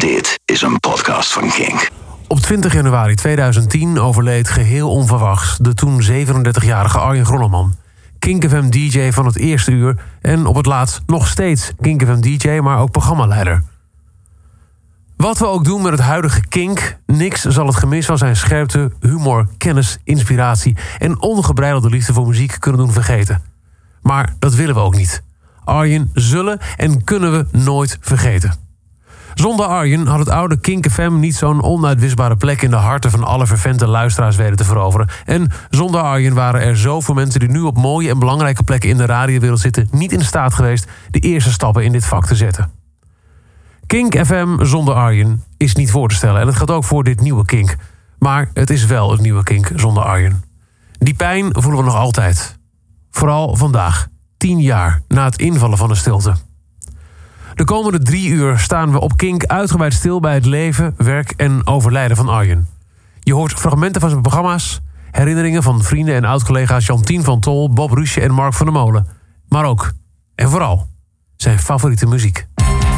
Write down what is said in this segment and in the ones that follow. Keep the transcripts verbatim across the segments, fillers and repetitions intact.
Dit is een podcast van Kink. Op twintig januari tweeduizend tien overleed geheel onverwachts de toen zevenendertigjarige Arjen Grolleman. Kink F M D J van het eerste uur en op het laatst nog steeds Kink F M D J, maar ook programmaleider. Wat we ook doen met het huidige Kink, niks zal het gemis van zijn scherpte, humor, kennis, inspiratie en ongebreidelde liefde voor muziek kunnen doen vergeten. Maar dat willen we ook niet. Arjen zullen en kunnen we nooit vergeten. Zonder Arjen had het oude Kink F M niet zo'n onuitwisbare plek in de harten van alle vervente luisteraars weten te veroveren. En zonder Arjen waren er zoveel mensen die nu op mooie en belangrijke plekken in de radiowereld zitten niet in staat geweest de eerste stappen in dit vak te zetten. Kink F M zonder Arjen is niet voor te stellen. En dat geldt ook voor dit nieuwe Kink. Maar het is wel het nieuwe Kink zonder Arjen. Die pijn voelen we nog altijd. Vooral vandaag, tien jaar na het invallen van de stilte. De komende drie uur staan we op Kink uitgebreid stil bij het leven, werk en overlijden van Arjen. Je hoort fragmenten van zijn programma's, herinneringen van vrienden en oud-collega's Jantien van Tol, Bob Rusje en Mark van der Molen. Maar ook, en vooral, zijn favoriete muziek.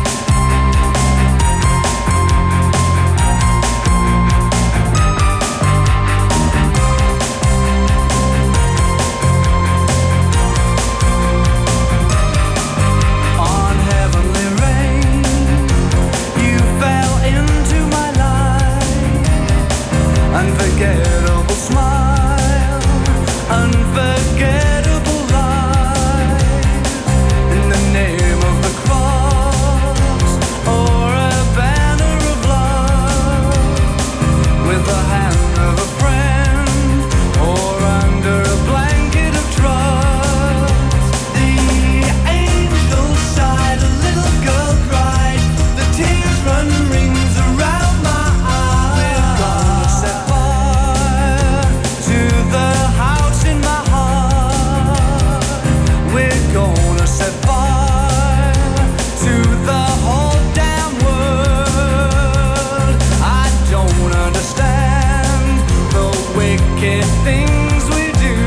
Unforgettable smile, unforgettable life. In the name of the cross, or a banner of love, with the hand of a friend, or under a blanket of trust. The angel sighed, a little girl cried, the tears run rings around my eyes. We're gonna set gonna set fire to the whole damn world. I don't understand the wicked things we do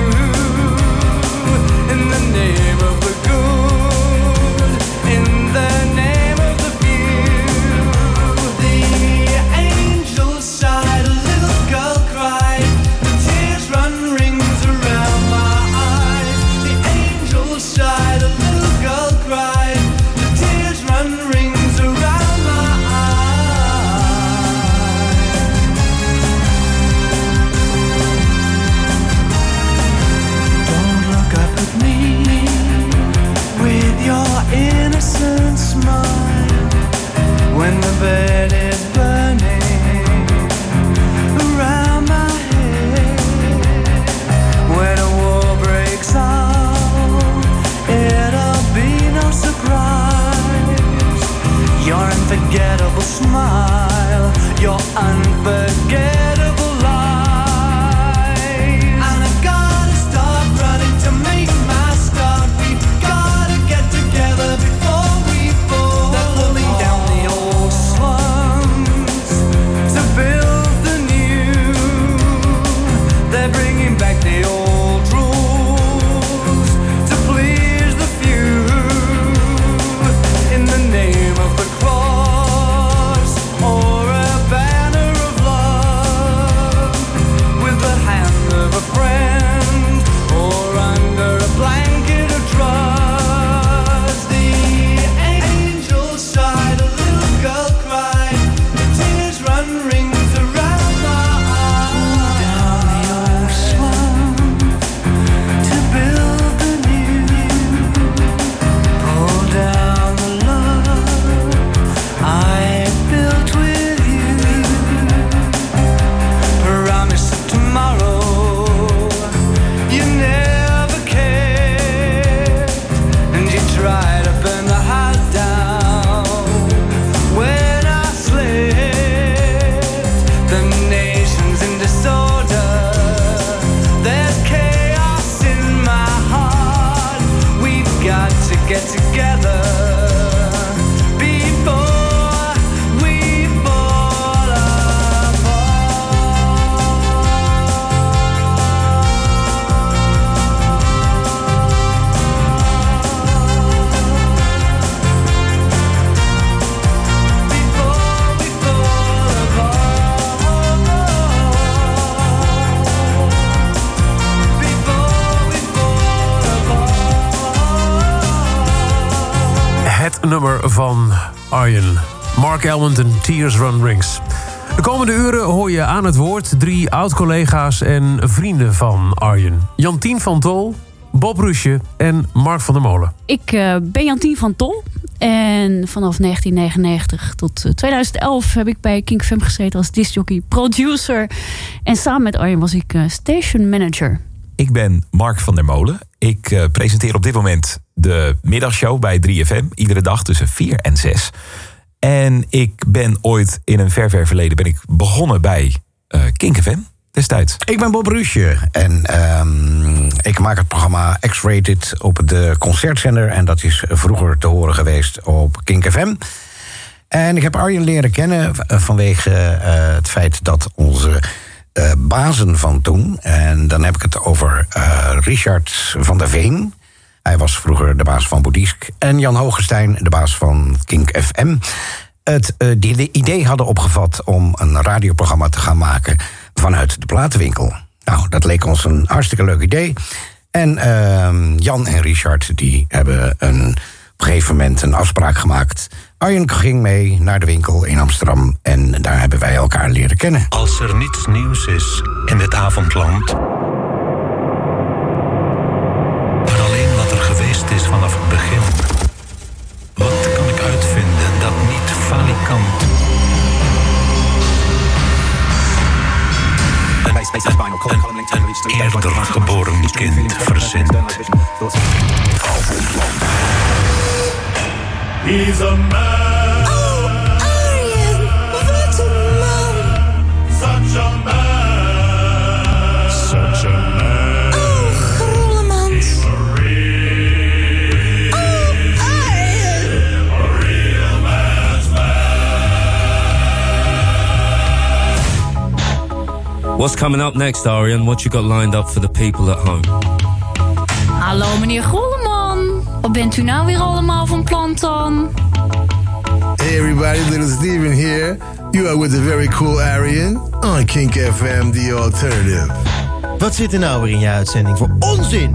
in the name of the good, in the name of the few. The angel sighed, a little girl cried, the tears run rings around my eyes. The angel sighed, a little girl cried, the tears run rings around my eyes. Don't look up at me with your innocent smile when the bed is burning around my head. When a war breaks out, it'll be no surprise. Your unforgettable smile, your unforgettable lies. And I gotta stop running to make my start. We gotta get together before we fall. They're pulling down the old slums to build the new. They're bringing back the old rules to please the few. In the name of the cross, or a banner of love, nummer van Arjen. Mark Elmond en Tears Run Rings. De komende uren hoor je aan het woord drie oud-collega's en vrienden van Arjen. Jantien van Tol, Bob Rusje en Mark van der Molen. Ik uh, ben Jantien van Tol. En vanaf negentien negenennegentig tot tweeduizend elf heb ik bij Kink F M gezeten als discjockey, producer. En samen met Arjen was ik uh, station manager. Ik ben Mark van der Molen. Ik uh, presenteer op dit moment de middagshow bij drie F M. Iedere dag tussen vier en zes. En ik ben ooit in een ver, ver verleden ben ik begonnen bij uh, Kink F M destijds. Ik ben Bob Rusje en um, ik maak het programma X-Rated op de concertzender. En dat is vroeger te horen geweest op Kink F M. En ik heb Arjen leren kennen vanwege uh, het feit dat onze uh, bazen van toen... en dan heb ik het over uh, Richard van der Veen. Hij was vroeger de baas van Boeddhisk. En Jan Hogestein, de baas van Kink F M. Het uh, die de idee hadden opgevat om een radioprogramma te gaan maken vanuit de platenwinkel. Nou, dat leek ons een hartstikke leuk idee. En uh, Jan en Richard die hebben een, op een gegeven moment een afspraak gemaakt. Arjen ging mee naar de winkel in Amsterdam en daar hebben wij elkaar leren kennen. Als er niets nieuws is in dit avondland, maar alleen wat er geweest is vanaf het begin. Wat kan ik uitvinden dat niet falikant? Eerder geboren kind verzint. He's a man. Oh, Arjen, wat een man. Such a man. Such a man. Oh, Grollemans. He's a real. Oh, Arjen. A real man's man. What's coming up next, Arjen? What you got lined up for the people at home? Hallo meneer Grolleman. Wat bent u nou weer allemaal van plan dan? Hey everybody, little Steven here. You are with the very cool Arjen on Kink F M, The Alternative. Wat zit er nou weer in je uitzending voor onzin?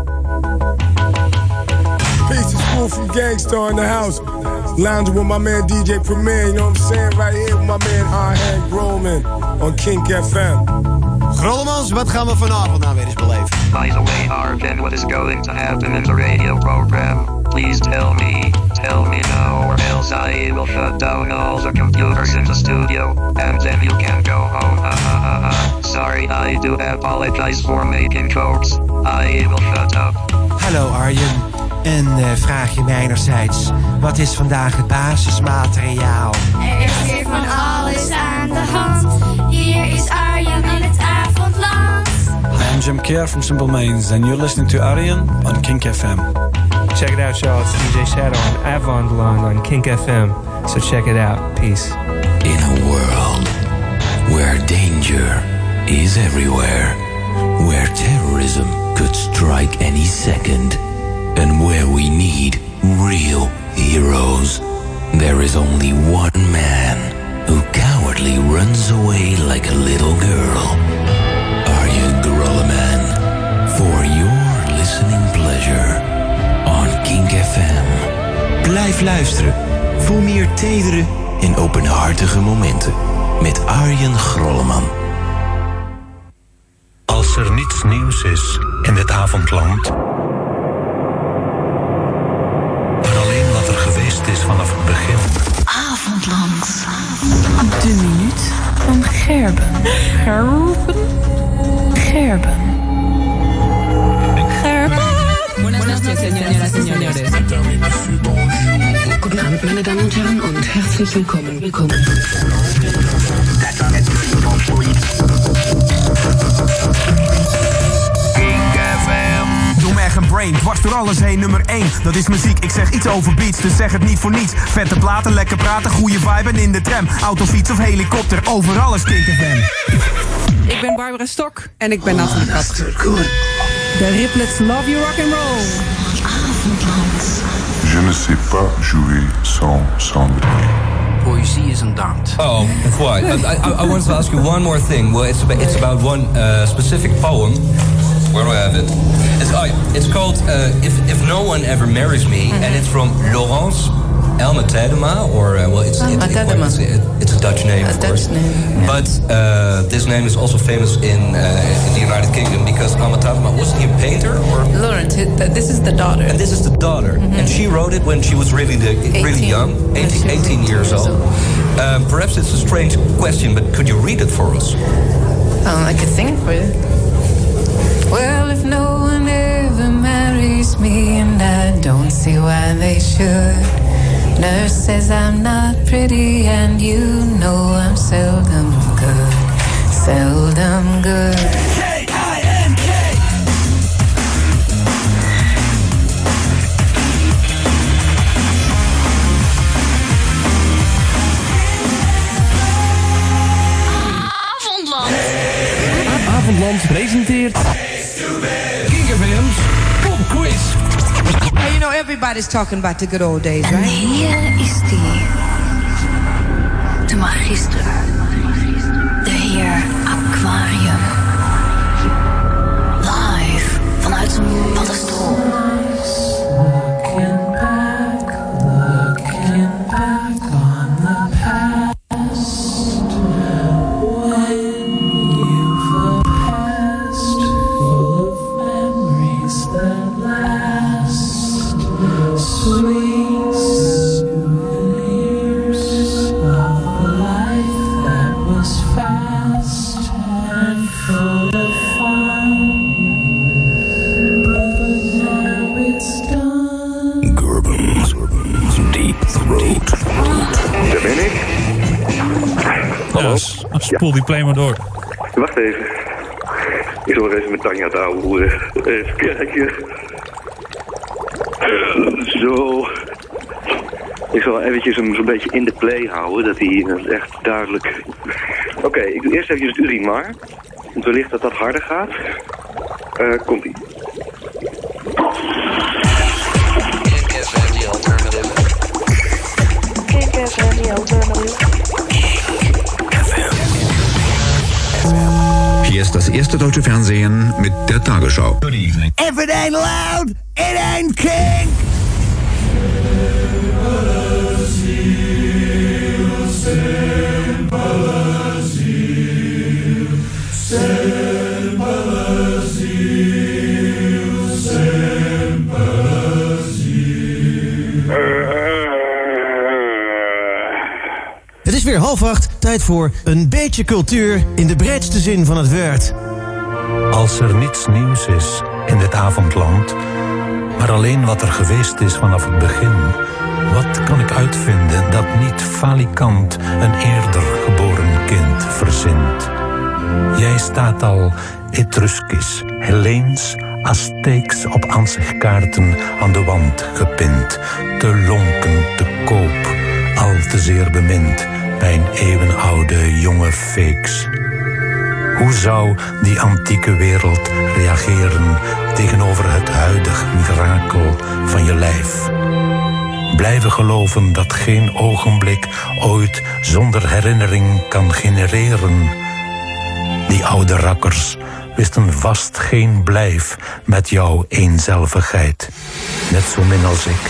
Peace is cool from Gangstar in the house. Lounging with my man D J Premier, you know what I'm saying? Right here with my man Hardhead Groman on Kink F M. Grollemans, wat gaan we vanavond nou weer eens beleven? By the way, Arjen, what is going to happen in the radio program? Please tell me, tell me now, or else I will shut down all the computers in the studio, and then you can go home. Uh, uh, uh, uh. Sorry, I do apologize for making jokes. I will shut up. Hallo Arjen, een uh, vraagje mijnerzijds. Wat is vandaag het basismateriaal? Er is weer van alles aan de hand. Hier is Arjen in het avondland. Hi, I'm Jim Kerr from Simple Minds, and you're listening to Arjen on Kink F M. Check it out, y'all. It's D J Shadow on Avondland on Kink F M. So check it out. Peace. In a world where danger is everywhere, where terrorism could strike any second, and where we need real heroes, there is only one man who cowardly runs away like a little girl. Arjen Grolleman, for your listening pleasure on Kink F M. Blijf luisteren voor meer tedere en openhartige momenten met Arjen Grolleman. Als er niets nieuws is in dit avondland, maar alleen wat er geweest is vanaf het begin. Avondland. De minuut van Gerben. Gerben. Gerben. Gerben. Buenas noches, señoras y señores. Guten Abend, meine Damen und Herren, und herzlich willkommen, willkommen. Doe me echt een brain, dwars door alles heen, nummer één. Dat is muziek, ik zeg iets over beats, dus zeg het niet voor niets. Vette platen, lekker praten, goede vibe en in de tram. Auto, fiets of helikopter, overal is Kink F M. Ik ben Barbara Stok en ik ben Nathalie Kat. De Riplets Love You Rock'n'Roll. Avondland. Je ne sais pas jouer sans cendrier. Poëzie is een dans. Oh, quite. I, I, I wanted to ask you one more thing. Well, it's about, it's about one uh, specific poem. Where do I have it? It's, oh, it's called uh, If If No One Ever Marries Me, mm-hmm. and it's from Laurence Elma Tadema, or uh, well, it's, oh, it, it, well, it's, it, it's a Dutch name, a of Dutch course. Name, yeah. But uh, this name is also famous in uh, in the United Kingdom because Elma Tadema, wasn't he a painter? Or Laurence, this is the daughter. And this is the daughter, mm-hmm. and she wrote it when she was really the, really young, eighteen, eighteen years old. Um, perhaps it's a strange question, but could you read it for us? Um, I could sing it for you. Well, if no one ever marries me, and I don't see why they should. Nurse says I'm not pretty, and you know I'm seldom good, seldom good. K I N K. Avondland. Avondland presenteert Kink F M's Pop Quiz. Hey, you know, everybody's talking about the good old days, right? En hier is die. De magister. De heer Aquarium. Live vanuit zijn paddenstoel. Looking back, looking back on the past. When you've a past full of memories that last. Sweet souvenirs of a life that was fast and full of fun. But now it's done. Gerben's, Gerben's Deep Throat. Daar ben ik. Hallo? Ja, spoel die play maar door. Wacht even. Ik zal nog even met Tanja het oude hoeren. Even kijken. Zo. Ik zal eventjes hem zo'n beetje in de play houden, dat hij echt duidelijk... Oké, okay, ik doe eerst even het Urimar. Want wellicht dat dat harder gaat. Uh, Komt-ie. Kink F M, the alternative. Kink F M, the alternative. Hier ist das erste deutsche Fernsehen mit der Tagesschau. Good evening. If it ain't loud, it ain't King. Het is weer half acht, tijd voor een beetje cultuur in de breedste zin van het woord. Als er niets nieuws is in dit avondland, maar alleen wat er geweest is vanaf het begin, wat kan ik uitvinden dat niet falikant een eerder geboren kind verzint? Jij staat al Etruskisch, Helleens, Azteeks op aanzichtkaarten aan de wand gepind, te lonken, te koop, al te zeer bemind bij een eeuwenoude jonge feeks. Hoe zou die antieke wereld reageren tegenover het huidig mirakel van je lijf? Blijven geloven dat geen ogenblik ooit zonder herinnering kan genereren. Die oude rakkers wisten vast geen blijf met jouw eenzelvigheid. Net zo min als ik.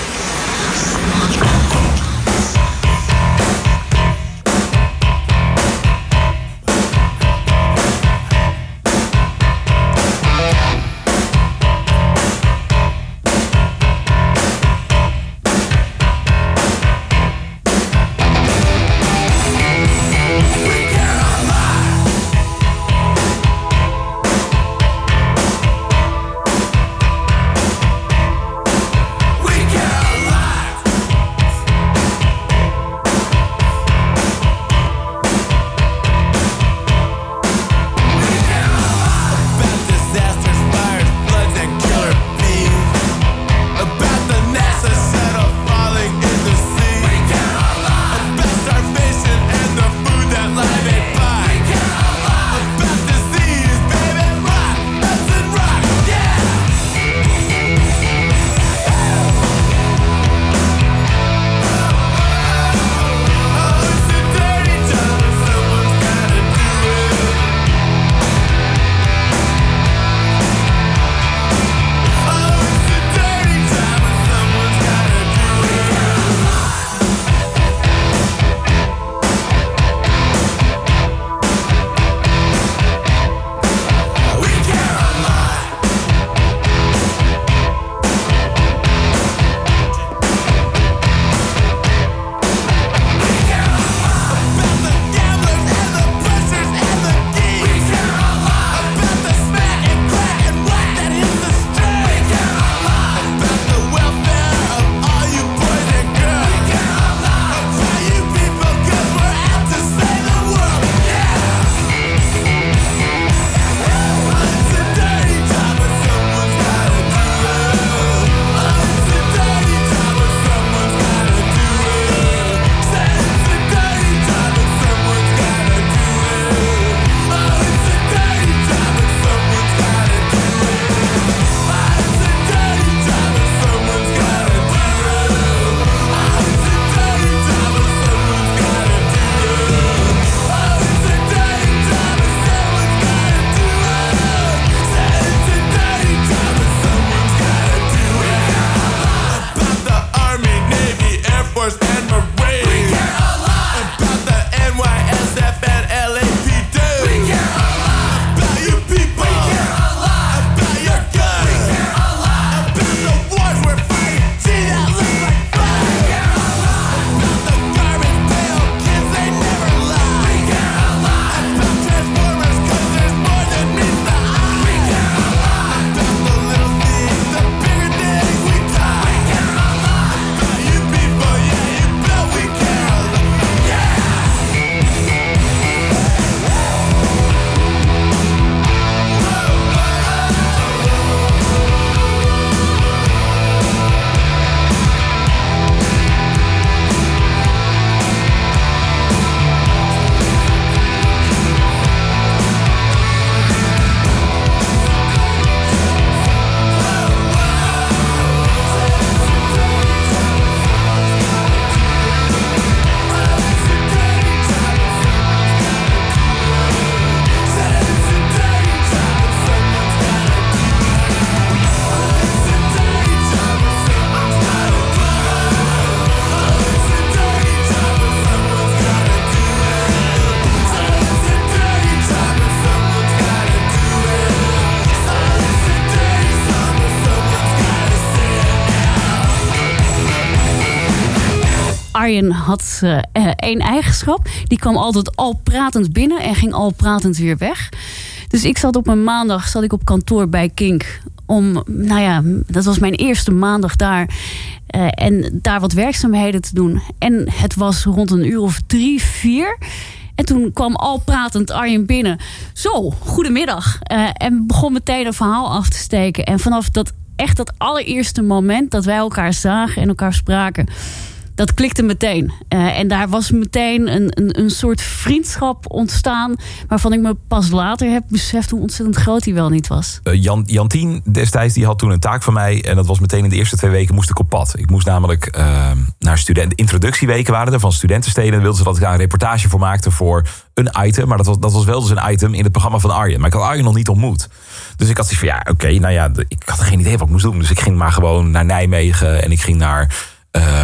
Arjen had uh, één eigenschap. Die kwam altijd al pratend binnen en ging al pratend weer weg. Dus ik zat op een maandag zat ik op kantoor bij Kink. Om, nou ja, dat was mijn eerste maandag daar. Uh, en daar wat werkzaamheden te doen. En het was rond een uur of drie, vier. En toen kwam al pratend Arjen binnen. Zo, goedemiddag. Uh, en begon meteen een verhaal af te steken. En vanaf dat echt dat allereerste moment dat wij elkaar zagen en elkaar spraken, dat klikte meteen. Uh, en daar was meteen een, een, een soort vriendschap ontstaan, waarvan ik me pas later heb beseft hoe ontzettend groot die wel niet was. Uh, Jan, Jantien destijds die had toen een taak van mij. En dat was meteen in de eerste twee weken moest ik op pad. Ik moest namelijk uh, naar studenten. Introductieweken waren er van studentensteden. En wilden ze dat ik daar een reportage voor maakte voor een item. Maar dat was, dat was wel dus een item in het programma van Arjen. Maar ik had Arjen nog niet ontmoet. Dus ik had zoiets van, ja, oké, okay, nou ja, ik had geen idee wat ik moest doen. Dus ik ging maar gewoon naar Nijmegen. En ik ging naar Uh,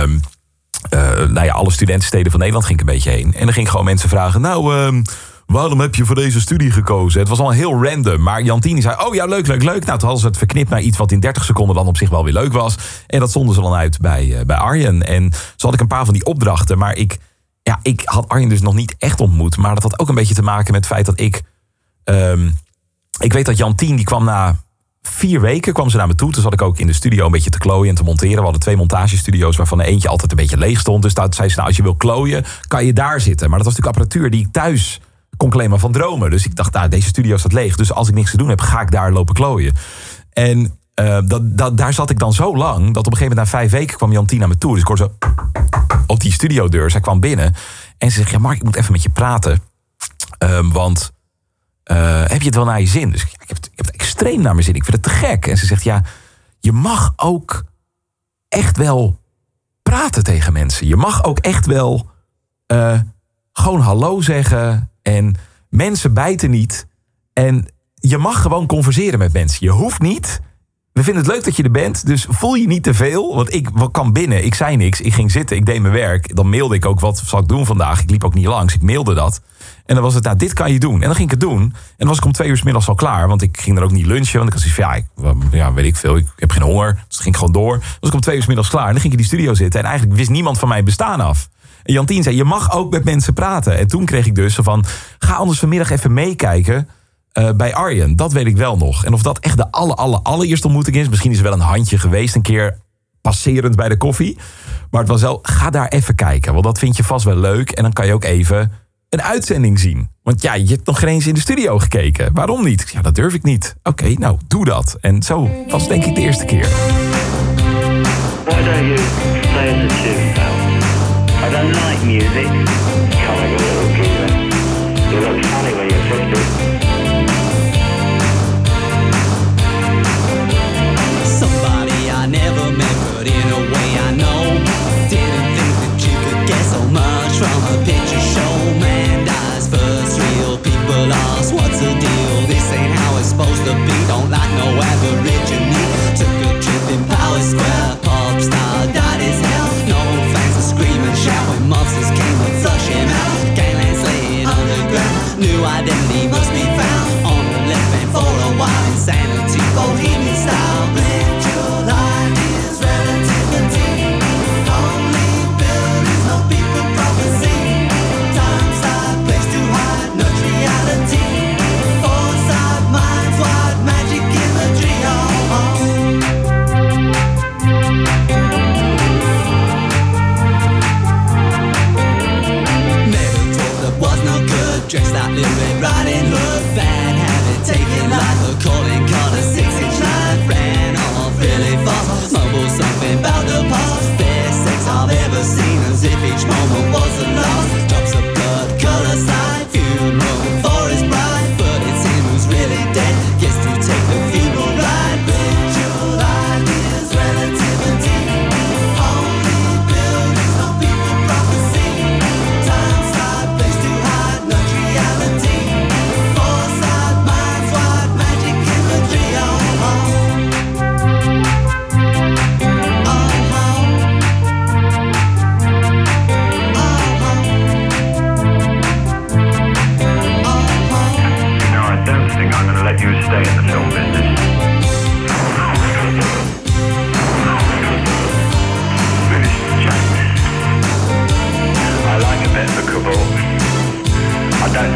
Uh, nou ja, alle studentensteden van Nederland ging ik een beetje heen. En dan ging ik gewoon mensen vragen, nou, uh, waarom heb je voor deze studie gekozen? Het was al heel random, maar Jantien zei, oh ja, leuk, leuk, leuk. Nou, toen hadden ze het verknipt naar iets wat in dertig seconden dan op zich wel weer leuk was. En dat zonden ze dan uit bij, uh, bij Arjen. En zo had ik een paar van die opdrachten, maar ik, ja, ik had Arjen dus nog niet echt ontmoet. Maar dat had ook een beetje te maken met het feit dat ik, um, ik weet dat Jantien, die kwam na vier weken kwam ze naar me toe. Toen zat ik ook in de studio een beetje te klooien en te monteren. We hadden twee montagestudio's waarvan er eentje altijd een beetje leeg stond. Dus toen zei ze, nou, als je wil klooien, kan je daar zitten. Maar dat was natuurlijk apparatuur die ik thuis kon ik alleen maar van dromen. Dus ik dacht, nou, deze studio staat leeg. Dus als ik niks te doen heb, ga ik daar lopen klooien. En uh, dat, dat, daar zat ik dan zo lang, dat op een gegeven moment na vijf weken kwam Jantien naar me toe. Dus ik hoorde zo op die studiodeur. Zij kwam binnen en ze zegt, ja, Mark, ik moet even met je praten. Um, want Uh, heb je het wel naar je zin? Dus ik, ik, heb het, ik heb het extreem naar mijn zin. Ik vind het te gek. En ze zegt, ja, je mag ook echt wel praten tegen mensen. Je mag ook echt wel uh, gewoon hallo zeggen. En mensen bijten niet. En je mag gewoon converseren met mensen. Je hoeft niet. We vinden het leuk dat je er bent, dus voel je niet te veel. Want ik kwam binnen, ik zei niks, ik ging zitten, ik deed mijn werk. Dan mailde ik ook, wat zal ik doen vandaag? Ik liep ook niet langs, ik mailde dat. En dan was het, nou, dit kan je doen. En dan ging ik het doen. En dan was ik om twee uur 's middags al klaar. Want ik ging er ook niet lunchen. Want ik had zoiets van, ja, ik, ja, weet ik veel. Ik heb geen honger. Dus dan ging ik gewoon door. Dan was ik om twee uur 's middags klaar. En dan ging ik in die studio zitten. En eigenlijk wist niemand van mijn bestaan af. En Jantien zei, je mag ook met mensen praten. En toen kreeg ik dus van, ga anders vanmiddag even meekijken uh, bij Arjen. Dat weet ik wel nog. En of dat echt de aller, aller, allereerste ontmoeting is. Misschien is er wel een handje geweest. Een keer passerend bij de koffie. Maar het was wel, ga daar even kijken. Want dat vind je vast wel leuk. En dan kan je ook even een uitzending zien. Want ja, je hebt nog geen eens in de studio gekeken. Waarom niet? Ja, dat durf ik niet. Oké, okay, nou, doe dat. En zo was denk ik de eerste keer. Why don't you play us a tune, pal? I don't like music. Come on, you little geezer. You look funny when you're fifty. Somebody I never met, but in a way I know. Didn't think that you could get so much from a picture show. Man dies first, real people ask, what's the deal? This ain't how it's supposed to be. Don't like no aborigine. Took a trip in Power Square. Pop star died as hell. No fans are screaming, shouting. Monsters came and flushed him out. Gangland slid underground. New identity must be found. On the left and for a while. Insanity, bohemian style. Blend your ideas, relativity. Only buildings, no people, prophecy. Time, side, place to hide, nudge reality. Foresight, minds wide, magic imagery. Oh, oh. Never thought that was no good. Dressed like Little Red Riding Hood. Bad habit, taking life. A calling card, a six-inch knife. Ran off really fast. Mumbled something about the past. Best sex I've ever seen. As if each moment was the last. Drops of blood, colour side. Funeral for his bride. But it's him who's really dead. Gets to take the funeral ride. Ritual ideas, relativity. Only buildings, no people, prophecy. Time, side, place to hide, nudge reality. Foresight, minds wide, magic imagery. Oh, oh. Oh, oh. Oh, oh.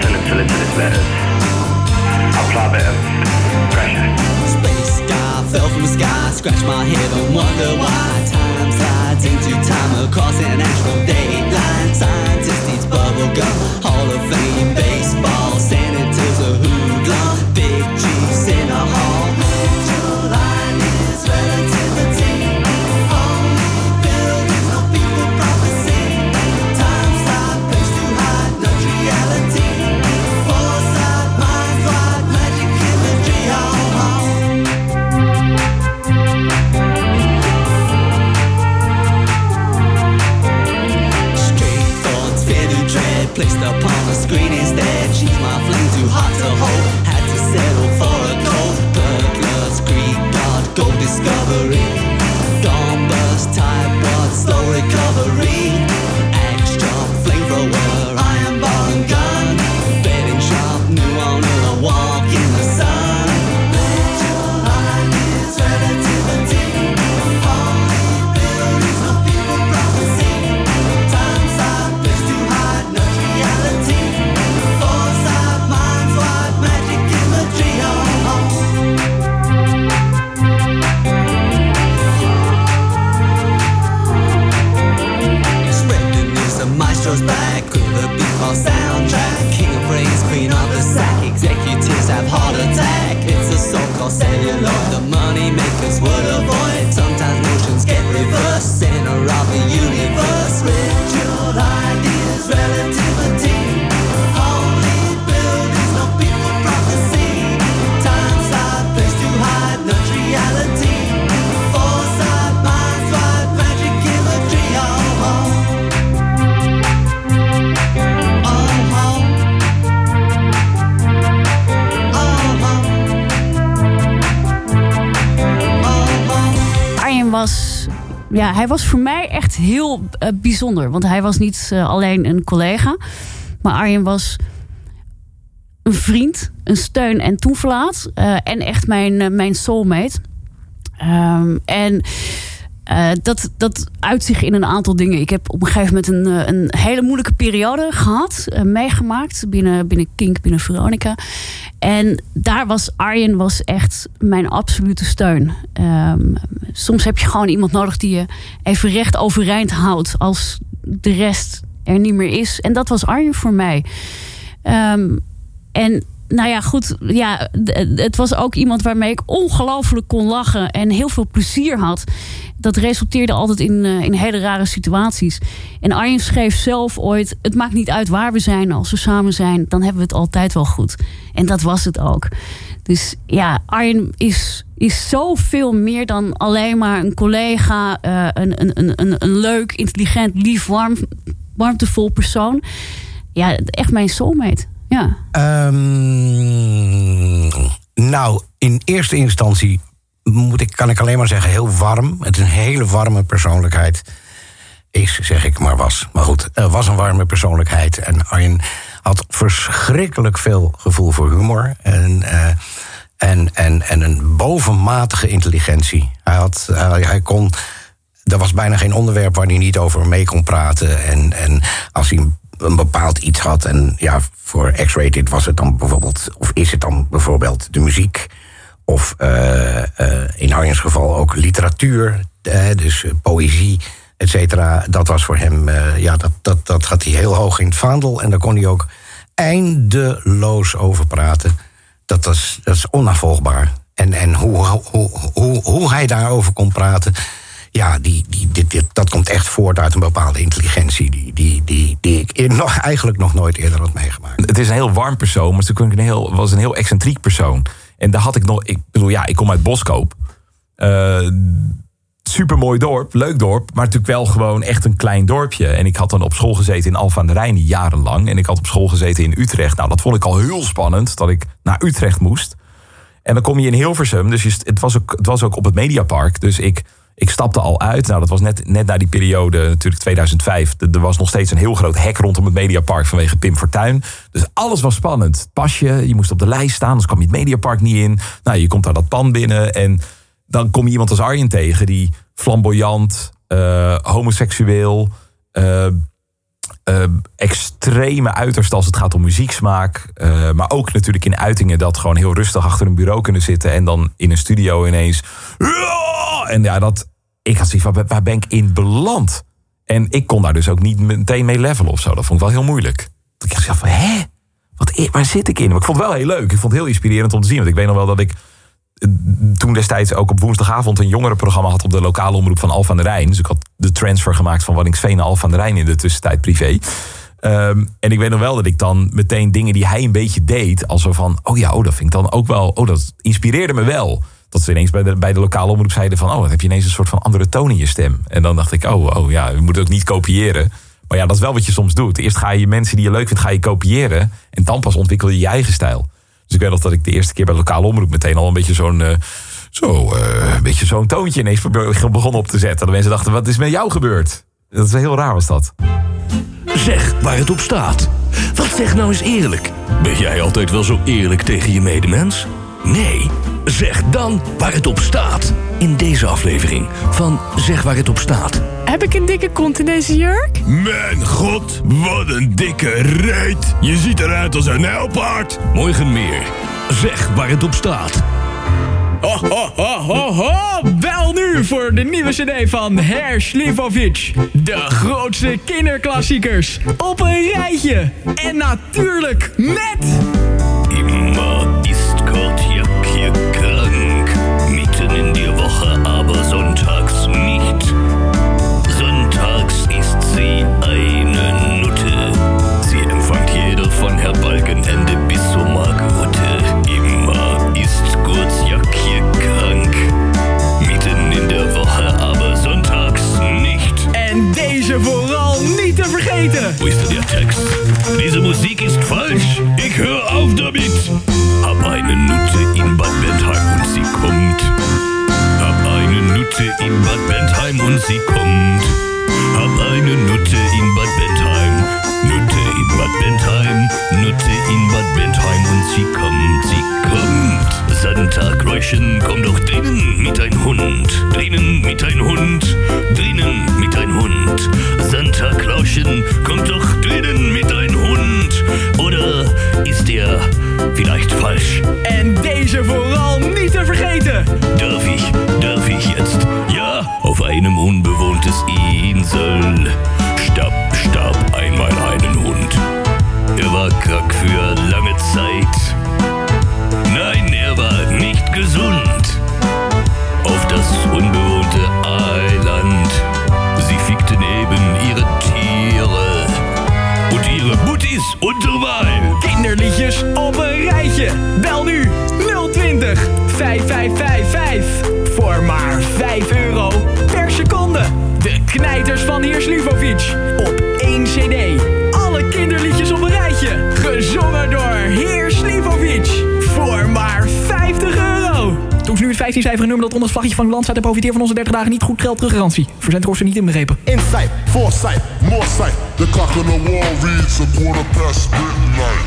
Listen, listen, listen, listen, letters. Apply a bit of pressure. Space guy fell from the sky, scratch my head and wonder why. Time slides into time across international date line. Scientist eats bubble gum, Hall of Fame baseball, senators a hoodlum, big G's in a hall. Your line is relativity. Only buildings, no people prophecy. Time stop, place too high, not reality. Foresight, mind wide, magic imagery, oh, oh. Straight thoughts, fear to dread, placed upon the screen instead. She's my flame, too hot to hold. Had to settle for a cold. Burglars, Greek god, gold discovery. Gone bust, type what, slow recovery. Axe jump, flamethrower, iron bar and gun. Betting shop, new owner, a walk in the sun. Let your ideas relativity. Only buildings, no people prophecy. Time side, place too high, not reality. Foresight, minds wide, magic imagery, oh, oh. Spread the news, the maestro's back. Could the beat our soundtrack? King of brains, queen of the sack. Executives have heart attack. It's a so-called celluloid. The money makers would avoid. Sometimes motions get reversed. Center of the universe. Ritual ideas, relativity. Only buildings, no people prophecy. Time slide, place too high, not reality. Foresight, minds wide, magic imagery, oh, oh. Oh, oh. Arjen was, ja, hij was voor mij echt heel uh, bijzonder. Want hij was niet uh, alleen een collega. Maar Arjen was een vriend, een steun en toeverlaat. Uh, en echt mijn, uh, mijn soulmate. Um, en uh, dat, dat uit zich in een aantal dingen. Ik heb op een gegeven moment een, uh, een hele moeilijke periode gehad. Uh, meegemaakt binnen, binnen Kink, binnen Veronica. En daar was Arjen was echt mijn absolute steun. Um, soms heb je gewoon iemand nodig die je even recht overeind houdt als de rest er niet meer is. En dat was Arjen voor mij. Um, en nou ja, goed. Ja, het was ook iemand waarmee ik ongelooflijk kon lachen en heel veel plezier had. Dat resulteerde altijd in, uh, in hele rare situaties. En Arjen schreef zelf ooit: het maakt niet uit waar we zijn, als we samen zijn, dan hebben we het altijd wel goed. En dat was het ook. Dus ja, Arjen is, is zoveel meer dan alleen maar een collega, uh, een, een, een, een leuk, intelligent, lief, warm, warmtevol persoon. Ja, echt mijn soulmate. Ja. Um, nou, in eerste instantie moet ik, kan ik alleen maar zeggen, heel warm. Het is een hele warme persoonlijkheid. Is, zeg ik, maar was. Maar goed, uh, was een warme persoonlijkheid. En Arjen had verschrikkelijk veel gevoel voor humor. En, uh, en, en, en een bovenmatige intelligentie. Hij, had, uh, hij kon... Er was bijna geen onderwerp waar hij niet over mee kon praten. En, en als hij een bepaald iets had, en ja, voor X-Rated was het dan bijvoorbeeld, of is het dan bijvoorbeeld de muziek, of uh, uh, in Arjen's geval ook literatuur, uh, dus uh, poëzie, et cetera. Dat was voor hem, uh, ja, dat, dat, dat had hij heel hoog in het vaandel. En daar kon hij ook eindeloos over praten. Dat, was, dat is onafvolgbaar. En, en hoe, hoe, hoe, hoe hij daarover kon praten, ja, die, die, dit, dit, dat komt echt voort uit een bepaalde intelligentie die, die, die, die ik nog, eigenlijk nog nooit eerder had meegemaakt. Het is een heel warm persoon, maar het was een heel excentriek persoon. En daar had ik nog, ik bedoel, ja, ik kom uit Boskoop. Uh, supermooi dorp, leuk dorp, maar natuurlijk wel gewoon echt een klein dorpje. En ik had dan op school gezeten in Alphen aan de Rijn jarenlang. En ik had op school gezeten in Utrecht. Nou, dat vond ik al heel spannend, dat ik naar Utrecht moest. En dan kom je in Hilversum, dus je, het, was ook, het was ook op het Mediapark. Dus ik, ik stapte al uit. Nou, dat was net, net na die periode, natuurlijk tweeduizend vijf. Er was nog steeds een heel groot hek rondom het Mediapark vanwege Pim Fortuyn. Dus alles was spannend. Het pasje, je moest op de lijst staan, anders kwam je het Mediapark niet in. Nou, je komt daar dat pand binnen en dan kom je iemand als Arjen tegen die flamboyant, uh, homoseksueel, uh, Uh, extreme uitersten als het gaat om muzieksmaak. Uh, maar ook natuurlijk in uitingen dat gewoon heel rustig achter een bureau kunnen zitten. En dan in een studio ineens. En ja, dat. Ik had zoiets van, waar ben ik in beland? En ik kon daar dus ook niet meteen mee levelen of zo. Dat vond ik wel heel moeilijk. Ik dacht van, hè? Wat, waar zit ik in? Maar ik vond het wel heel leuk. Ik vond het heel inspirerend om te zien. Want ik weet nog wel dat ik toen destijds ook op woensdagavond een jongerenprogramma had op de lokale omroep van Alphen aan de Rijn. Dus ik had de transfer gemaakt van Waddinxveen naar Alphen aan de Rijn in de tussentijd privé. Um, en ik weet nog wel dat ik dan meteen dingen die hij een beetje deed, als zo van, oh ja, oh, dat vind ik dan ook wel, oh, dat inspireerde me wel. Dat ze ineens bij de, bij de lokale omroep zeiden van, oh, dan heb je ineens een soort van andere toon in je stem. En dan dacht ik, oh, oh ja, je moet het ook niet kopiëren. Maar ja, dat is wel wat je soms doet. Eerst ga je mensen die je leuk vindt, ga je kopiëren. En dan pas ontwikkel je je eigen stijl. Dus ik weet nog dat ik de eerste keer bij de lokale omroep meteen al een beetje zo'n uh, zo, uh, een beetje zo'n toontje ineens begon op te zetten. De mensen dachten, wat is met jou gebeurd? Dat is heel raar was dat. Zeg waar het op staat. Wat zeg nou eens eerlijk? Ben jij altijd wel zo eerlijk tegen je medemens? Nee, zeg dan waar het op staat. In deze aflevering van Zeg waar het op staat. Heb ik een dikke kont in deze jurk? Mijn god, wat een dikke reet. Je ziet eruit als een helpaard. Morgen meer. Zeg waar het op staat. Ho, ho, ho, ho, ho. Bel nu voor de nieuwe cd van Herr Slivovic. De grootste kinderklassiekers. Op een rijtje. En natuurlijk met... Immer ist Kotjak krank. Mitten in die Woche, aber sonntags nicht. Sonntags ist sie eine Nutte. Sie empfängt jeder von Herr Balkenende bis zur Markrutte. Immer ist Kurzjakje krank. Mitten in der Woche, aber sonntags nicht. En deze vooral niet te vergeten. Wo ist denn der Text? Diese Musik ist falsch. Ich hör auf damit. Hab eine Nutte in Bad Bentheim und sie kommt. Hab eine Nutte in Bad Bentheim und sie kommt. Hab eine Nutte in Bad Bentheim. Nutte in Bad Bentheim. Nutte in Bad Bentheim und sie kommt, sie kommt. Santa Clauschen, komm doch drinnen mit ein Hund. Drinnen mit ein Hund. Drinnen mit ein Hund. Santa Clauschen, kommt doch drinnen mit ein Hund. Oder ist der vielleicht falsch? En deze vooral niet te vergeten. Darf ich, darf ich jetzt? Ja, auf einem unbewohntes Insel starb, starb einmal einen Hund. Er war krank für lange Zeit. Nein, er war nicht gesund. Auf das unbewohnte Eiland. Sie fickten eben ihre Tiere. Und ihre Muttis unterweil. Kinderliedjes op een rijtje. Bel nu nul twintig vijf vijf vijf vijf. Voor maar vijf euro per seconde. De knijters van Heer Slivovic. Op één cd. Alle kinderliedjes op een rijtje. Gezongen door Heer Slivovic. Voor maar vijftig euro. Toets nu het vijftiencijferige nummer dat onder het vlaggetje van uw land staat en profiteer van onze dertig dagen niet goed geld teruggarantie. Verzendkosten niet inbegrepen. Insight, foresight, more sight. The clock on the wall reads a quarter past midnight.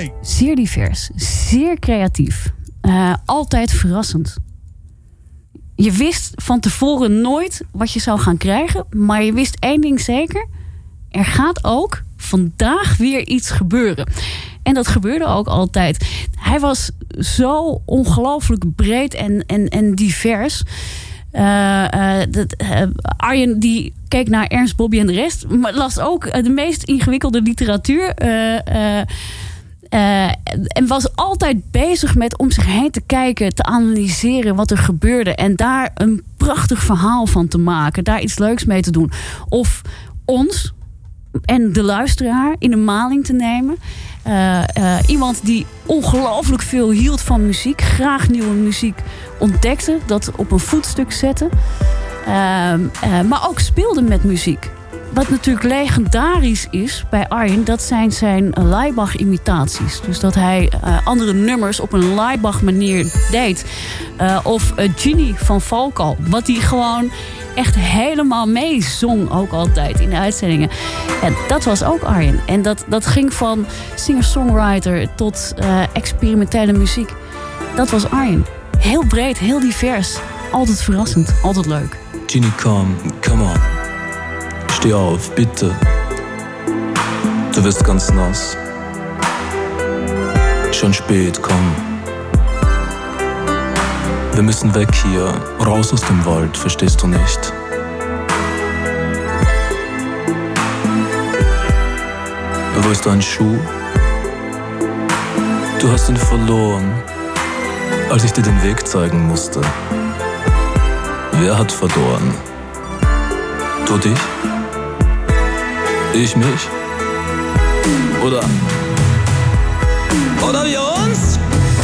Hey. Zeer divers, zeer creatief. Uh, altijd verrassend. Je wist van tevoren nooit wat je zou gaan krijgen. Maar je wist één ding zeker. Er gaat ook vandaag weer iets gebeuren. En dat gebeurde ook altijd. Hij was zo ongelooflijk breed en, en, en divers. Uh, uh, dat, uh, Arjen die keek naar Ernst, Bobby en de rest. Maar las ook de meest ingewikkelde literatuur. Uh, uh, Uh, en was altijd bezig met om zich heen te kijken, te analyseren wat er gebeurde. En daar een prachtig verhaal van te maken. Daar iets leuks mee te doen. Of ons en de luisteraar in de maling te nemen. Uh, uh, iemand die ongelooflijk veel hield van muziek. Graag nieuwe muziek ontdekte. Dat op een voetstuk zette. Uh, uh, maar ook speelde met muziek. Wat natuurlijk legendarisch is bij Arjen, dat zijn zijn Laibach-imitaties. Dus dat hij uh, andere nummers op een Laibach-manier deed. Uh, of uh, Genie van Falco. Wat hij gewoon echt helemaal meezong ook altijd in de uitzendingen. En dat was ook Arjen. En dat, dat ging van singer-songwriter tot uh, experimentele muziek. Dat was Arjen. Heel breed, heel divers. Altijd verrassend, altijd leuk. Genie, komm, come on. Steh auf, bitte. Du wirst ganz nass. Schon spät, komm. Wir müssen weg hier, raus aus dem Wald, verstehst du nicht? Wo ist dein Schuh? Du hast ihn verloren, als ich dir den Weg zeigen musste. Wer hat verloren? Du dich? Ich mich? Oder? Oder wir uns?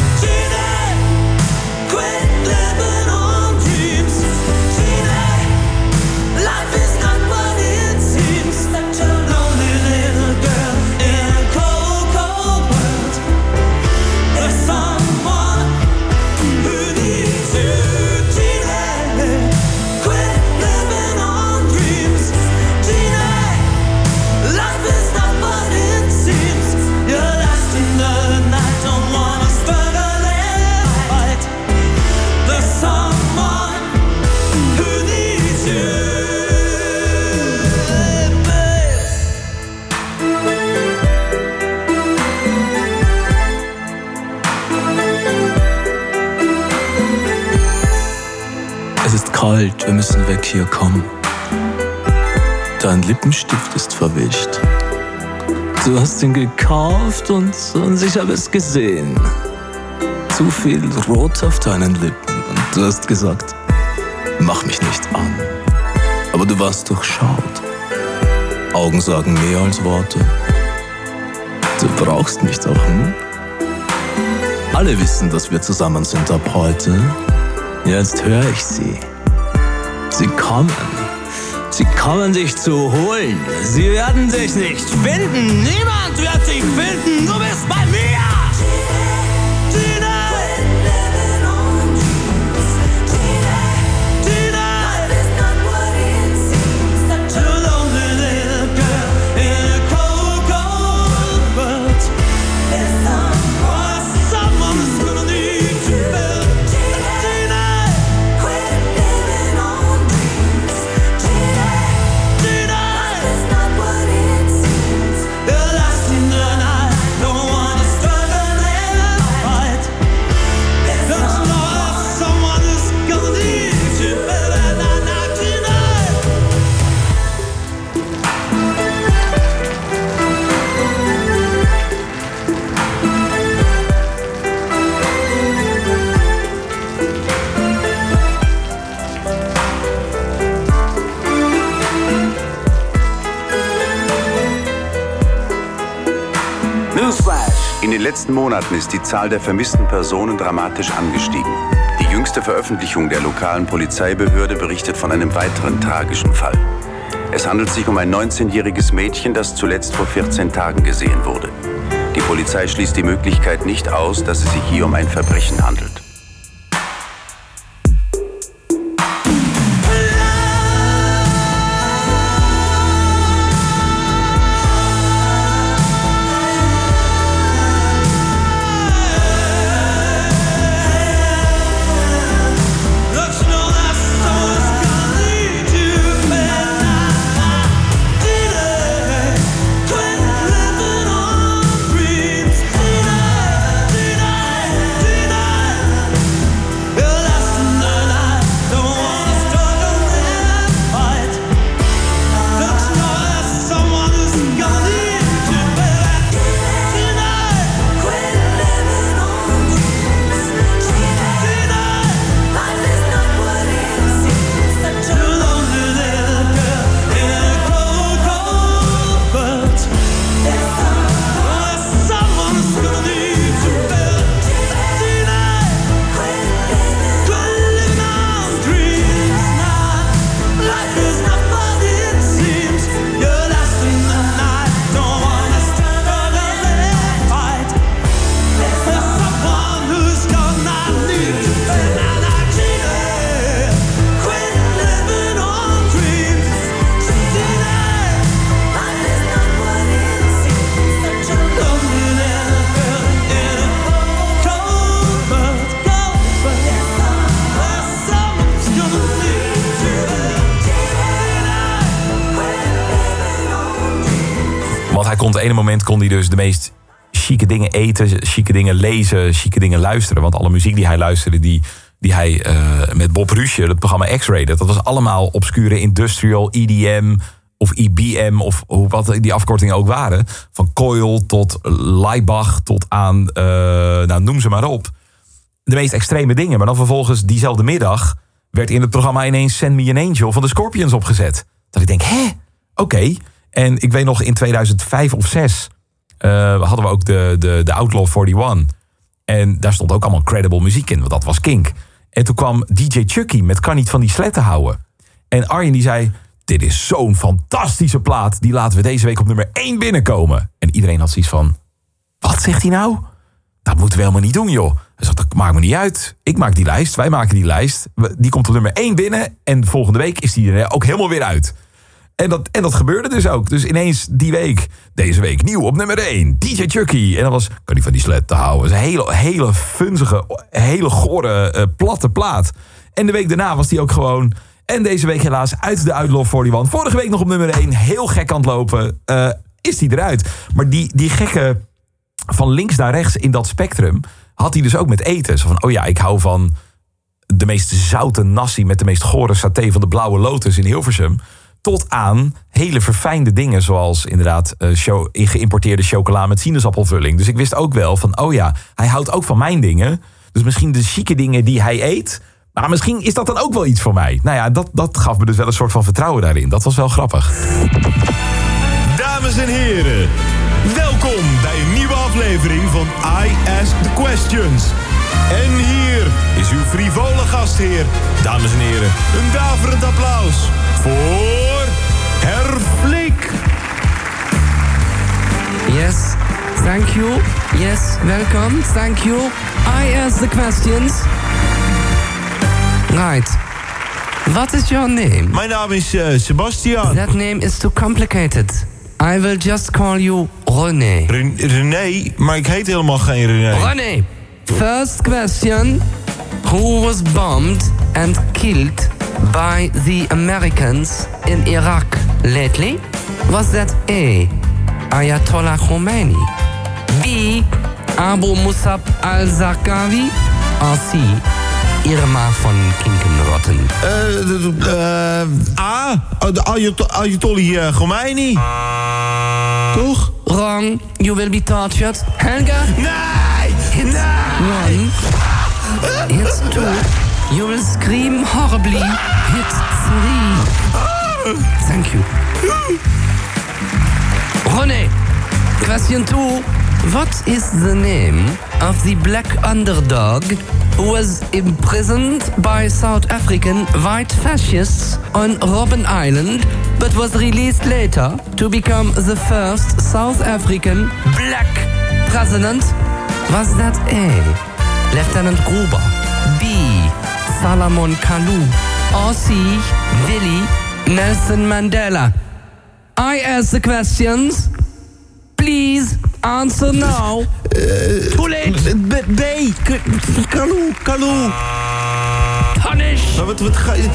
Kalt, wir müssen weg hier, komm. Dein Lippenstift ist verwischt. Du hast ihn gekauft und, und ich habe es gesehen. Zu viel Rot auf deinen Lippen und du hast gesagt, mach mich nicht an. Aber du warst durchschaut. Augen sagen mehr als Worte. Du brauchst mich doch, hm? Alle wissen, dass wir zusammen sind ab heute. Jetzt höre ich sie. Sie kommen. Sie kommen dich zu holen. Sie werden dich nicht finden. Niemand wird dich finden. Du bist bei mir. In den letzten Monaten ist die Zahl der vermissten Personen dramatisch angestiegen. Die jüngste Veröffentlichung der lokalen Polizeibehörde berichtet von einem weiteren tragischen Fall. Es handelt sich um ein neunzehnjähriges Mädchen, das zuletzt vor vierzehn Tagen gesehen wurde. Die Polizei schließt die Möglichkeit nicht aus, dass es sich hier um ein Verbrechen handelt. kon het ene moment kon hij dus de meest chique dingen eten, chique dingen lezen, chique dingen luisteren. Want alle muziek die hij luisterde, die, die hij uh, met Bob Rusje, het programma X-Rated, dat was allemaal obscure industrial, E D M of I B M of hoe wat die afkortingen ook waren. Van Coil tot Laibach tot aan, uh, nou noem ze maar op. De meest extreme dingen. Maar dan vervolgens diezelfde middag werd in het programma ineens Send Me an Angel van de Scorpions opgezet. Dat ik denk, hè? Oké. Okay. En ik weet nog, in tweeduizend vijf of zes uh, hadden we ook de, de, de Outlaw eenenveertig. En daar stond ook allemaal credible muziek in, want dat was Kink. En toen kwam D J Chucky met Kan niet van die sletten houden. En Arjen die zei, dit is zo'n fantastische plaat, die laten we deze week op nummer één binnenkomen. En iedereen had zoiets van, wat zegt hij nou? Dat moeten we helemaal niet doen, joh. Hij zegt, dat maakt me niet uit. Ik maak die lijst, wij maken die lijst. Die komt op nummer één binnen en volgende week is die er ook helemaal weer uit. En dat, en dat gebeurde dus ook. Dus ineens die week, deze week nieuw op nummer één. D J Chucky. En dat was, kan niet van die slet te houden. Dat is een hele, hele funzige, hele gore, uh, platte plaat. En de week daarna was die ook gewoon... En deze week helaas uit de Outlaw eenenveertig. Vorige week nog op nummer één. Heel gek aan het lopen. Uh, is die eruit. Maar die, die gekke van links naar rechts in dat spectrum had hij dus ook met eten. Zo van, oh ja, ik hou van de meest zoute nasi met de meest gore saté van de Blauwe Lotus in Hilversum. Tot aan hele verfijnde dingen zoals inderdaad uh, show, geïmporteerde chocola met sinaasappelvulling. Dus ik wist ook wel van, oh ja, hij houdt ook van mijn dingen. Dus misschien de chique dingen die hij eet. Maar misschien is dat dan ook wel iets voor mij. Nou ja, dat, dat gaf me dus wel een soort van vertrouwen daarin. Dat was wel grappig. Dames en heren, welkom bij een nieuwe aflevering van I Ask the Questions. En hier is uw frivole gastheer. Dames en heren, een daverend applaus voor Herr Flik. Yes, thank you. Yes, welcome, thank you. I ask the questions. Right. What is your name? Mijn naam is uh, Sebastian. That name is too complicated. I will just call you René. Ren- René? Maar ik heet helemaal geen René. René. First question. Who was bombed and killed by the Americans in Iraq lately? Was that A. Ayatollah Khomeini, B. Abu Musab al-Zarqawi, or C. Irma von Kinkenrotten? Uh, uh, A. Ayatollah Khomeini. Toch? Wrong. You will be tortured. Helga? Nee! Hit nee! one. Hit two. You will scream horribly. Hit three. Thank you. René, question two. What is the name of the black underdog who was imprisoned by South African white fascists on Robben Island, but was released later to become the first South African black president? Was that A. Lieutenant Gruber, B. Salomon Kalou, or C. Willie Nelson Mandela? I ask the questions. Please answer now. Uh, Too late. B. B. Kalou, Kalou. Punish. Maar wat, wat ga je...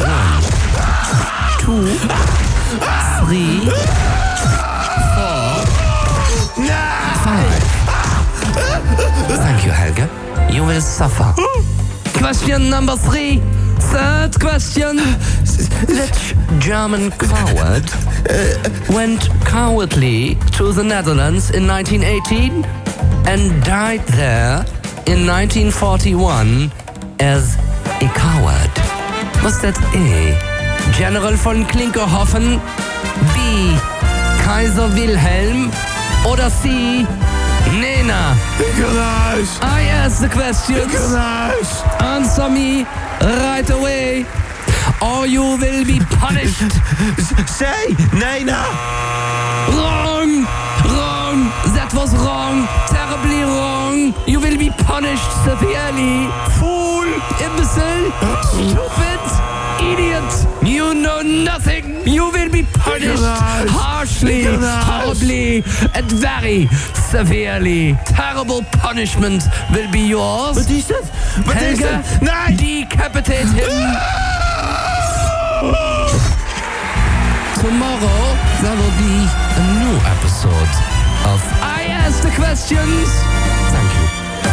Two. Three. Four. Five. Thank you, Helga. You will suffer. Question number three. Third question. Which German coward went cowardly to the Netherlands in nineteen eighteen and died there in nineteen forty-one as a coward? Was that A. General von Klinkerhoffen, B. Kaiser Wilhelm, oder C. Nena? Ik ga naar huis. I ask the questions. Ik ga naar huis. Answer me right away, or you will be punished. Say, Nena. Wrong, wrong. That was wrong. Terribly wrong. You will be punished severely. Fool, imbecile, stupid, idiot. You know nothing. You will be punished harshly, horribly, and very severely. Terrible punishment will be yours. Wat is dat? Wat Helga, is dat? Nee! Decapitate him. Tomorrow there will be a new episode of I Ask the Questions. Thank you.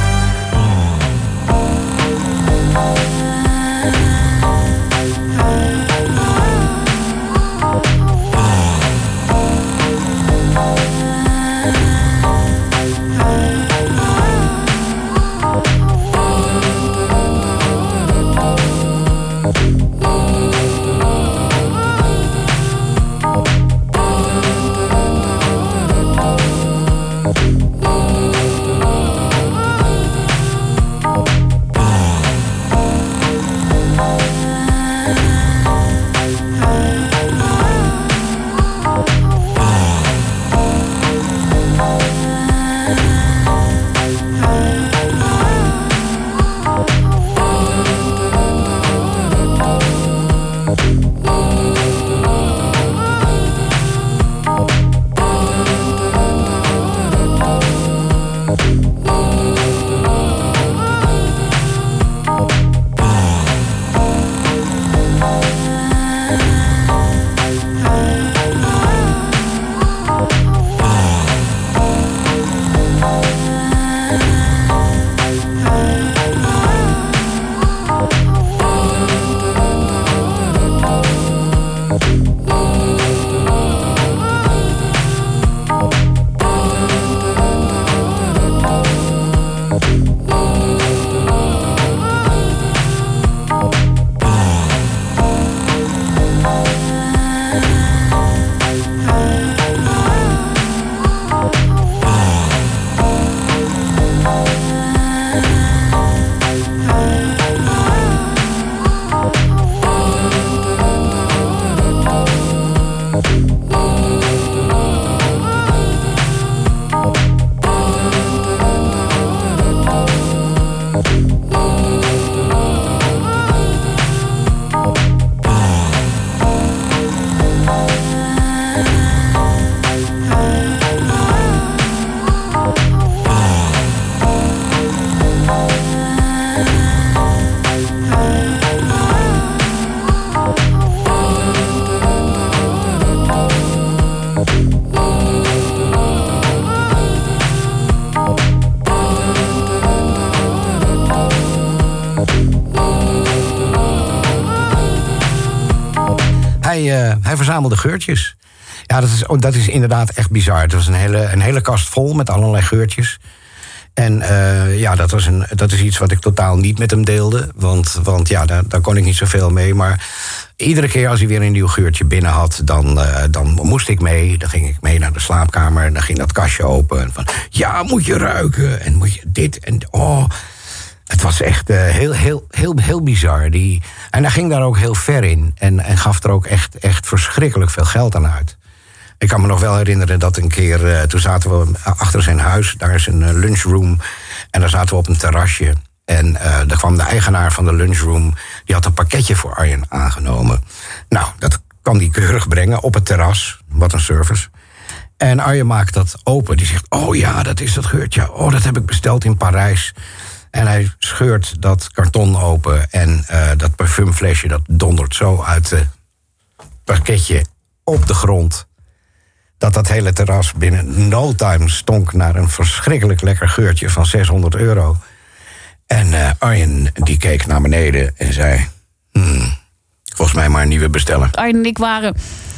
Hij, uh, hij verzamelde geurtjes. Ja, dat is, dat is inderdaad echt bizar. Het was een hele, een hele kast vol met allerlei geurtjes. En uh, ja, dat, was een, dat is iets wat ik totaal niet met hem deelde. Want, want ja, daar, daar kon ik niet zoveel mee. Maar iedere keer als hij weer een nieuw geurtje binnen had, dan, uh, dan moest ik mee. Dan ging ik mee naar de slaapkamer. En dan ging dat kastje open. En van, ja, moet je ruiken. En moet je dit en oh. Het was echt uh, heel, heel, heel, heel bizar. Die, en hij ging daar ook heel ver in. En, en gaf er ook echt, echt verschrikkelijk veel geld aan uit. Ik kan me nog wel herinneren dat een keer, uh, toen zaten we achter zijn huis. Daar is een uh, lunchroom. En daar zaten we op een terrasje. En uh, daar kwam de eigenaar van de lunchroom. Die had een pakketje voor Arjen aangenomen. Nou, dat kan die keurig brengen op het terras. Wat een service. En Arjen maakt dat open. Die zegt, oh ja, dat is dat geurtje. Oh, dat heb ik besteld in Parijs. En hij scheurt dat karton open. En uh, dat parfumflesje, dat dondert zo uit het pakketje op de grond. Dat dat hele terras binnen no time stonk naar een verschrikkelijk lekker geurtje van zeshonderd euro. En uh, Arjen die keek naar beneden en zei, hmm, volgens mij maar een nieuwe bestellen. Arjen en ik waren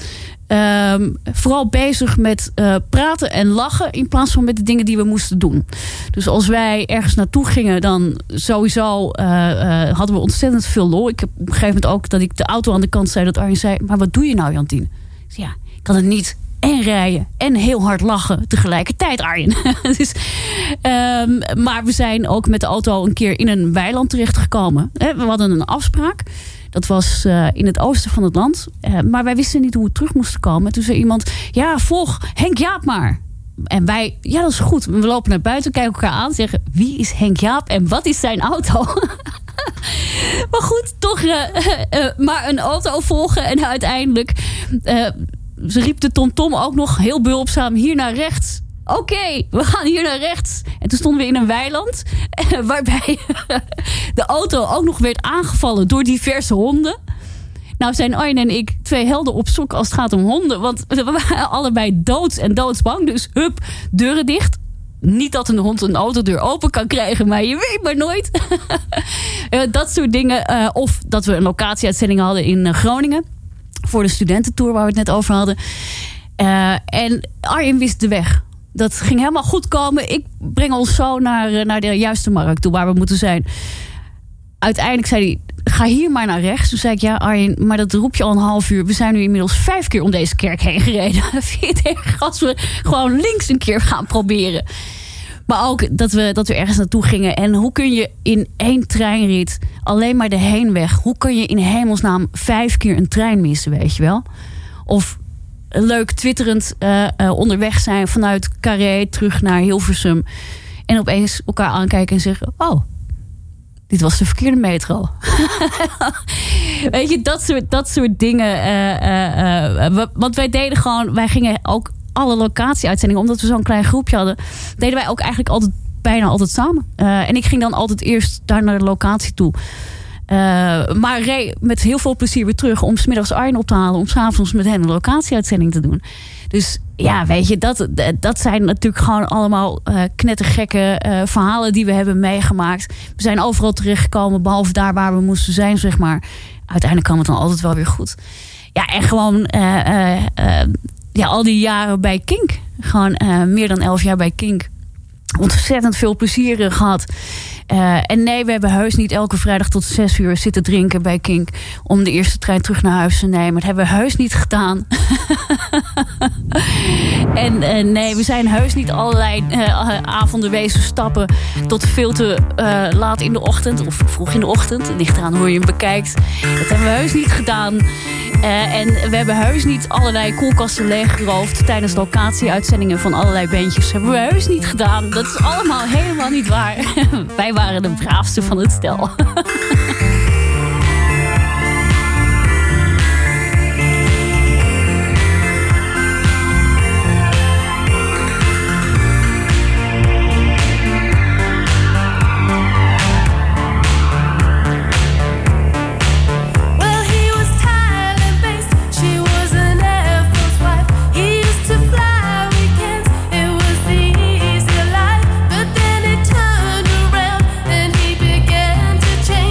um, vooral bezig met uh, praten en lachen in plaats van met de dingen die we moesten doen. Dus als wij ergens naartoe gingen, dan sowieso uh, uh, hadden we ontzettend veel lol. Ik heb op een gegeven moment ook dat ik de auto aan de kant zei, dat Arjen zei, maar wat doe je nou, Jantien? Ik zei, ja, ik kan het niet en rijden en heel hard lachen tegelijkertijd, Arjen. dus, um, maar we zijn ook met de auto een keer in een weiland terechtgekomen. We hadden een afspraak. Dat was uh, in het oosten van het land. Uh, maar wij wisten niet hoe we terug moesten komen. Toen zei iemand, ja, volg Henk Jaap maar. En wij, ja, dat is goed. We lopen naar buiten, kijken elkaar aan, zeggen, wie is Henk Jaap en wat is zijn auto? maar goed, toch uh, uh, maar een auto volgen. En uiteindelijk Uh, ze riep de TomTom ook nog heel behulpzaam hier naar rechts. Oké, okay, we gaan hier naar rechts. En toen stonden we in een weiland. Waarbij de auto ook nog werd aangevallen door diverse honden. Nou zijn Arjen en ik twee helden op zoek als het gaat om honden. Want we waren allebei doods en doodsbang. Dus hup, deuren dicht. Niet dat een hond een autodeur open kan krijgen, maar je weet maar nooit. Dat soort dingen. Uh, of dat we een locatieuitzending hadden in uh, Groningen. Voor de studententour waar we het net over hadden. Uh, en Arjen wist de weg. Dat ging helemaal goed komen. Ik breng ons zo naar, uh, naar de juiste markt toe waar we moeten zijn. Uiteindelijk zei hij, ga hier maar naar rechts. Toen zei ik, ja Arjen, maar dat roep je al een half uur. We zijn nu inmiddels vijf keer om deze kerk heen gereden. Vind je het erg als we gewoon links een keer gaan proberen? Maar ook dat we, dat we ergens naartoe gingen. En hoe kun je in één treinrit alleen maar de heenweg... hoe kun je in hemelsnaam vijf keer een trein missen, weet je wel? Of leuk twitterend uh, uh, onderweg zijn vanuit Carré terug naar Hilversum. En opeens elkaar aankijken en zeggen... oh, dit was de verkeerde metro. Weet je, dat soort, dat soort dingen. Uh, uh, uh, want wij deden gewoon... wij gingen ook alle locatieuitzendingen... omdat we zo'n klein groepje hadden... deden wij ook eigenlijk altijd bijna altijd samen. Uh, en ik ging dan altijd eerst daar naar de locatie toe. Uh, maar reed met heel veel plezier weer terug... om 's middags Arjen op te halen... om 's avonds met hen een locatieuitzending te doen. Dus ja, weet je, dat, dat zijn natuurlijk gewoon allemaal uh, knettergekke uh, verhalen die we hebben meegemaakt. We zijn overal terechtgekomen, behalve daar waar we moesten zijn, zeg maar. Uiteindelijk kwam het dan altijd wel weer goed. Ja, en gewoon uh, uh, uh, ja, al die jaren bij Kink. Gewoon uh, meer dan elf jaar bij Kink. Ontzettend veel plezier gehad. Uh, en nee, we hebben heus niet elke vrijdag tot zes uur zitten drinken bij Kink... om de eerste trein terug naar huis te nemen. Dat hebben we heus niet gedaan. en uh, nee, we zijn heus niet allerlei uh, avonden wezen stappen... tot veel te uh, laat in de ochtend of vroeg in de ochtend. Het ligt eraan hoe je hem bekijkt. Dat hebben we heus niet gedaan. Uh, en we hebben heus niet allerlei koelkasten leeggeroofd... tijdens locatieuitzendingen van allerlei bandjes. Dat hebben we heus niet gedaan. Dat is allemaal helemaal niet waar. Wij waren de braafste van het stel. Change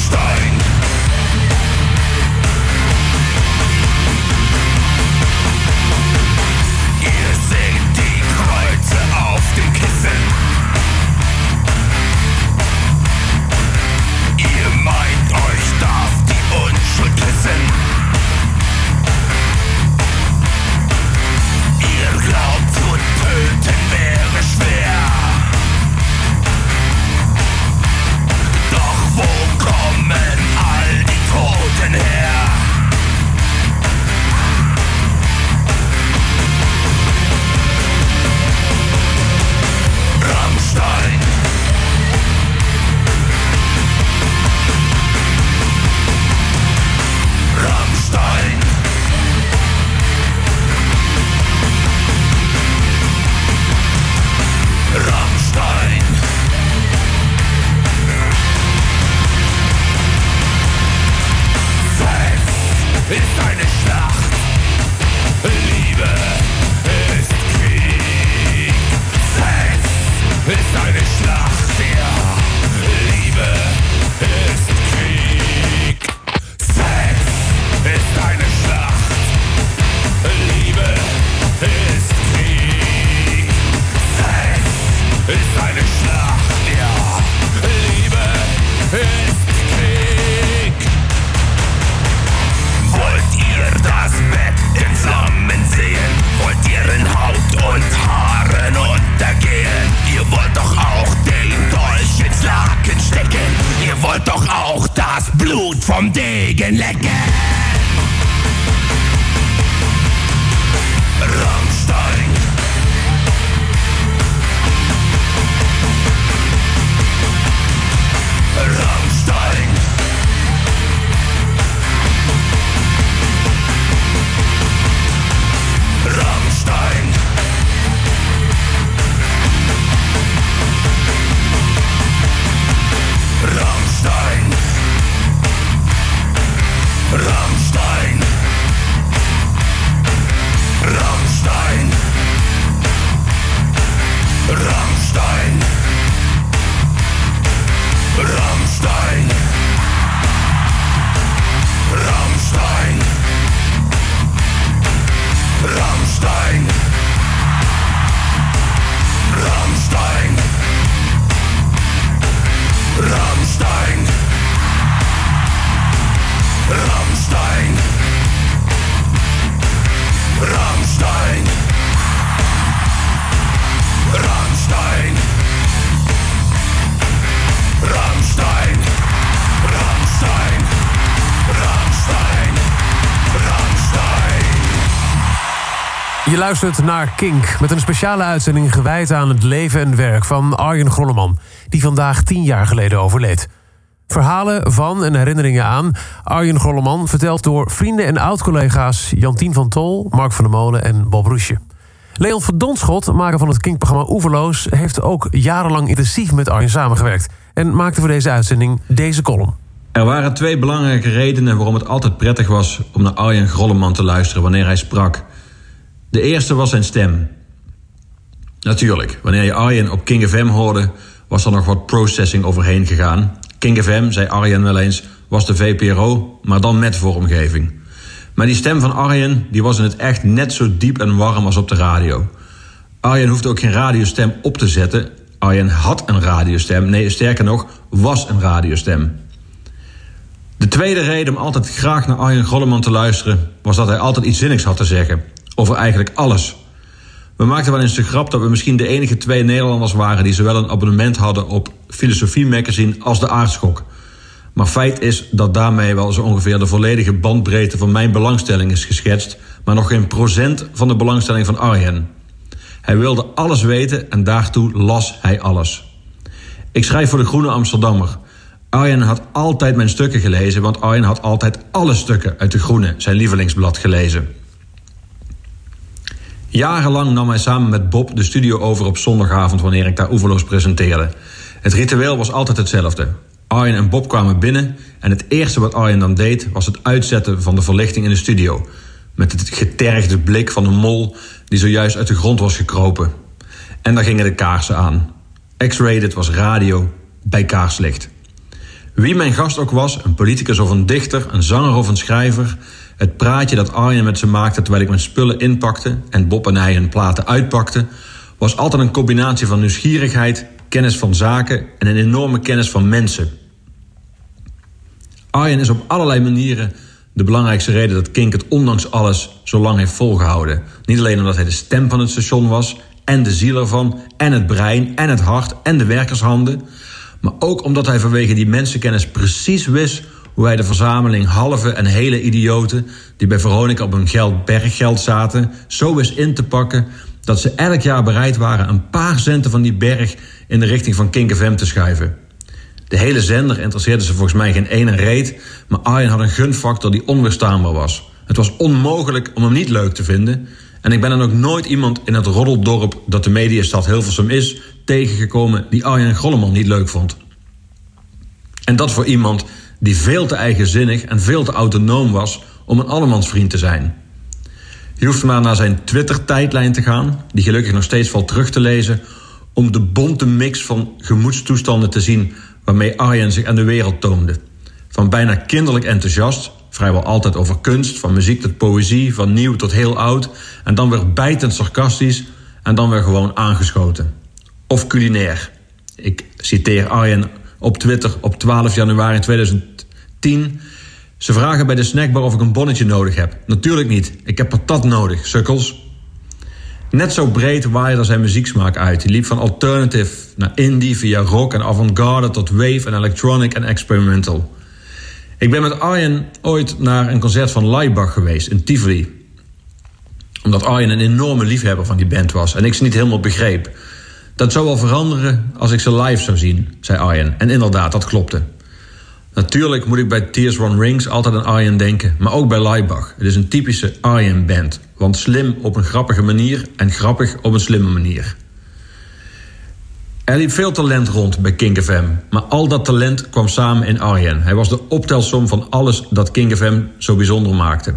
Rammstein. Ihr seht die Kreuze auf den Kissen. Ihr meint, euch darf die Unschuld küssen. Ihr glaubt, zu töten wäre schwer. Doch wo kommen all die Toten her? Rammstein. Rammstein. Rammstein. Sex ist eine Schlacht, Liebe ist Krieg. Sex ist eine Schlacht, ja, Liebe ist Krieg. Sex ist eine Schlacht, Liebe ist Krieg. Sex ist eine Schlacht, ja, Liebe ist Krieg. Wollt ihr das Bett in Flammen sehen? Wollt ihr in Haut und Haaren untergehen? Ihr wollt doch auch den Dolch ins Laken stecken. Ihr wollt doch auch das Blut vom Degen lecken. Rammstein. Rammstein. Rammstein. Rammstein. Rammstein. Rammstein. Rammstein. Rammstein. Rammstein. Rammstein. Rammstein. Rammstein. Rammstein. Rammstein. Rammstein. Rammstein. Rammstein. Rammstein. Rammstein. Je luistert naar Kink met een speciale uitzending gewijd aan het leven en werk van Arjen Grolleman, die vandaag tien jaar geleden overleed. Verhalen van en herinneringen aan Arjen Grolleman verteld door vrienden en oud-collega's Jantien van Tol, Mark van der Molen en Bob Roesje. Leon Verdonschot, maker van het Kink-programma Oeverloos, heeft ook jarenlang intensief met Arjen samengewerkt en maakte voor deze uitzending deze column. Er waren twee belangrijke redenen waarom het altijd prettig was om naar Arjen Grolleman te luisteren wanneer hij sprak. De eerste was zijn stem. Natuurlijk, wanneer je Arjen op King F M hoorde, was er nog wat processing overheen gegaan. King F M, zei Arjen wel eens, was de V P R O, maar dan met vormgeving. Maar die stem van Arjen, die was in het echt net zo diep en warm als op de radio. Arjen hoefde ook geen radiostem op te zetten. Arjen had een radiostem. Nee, sterker nog, was een radiostem. De tweede reden om altijd graag naar Arjen Grolleman te luisteren was dat hij altijd iets zinnigs had te zeggen. Over eigenlijk alles. We maakten wel eens de grap dat we misschien de enige twee Nederlanders waren die zowel een abonnement hadden op Filosofie Magazine als de Aardschok. Maar feit is dat daarmee wel zo ongeveer de volledige bandbreedte van mijn belangstelling is geschetst, maar nog geen procent van de belangstelling van Arjen. Hij wilde alles weten en daartoe las hij alles. Ik schrijf voor de Groene Amsterdammer. Arjen had altijd mijn stukken gelezen, want Arjen had altijd alle stukken uit de Groene, zijn lievelingsblad, gelezen. Jarenlang nam hij samen met Bob de studio over op zondagavond wanneer ik daar Oeverloos presenteerde. Het ritueel was altijd hetzelfde. Arjen en Bob kwamen binnen en het eerste wat Arjen dan deed was het uitzetten van de verlichting in de studio. Met het getergde blik van een mol die zojuist uit de grond was gekropen. En daar gingen de kaarsen aan. X-rated was radio bij kaarslicht. Wie mijn gast ook was, een politicus of een dichter, een zanger of een schrijver, het praatje dat Arjen met ze maakte terwijl ik mijn spullen inpakte en Bob en hij hun platen uitpakten, was altijd een combinatie van nieuwsgierigheid, kennis van zaken en een enorme kennis van mensen. Arjen is op allerlei manieren de belangrijkste reden dat Kink het ondanks alles zo lang heeft volgehouden. Niet alleen omdat hij de stem van het station was en de ziel ervan en het brein en het hart en de werkershanden, maar ook omdat hij vanwege die mensenkennis precies wist hoe hij de verzameling halve en hele idioten die bij Veronica op een geld berggeld zaten zo wist in te pakken dat ze elk jaar bereid waren een paar centen van die berg in de richting van Kink F M te schuiven. De hele zender interesseerde ze volgens mij geen ene reet, maar Arjen had een gunfactor die onweerstaanbaar was. Het was onmogelijk om hem niet leuk te vinden en ik ben dan ook nooit iemand in het roddeldorp dat de mediastad Hilversum is tegengekomen die Arjen Grolleman niet leuk vond. En dat voor iemand die veel te eigenzinnig en veel te autonoom was om een allemansvriend te zijn. Je hoeft maar naar zijn Twitter-tijdlijn te gaan, die gelukkig nog steeds valt terug te lezen, om de bonte mix van gemoedstoestanden te zien waarmee Arjen zich aan de wereld toonde. Van bijna kinderlijk enthousiast, vrijwel altijd over kunst, van muziek tot poëzie, van nieuw tot heel oud, en dan weer bijtend sarcastisch en dan weer gewoon aangeschoten. Of culinair. Ik citeer Arjen op Twitter op twaalf januari tweeduizend tien. Ze vragen bij de snackbar of ik een bonnetje nodig heb. Natuurlijk niet, ik heb patat nodig, sukkels. Net zo breed waaide zijn muzieksmaak uit. Die liep van alternative naar indie, via rock en avant-garde tot wave en electronic en experimental. Ik ben met Arjen ooit naar een concert van Laibach geweest in Tivoli. Omdat Arjen een enorme liefhebber van die band was en ik ze niet helemaal begreep. Dat zou wel veranderen als ik ze live zou zien, zei Arjen. En inderdaad, dat klopte. Natuurlijk moet ik bij Tears Run Rings altijd aan Arjen denken, maar ook bij Laibach. Het is een typische Arjen-band, want slim op een grappige manier en grappig op een slimme manier. Er liep veel talent rond bij Kink F M, maar al dat talent kwam samen in Arjen. Hij was de optelsom van alles dat Kink F M zo bijzonder maakte.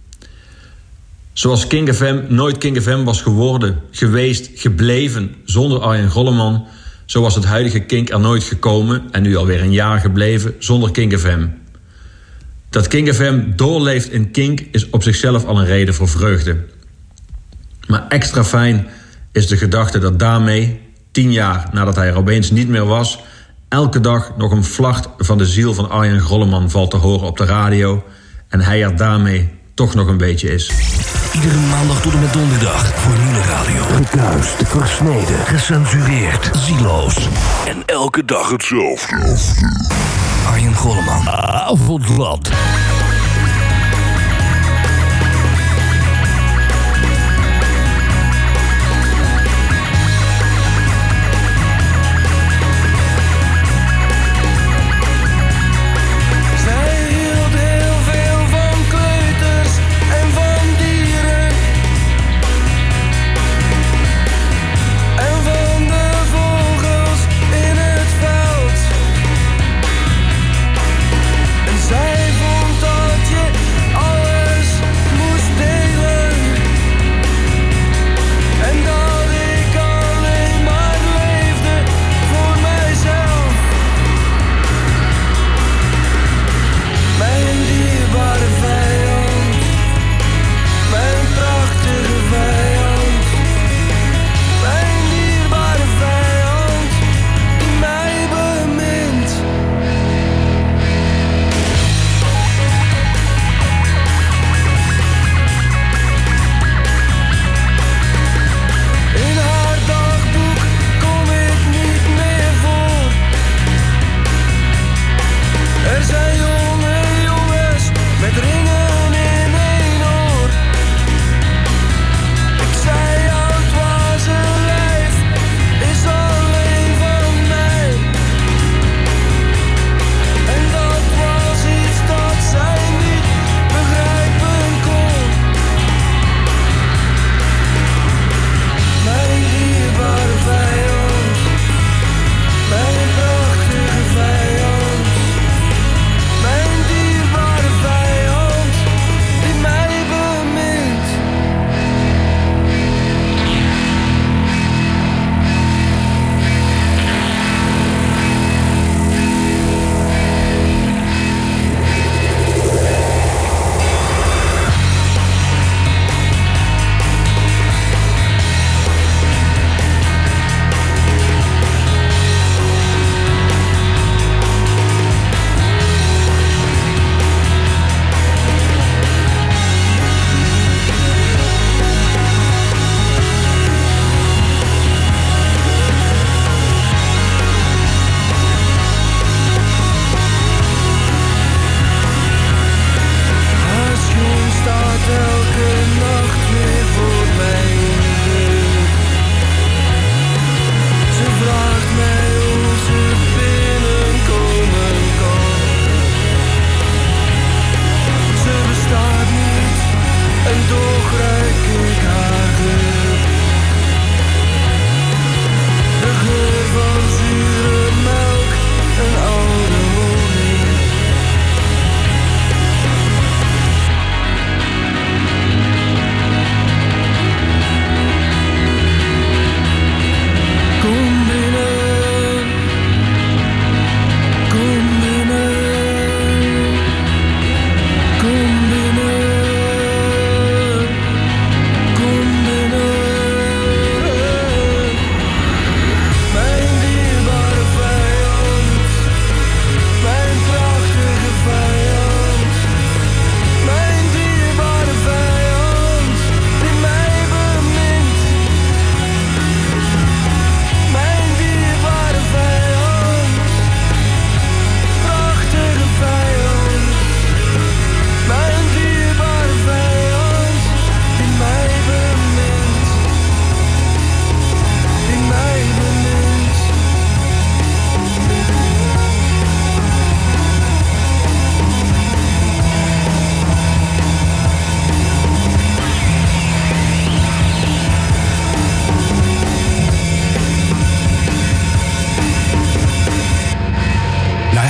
Zoals Kink F M nooit Kink F M was geworden, geweest, gebleven zonder Arjen Grolleman, zo was het huidige Kink er nooit gekomen en nu alweer een jaar gebleven zonder Kink F M. Dat Kink F M doorleeft in Kink is op zichzelf al een reden voor vreugde. Maar extra fijn is de gedachte dat daarmee, tien jaar nadat hij er opeens niet meer was, elke dag nog een vlacht van de ziel van Arjen Grolleman valt te horen op de radio en hij er daarmee toch nog een beetje is. Iedere maandag tot en met donderdag voor Nieuwe Radio. Gekruist, versneden, gecensureerd, zieloos. En elke dag hetzelfde. Arjen Grolleman. Avondland. Zij vond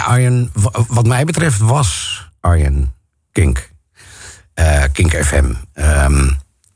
Arjen, w- wat mij betreft was Arjen Kink. Uh, Kink F M. Um,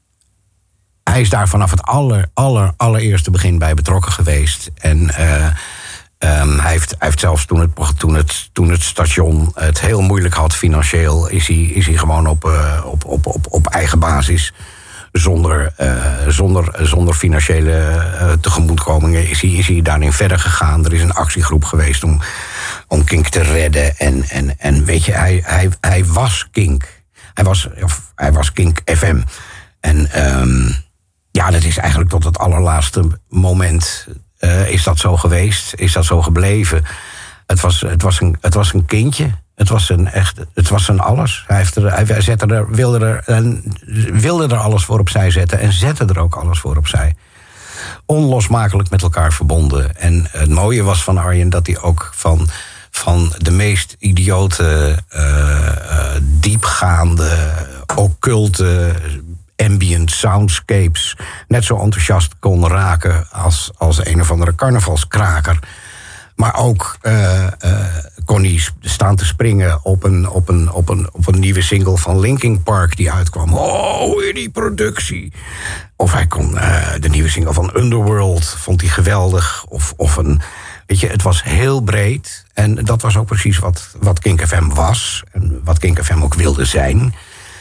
hij is daar vanaf het aller, aller, allereerste begin bij betrokken geweest. En uh, um, hij, heeft, hij heeft zelfs toen het, toen, het, toen het station het heel moeilijk had financieel... is hij, is hij gewoon op, uh, op, op, op, op eigen basis... Zonder, uh, zonder, zonder financiële uh, tegemoetkomingen is hij, is hij daarin verder gegaan. Er is een actiegroep geweest om, om Kink te redden. En, en, en weet je, hij, hij, hij was Kink. Hij was, of, hij was Kink F M. En um, ja, dat is eigenlijk tot het allerlaatste moment uh, is dat zo geweest. Is dat zo gebleven. Het was, het was, een, het was een kindje. Het was een echt, het was een alles. Hij, heeft er, hij zette er, wilde, er, en wilde er alles voor opzij zetten en zette er ook alles voor opzij. Onlosmakelijk met elkaar verbonden. En het mooie was van Arjen dat hij ook van, van de meest idiote, uh, uh, diepgaande, occulte, ambient soundscapes net zo enthousiast kon raken als, als een of andere carnavalskraker. Maar ook uh, uh, kon hij staan te springen op een, op, een, op, een, op een nieuwe single van Linkin Park die uitkwam. Oh, in die productie. Of hij kon uh, de nieuwe single van Underworld, vond hij geweldig. Of, of een, weet je, het was heel breed. En dat was ook precies wat, wat Kink F M was. En wat Kink F M ook wilde zijn.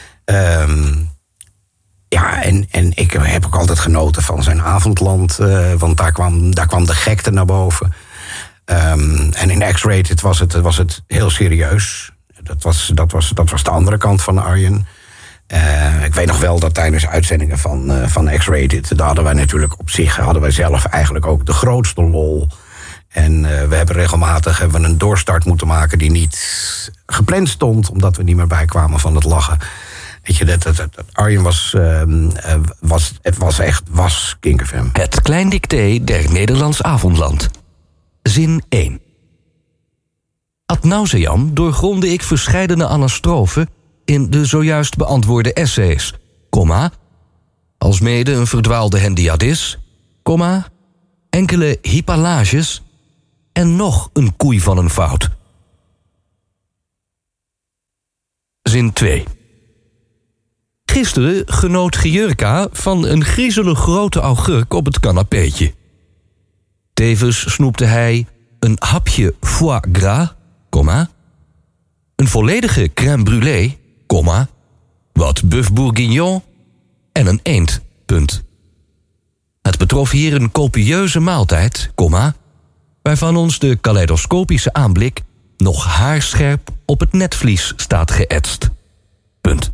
Um, ja, en, en ik heb ook altijd genoten van zijn avondland. Uh, want daar kwam, daar kwam de gekte naar boven. Um, en in X-Rated was het, was het heel serieus. Dat was, dat, was, dat was de andere kant van Arjen. Uh, ik weet nog wel dat tijdens uitzendingen van, uh, van X-Rated... daar hadden wij natuurlijk op zich, hadden wij zelf eigenlijk ook de grootste lol. En uh, we hebben regelmatig hebben we een doorstart moeten maken die niet gepland stond... omdat we niet meer bijkwamen van het lachen. Weet je, dat, dat, dat Arjen was, uh, was, het was echt, was Kink F M. Het klein dicté der Nederlands avondland. Zin één. Ad nauseam doorgronde ik verscheidene anastrofen in de zojuist beantwoorde essays, comma, alsmede een verdwaalde hendiadis, comma, enkele hypalages en nog een koei van een fout. Zin twee. Gisteren genoot Gjurka van een griezelig grote augurk op het kanapeetje. Tevens snoepte hij een hapje foie gras, comma, een volledige crème brûlée, comma, wat bœuf bourguignon en een eend, punt. Het betrof hier een copieuze maaltijd, comma, waarvan ons de kaleidoscopische aanblik nog haarscherp op het netvlies staat geëtst, punt.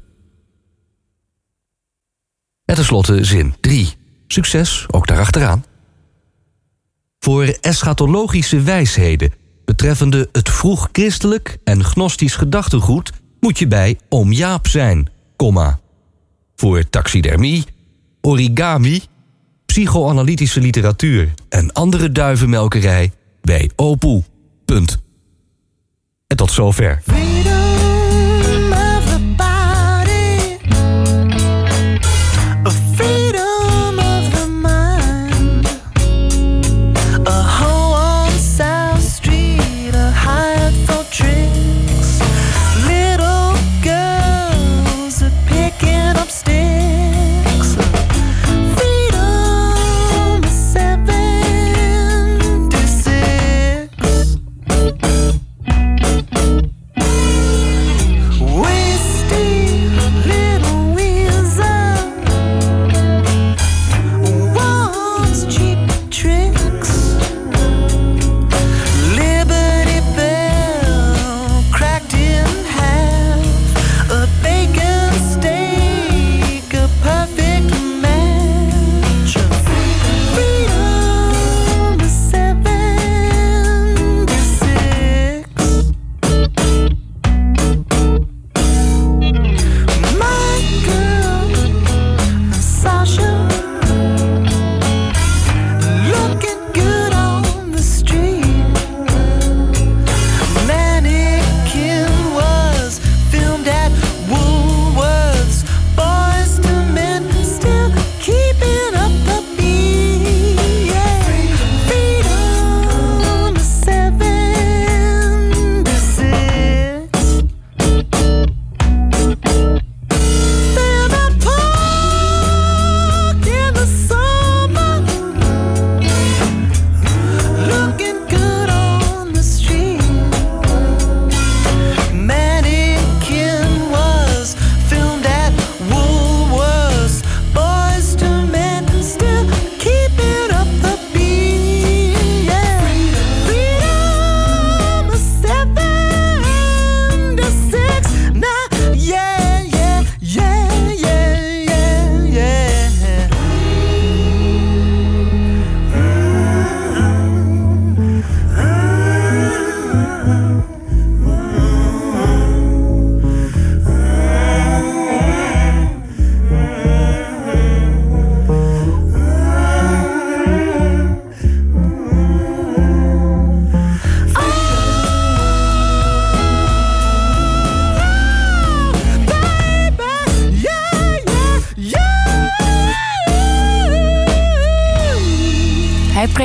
En tenslotte zin drie. Succes, ook daarachteraan. Voor eschatologische wijsheden betreffende het vroeg-christelijk en gnostisch gedachtegoed moet je bij oom Jaap zijn, comma. Voor taxidermie, origami, psychoanalytische literatuur en andere duivenmelkerij bij Opoe, punt. En tot zover.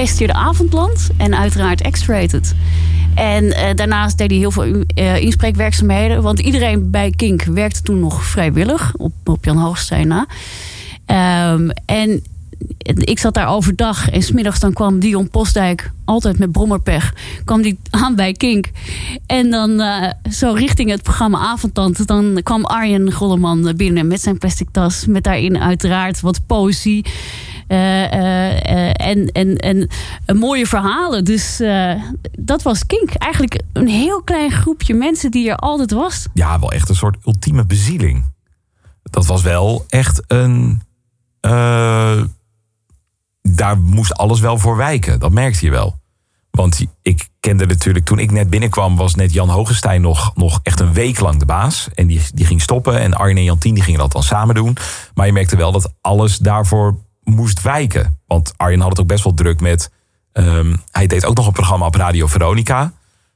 presenteerde Avondland en uiteraard X-Rated. En uh, daarnaast deed hij heel veel uh, inspreekwerkzaamheden. Want iedereen bij Kink werkte toen nog vrijwillig. Op, op Jan Hoogstein na. Um, en ik zat daar overdag. En 's middags dan kwam Dion Postdijk, altijd met brommerpech, kwam die aan bij Kink. En dan uh, zo richting het programma Avondland. Dan kwam Arjen Grolleman binnen met zijn plastic tas. Met daarin uiteraard wat poëzie. Uh, uh, uh, en, en, en uh, mooie verhalen. Dus uh, dat was Kink. Eigenlijk een heel klein groepje mensen die er altijd was. Ja, wel echt een soort ultieme bezieling. Dat was wel echt een... Uh, daar moest alles wel voor wijken. Dat merkte je wel. Want ik kende natuurlijk... Toen ik net binnenkwam was net Jan Hoogestein nog, nog echt een week lang de baas. En die, die ging stoppen. En Arjen en Jantien die gingen dat dan samen doen. Maar je merkte wel dat alles daarvoor moest wijken. Want Arjen had het ook best wel druk met... Um, hij deed ook nog een programma op Radio Veronica.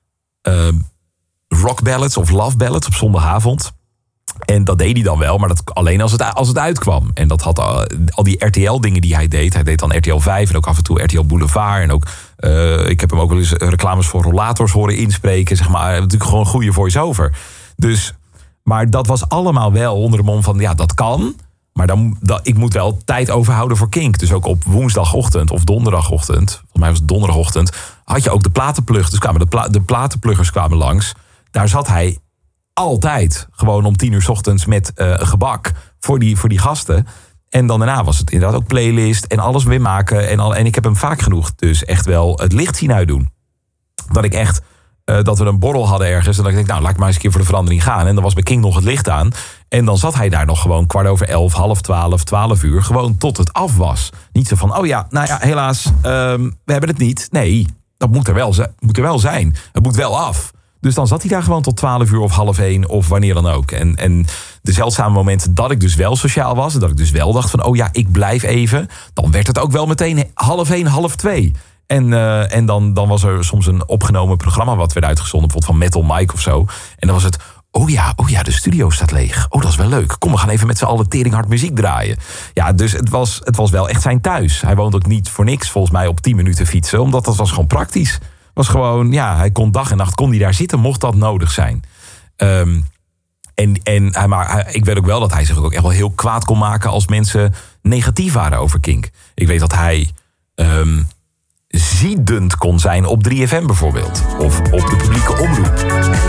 Um, Rock Ballads of Love Ballads op zondagavond. En dat deed hij dan wel, maar dat alleen als het, als het uitkwam. En dat had al, al die R T L-dingen die hij deed. Hij deed dan R T L vijf en ook af en toe R T L Boulevard. En ook, uh, ik heb hem ook wel eens reclames voor rollators horen inspreken. Zeg maar, natuurlijk gewoon een goede voice-over. Dus, maar dat was allemaal wel onder de mom van, ja, dat kan. Maar dan, dat, ik moet wel tijd overhouden voor Kink. Dus ook op woensdagochtend of donderdagochtend, volgens mij was het donderdagochtend, had je ook de platenplug. Dus kwamen de, pla, de platenpluggers kwamen langs. Daar zat hij altijd gewoon om tien uur 's ochtends met uh, gebak voor die, voor die gasten. En dan daarna was het inderdaad ook playlist en alles weer maken. En, al, en ik heb hem vaak genoeg dus echt wel het licht zien uitdoen. Dat ik echt, uh, dat we een borrel hadden ergens. En dat ik denk, nou laat ik maar eens een keer voor de verandering gaan. En dan was bij King nog het licht aan. En dan zat hij daar nog gewoon kwart over elf, half twaalf, twaalf uur. Gewoon tot het af was. Niet zo van, oh ja, nou ja, helaas, um, we hebben het niet. Nee, dat moet er wel, moet er wel zijn. Het moet wel af. Dus dan zat hij daar gewoon tot twaalf uur of half één of wanneer dan ook. En, en de zeldzame momenten dat ik dus wel sociaal was... en dat ik dus wel dacht van, oh ja, ik blijf even... dan werd het ook wel meteen half één, half twee. En, uh, en dan, dan was er soms een opgenomen programma wat werd uitgezonden... bijvoorbeeld van Metal Mike of zo. En dan was het, oh ja, oh ja, de studio staat leeg. Oh, dat is wel leuk. Kom, we gaan even met z'n allen teringhard muziek draaien. Ja, dus het was, het was wel echt zijn thuis. Hij woont ook niet voor niks volgens mij op tien minuten fietsen... omdat dat was gewoon praktisch. Was gewoon, ja, hij kon dag en nacht kon hij daar zitten, mocht dat nodig zijn. Um, en en hij, maar hij, ik weet ook wel dat hij zich ook echt wel heel kwaad kon maken als mensen negatief waren over Kink. Ik weet dat hij um, ziedend kon zijn op drie F M bijvoorbeeld. Of op de publieke omroep.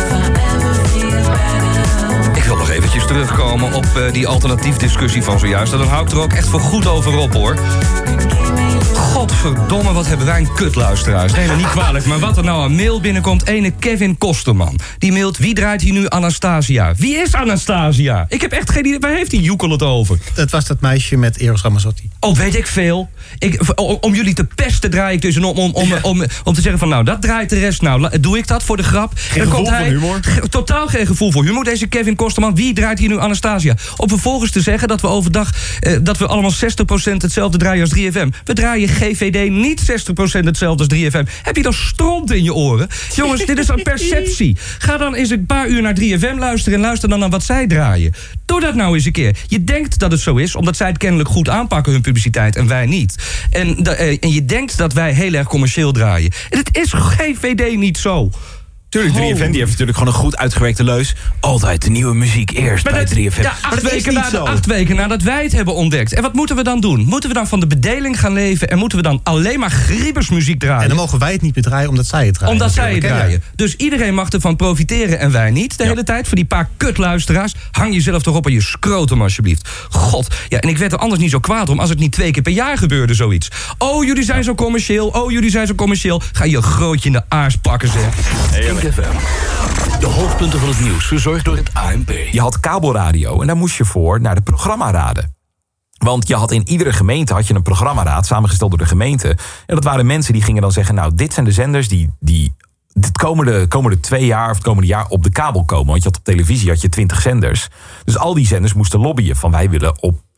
Ik wil nog eventjes terugkomen op uh, die alternatief discussie van zojuist. En dan hou ik er ook echt voor goed over op, hoor. Godverdomme, wat hebben wij een kutluisteraars. Neem me niet kwalijk, maar wat er nou aan mail binnenkomt... ene Kevin Kosterman. Die mailt, wie draait hier nu Anastasia? Wie is Anastasia? Ik heb echt geen idee, waar heeft die Joekel het over? Het was dat meisje met Eros Ramazzotti. Oh, weet ik veel. Ik, om jullie te pesten draai ik dus om, om, om, ja. om, om te zeggen van... nou, dat draait de rest. Nou, doe ik dat voor de grap? Geen gevoel komt hij, voor humor? Ge, totaal geen gevoel voor humor. Deze Kevin Kosterman, wie draait hier nu Anastasia? Om vervolgens te zeggen dat we overdag... Uh, dat we allemaal zestig procent hetzelfde draaien als drie F M. We draaien G V D niet zestig procent hetzelfde als drie F M. Heb je dan stront in je oren? Jongens, dit is een perceptie. Ga dan eens een paar uur naar drie F M luisteren... en luister dan naar wat zij draaien. Doe dat nou eens een keer. Je denkt dat het zo is, omdat zij het kennelijk goed aanpakken... hun publiciteit, en wij niet. En, en je denkt dat wij heel erg commercieel draaien. En het is G V D niet zo. Tuurlijk, drie F M die heeft natuurlijk gewoon een goed uitgewerkte leus. Altijd de nieuwe muziek eerst maar bij dat, drie F M. Ja, acht, weken na, acht weken nadat wij het hebben ontdekt. En wat moeten we dan doen? Moeten we dan van de bedeling gaan leven... en moeten we dan alleen maar griebersmuziek draaien? En dan mogen wij het niet meer draaien omdat zij het draaien. Omdat zij het draaien. Ja. Dus iedereen mag ervan profiteren en wij niet. De ja. hele tijd voor die paar kutluisteraars. Hang jezelf toch op aan je scrotum alsjeblieft. God, ja, en ik werd er anders niet zo kwaad om... als het niet twee keer per jaar gebeurde zoiets. Oh, jullie zijn ja. zo commercieel. Oh, jullie zijn zo commercieel. Ga je grootje in de aars pakken, zeg. Hey, de hoofdpunten van het nieuws, verzorgd door het A N P. Je had kabelradio en daar moest je voor naar de programmaraden. Want je had in iedere gemeente had je een programmaraad, samengesteld door de gemeente. En dat waren mensen die gingen dan zeggen... nou, dit zijn de zenders die, die dit komende, komende twee jaar of het komende jaar op de kabel komen. Want je had op televisie had je twintig zenders. Dus al die zenders moesten lobbyen van wij willen op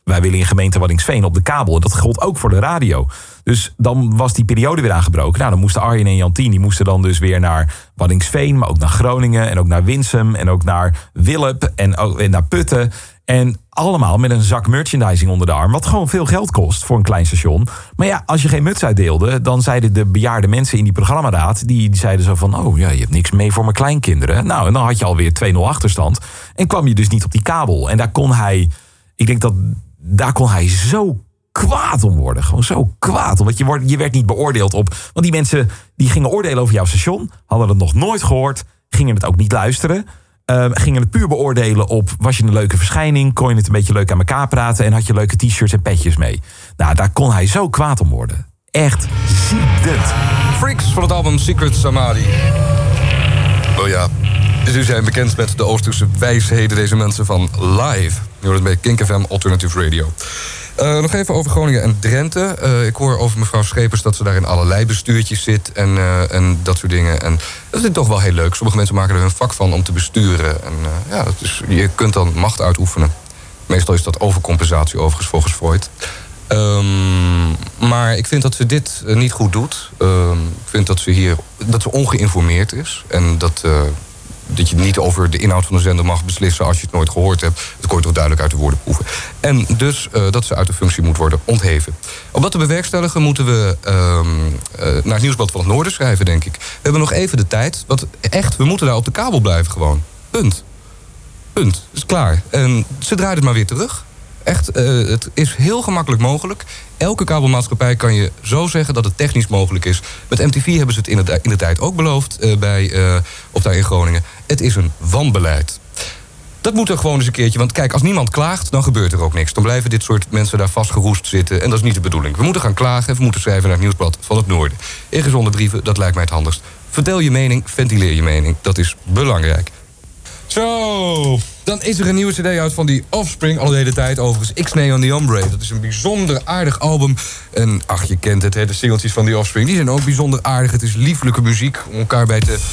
wij willen in gemeente Waddinxveen op de kabel. En dat geldt ook voor de radio. Dus dan was die periode weer aangebroken. Nou, dan moesten Arjen en Jantien, die moesten dan dus weer naar Waddinxveen, maar ook naar Groningen en ook naar Winsum en ook naar Willep en ook en naar Putten. En allemaal met een zak merchandising onder de arm. Wat gewoon veel geld kost voor een klein station. Maar ja, als je geen muts uitdeelde, dan zeiden de bejaarde mensen in die programmaraad, die, die zeiden zo van, oh ja, je hebt niks mee voor mijn kleinkinderen. Nou, en dan had je alweer twee nul achterstand. En kwam je dus niet op die kabel. En daar kon hij, ik denk dat, daar kon hij zo kwaad om worden. Gewoon zo kwaad. Omdat je, wordt, je werd niet beoordeeld op. Want die mensen die gingen oordelen over jouw station, hadden het nog nooit gehoord, gingen het ook niet luisteren. Uh, gingen het puur beoordelen op, was je een leuke verschijning, kon je het een beetje leuk aan elkaar praten en had je leuke t-shirts en petjes mee. Nou, daar kon hij zo kwaad om worden. Echt ziedend. Freaks van het album Secret Samadhi. Oh ja, dus zijn bekend met de Oosterse wijsheden, deze mensen van Live. Je hoort het bij Kink F M Alternative Radio. Uh, nog even over Groningen en Drenthe. Uh, ik hoor over mevrouw Schepers dat ze daar in allerlei bestuurtjes zit en, uh, en dat soort dingen. En dat is toch wel heel leuk. Sommige mensen maken er hun vak van om te besturen. En uh, ja, dat is, je kunt dan macht uitoefenen. Meestal is dat overcompensatie overigens volgens Freud. Um, maar ik vind dat ze dit uh, niet goed doet. Um, ik vind dat ze hier dat ze ongeïnformeerd is. En dat, uh, dat je niet over de inhoud van de zender mag beslissen als je het nooit gehoord hebt. Dat kon je toch duidelijk uit de woorden proeven. En dus uh, dat ze uit de functie moet worden ontheven. Om dat te bewerkstelligen moeten we um, uh, naar het Nieuwsblad van het Noorden schrijven, denk ik. We hebben nog even de tijd. Want echt, we moeten daar op de kabel blijven gewoon. Punt. Punt. Dat is klaar. En ze draait het maar weer terug. Echt, uh, het is heel gemakkelijk mogelijk. Elke kabelmaatschappij kan je zo zeggen dat het technisch mogelijk is. Met M T V hebben ze het in de, in de tijd ook beloofd, uh, bij, uh, of daar in Groningen. Het is een wanbeleid. Dat moet er gewoon eens een keertje. Want kijk, als niemand klaagt, dan gebeurt er ook niks. Dan blijven dit soort mensen daar vastgeroest zitten. En dat is niet de bedoeling. We moeten gaan klagen en we moeten schrijven naar het Nieuwsblad van het Noorden. Ingezonde brieven, dat lijkt mij het handigst. Vertel je mening, ventileer je mening. Dat is belangrijk. Zo, dan is er een nieuwe cd uit van die Offspring. Al de hele tijd overigens. X-Nay on the Ombre. Dat is een bijzonder aardig album. En ach, je kent het, hè, de singeltjes van die Offspring. Die zijn ook bijzonder aardig. Het is lieflijke muziek om elkaar bij te,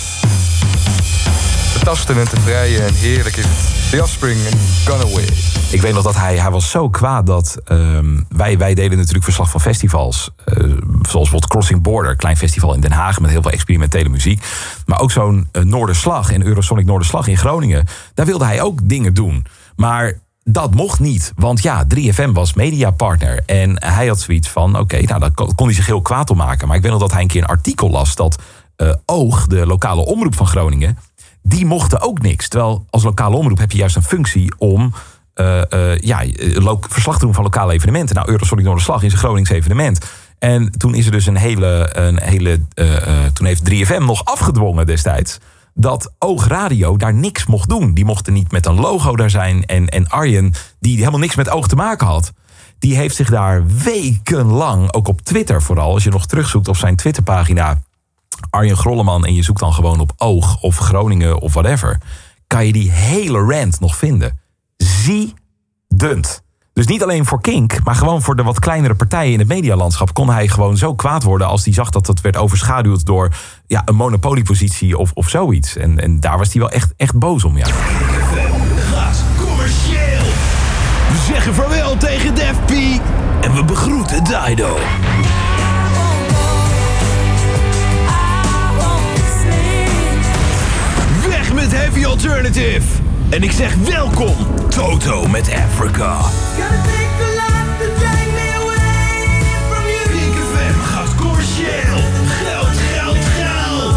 te tasten en te vrijen. En heerlijk is het. The Offspring en Gone Away. Ik weet nog dat hij, hij was zo kwaad dat um, wij, wij deden natuurlijk verslag van festivals. Uh, zoals bijvoorbeeld Crossing Border, klein festival in Den Haag met heel veel experimentele muziek. Maar ook zo'n uh, Noorderslag en Eurosonic Noorderslag in Groningen. Daar wilde hij ook dingen doen. Maar dat mocht niet, want ja, drie F M was mediapartner. En hij had zoiets van, oké, okay, nou, daar kon hij zich heel kwaad om maken. Maar ik weet nog dat hij een keer een artikel las dat uh, Oog, de lokale omroep van Groningen, die mochten ook niks. Terwijl als lokale omroep heb je juist een functie om Uh, uh, ja, verslag te doen van lokale evenementen. Nou, Eurosonic Noorderslag is een Gronings evenement. En toen is er dus een hele... Een hele uh, uh, toen heeft drie F M nog afgedwongen destijds dat Oog Radio daar niks mocht doen. Die mochten niet met een logo daar zijn. En, en Arjen, die helemaal niks met Oog te maken had, die heeft zich daar wekenlang, ook op Twitter vooral, als je nog terugzoekt op zijn Twitterpagina Arjen Grolleman en je zoekt dan gewoon op Oog of Groningen of whatever, kan je die hele rant nog vinden. Ziedend. Dus niet alleen voor Kink, maar gewoon voor de wat kleinere partijen in het medialandschap kon hij gewoon zo kwaad worden als hij zag dat het werd overschaduwd door ja, een monopoliepositie of, of zoiets. En, en daar was hij wel echt, echt boos om, ja. Gaat commercieel. We zeggen vaarwel tegen Def P en we begroeten Dido. Weg met Heavy Alternative. En ik zeg welkom, Toto met Africa. Kink F M gaat commercieel. Geld, geld, geld.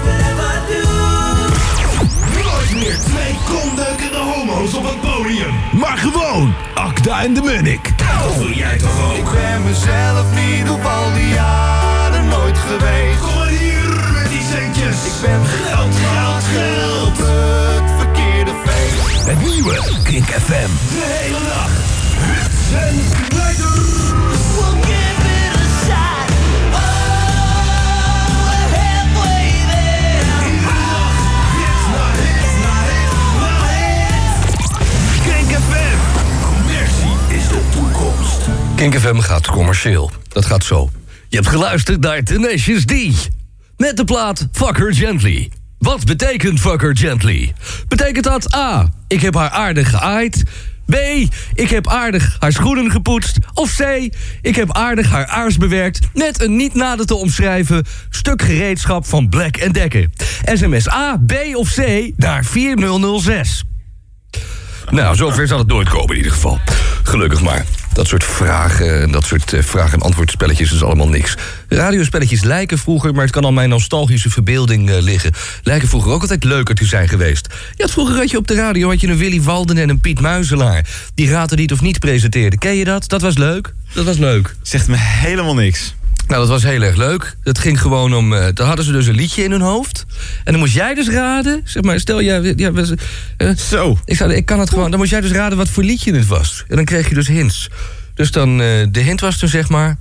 Nooit meer twee kondeukende homo's op het podium. Maar gewoon Akda en de Munnik. Dat wil jij toch ook? Ik ben mezelf niet op al die jaren nooit geweest. Kom maar hier met die centjes. Ik ben geld, geld, geld. Het verkeerde feest. Het nieuwe Kink F M. De hele dag. Hits en knijters. We'll give it a shot. Oh, we're halfway there. Iedere dag. Hits na hits na hits na hits. Kink F M. Commercie is de toekomst. Kink F M gaat commercieel. Dat gaat zo. Je hebt geluisterd naar Tenacious D. Met de plaat Fuck Her Gently. Wat betekent Fuck Her Gently? Betekent dat A, ik heb haar aardig geaaid. B. Ik heb aardig haar schoenen gepoetst. Of C. Ik heb aardig haar aars bewerkt met een niet nader te omschrijven stuk gereedschap van Black Decker. S M S A, B of C naar vier nul nul zes. Nou, zover zal het nooit komen in ieder geval. Gelukkig maar. Dat soort vragen en dat soort uh, vraag- en antwoordspelletjes is allemaal niks. Radiospelletjes lijken vroeger, maar het kan aan mijn nostalgische verbeelding uh, liggen, lijken vroeger ook altijd leuker te zijn geweest. Je had vroeger had je op de radio had je een Willy Walden en een Piet Muizelaar. Die Raad niet of niet presenteerden. Ken je dat? Dat was leuk. Dat was leuk. Zegt me helemaal niks. Nou, dat was heel erg leuk. Dat ging gewoon om... Uh, dan hadden ze dus een liedje in hun hoofd. En dan moest jij dus raden. Zeg maar, stel jij... Ja, uh, Zo. Ik, zou, ik kan het gewoon... Dan moest jij dus raden wat voor liedje het was. En dan kreeg je dus hints. Dus dan... Uh, de hint was toen zeg maar...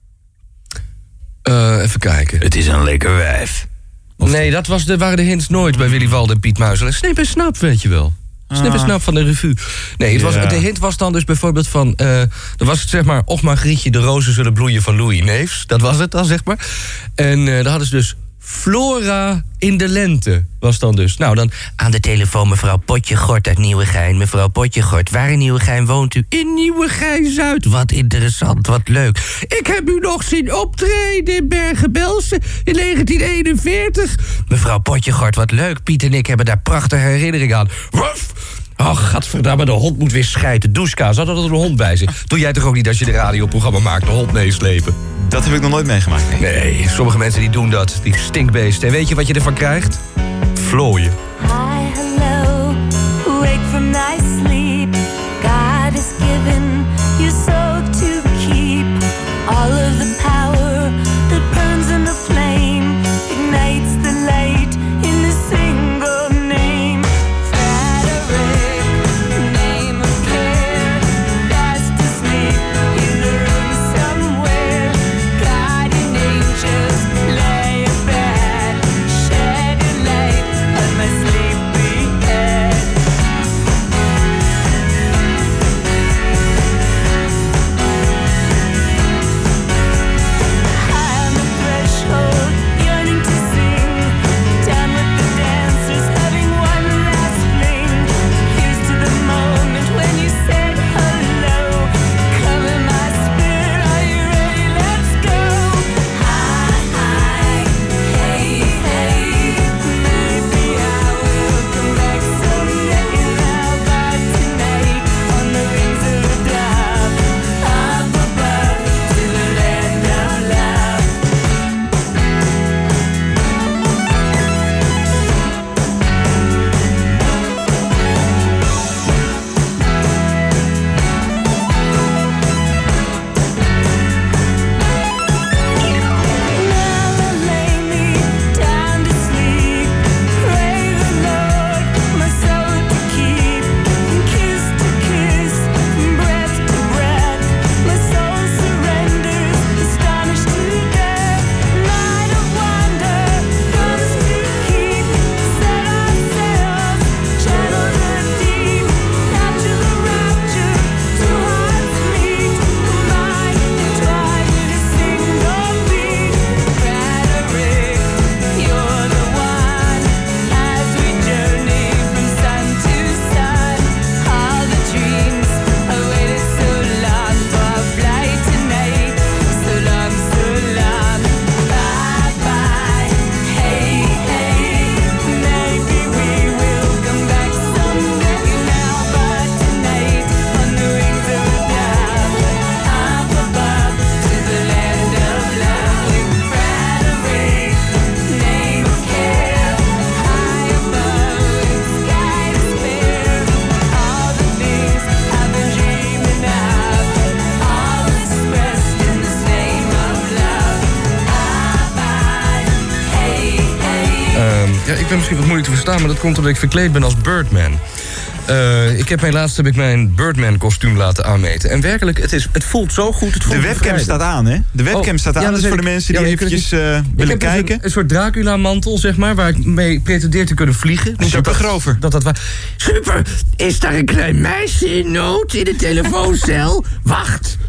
Uh, even kijken. Het is een lekker wijf. Of nee, dat was de, waren de hints nooit bij Willy Walden en Piet Muizelaar. Snip en snap, weet je wel. Snip en snap van de revue. Nee, het was, Ja. de hint was dan dus bijvoorbeeld van... Uh, dan was het zeg maar... Och Margrietje, de rozen zullen bloeien van Louis Neefs. Dat was het dan, zeg maar. En uh, dan hadden ze dus... Flora in de lente was dan dus. Nou, dan aan de telefoon mevrouw Potjegort uit Nieuwegein. Mevrouw Potjegort, waar in Nieuwegein woont u? In Nieuwegein-Zuid. Wat interessant, wat leuk. Ik heb u nog zien optreden in Bergen-Belsen in negentien eenenveertig. Mevrouw Potjegort, wat leuk. Piet en ik hebben daar prachtige herinneringen aan. Ruff! Ach, gadverdamme, de hond moet weer schijten. Douchka, ze hadden er een hond bij zich. Doe jij toch ook niet als je de radioprogramma maakt, de hond meeslepen? Dat heb ik nog nooit meegemaakt. Nee, nee sommige mensen die doen dat. Die stinkbeesten. En weet je wat je ervan krijgt? Vlooien. Hi, hello, wake from thy sleep. God has given you soul to keep. All of the power that burns in the flame ignites the light in the single name. Frederick, name of care, fast asleep in a room somewhere. Guardian angels lay abed, shed a light on my sleepy head. High on the threshold, yearning to sing. Down with the dancers, having one last fling. Here's to the moment when you said hello. Come in my spirit, are you ready? Let's go. Hi, hi, hey, hey. Maybe I will come back someday. Now, but tonight, on the wings of a dove, up above to the land of love. Now lay me down to sleep. Pray the Lord my soul to keep. From kiss to kiss, from breath to breath, my soul surrenders, astonished to death. Night of wonder, promise to keep. Set our sails, channel the deep. Capture the rapture, two hearts meet. Combine, entwine in a single beat. Frederick, you're the one. As we journey from sun to sun, all the dreams I waited so long for our flight tonight. So long, so long. Bye bye. Hey, hey. Maybe we will come back someday. Now, but tonight, on the wings of a dove, up above to the land of love. Frederick, name of care, high above, sky to spare. All the things I've been dreaming of, all expressed in this name of love. Abide, hey, hey. Um, ja, ik ben misschien wat moeilijk te verstaan, maar dat komt omdat ik verkleed ben als Birdman. Uh, ik heb mijn laatst heb ik mijn Birdman-kostuum laten aanmeten. En werkelijk, het, is, het voelt zo goed. Het voelt De webcam bevrijdend. staat aan, hè? De webcam Oh, staat aan. ja, dat is weet voor de ik. mensen die Ja, maar je eventjes kunt uh, Ik willen heb dus kijken. Een, een soort Dracula-mantel, zeg maar, waar ik mee pretendeer te kunnen vliegen. Niet Super dat dat- grover. Dat, dat, wa- Super! Is daar een klein meisje in nood in de telefooncel? Wacht!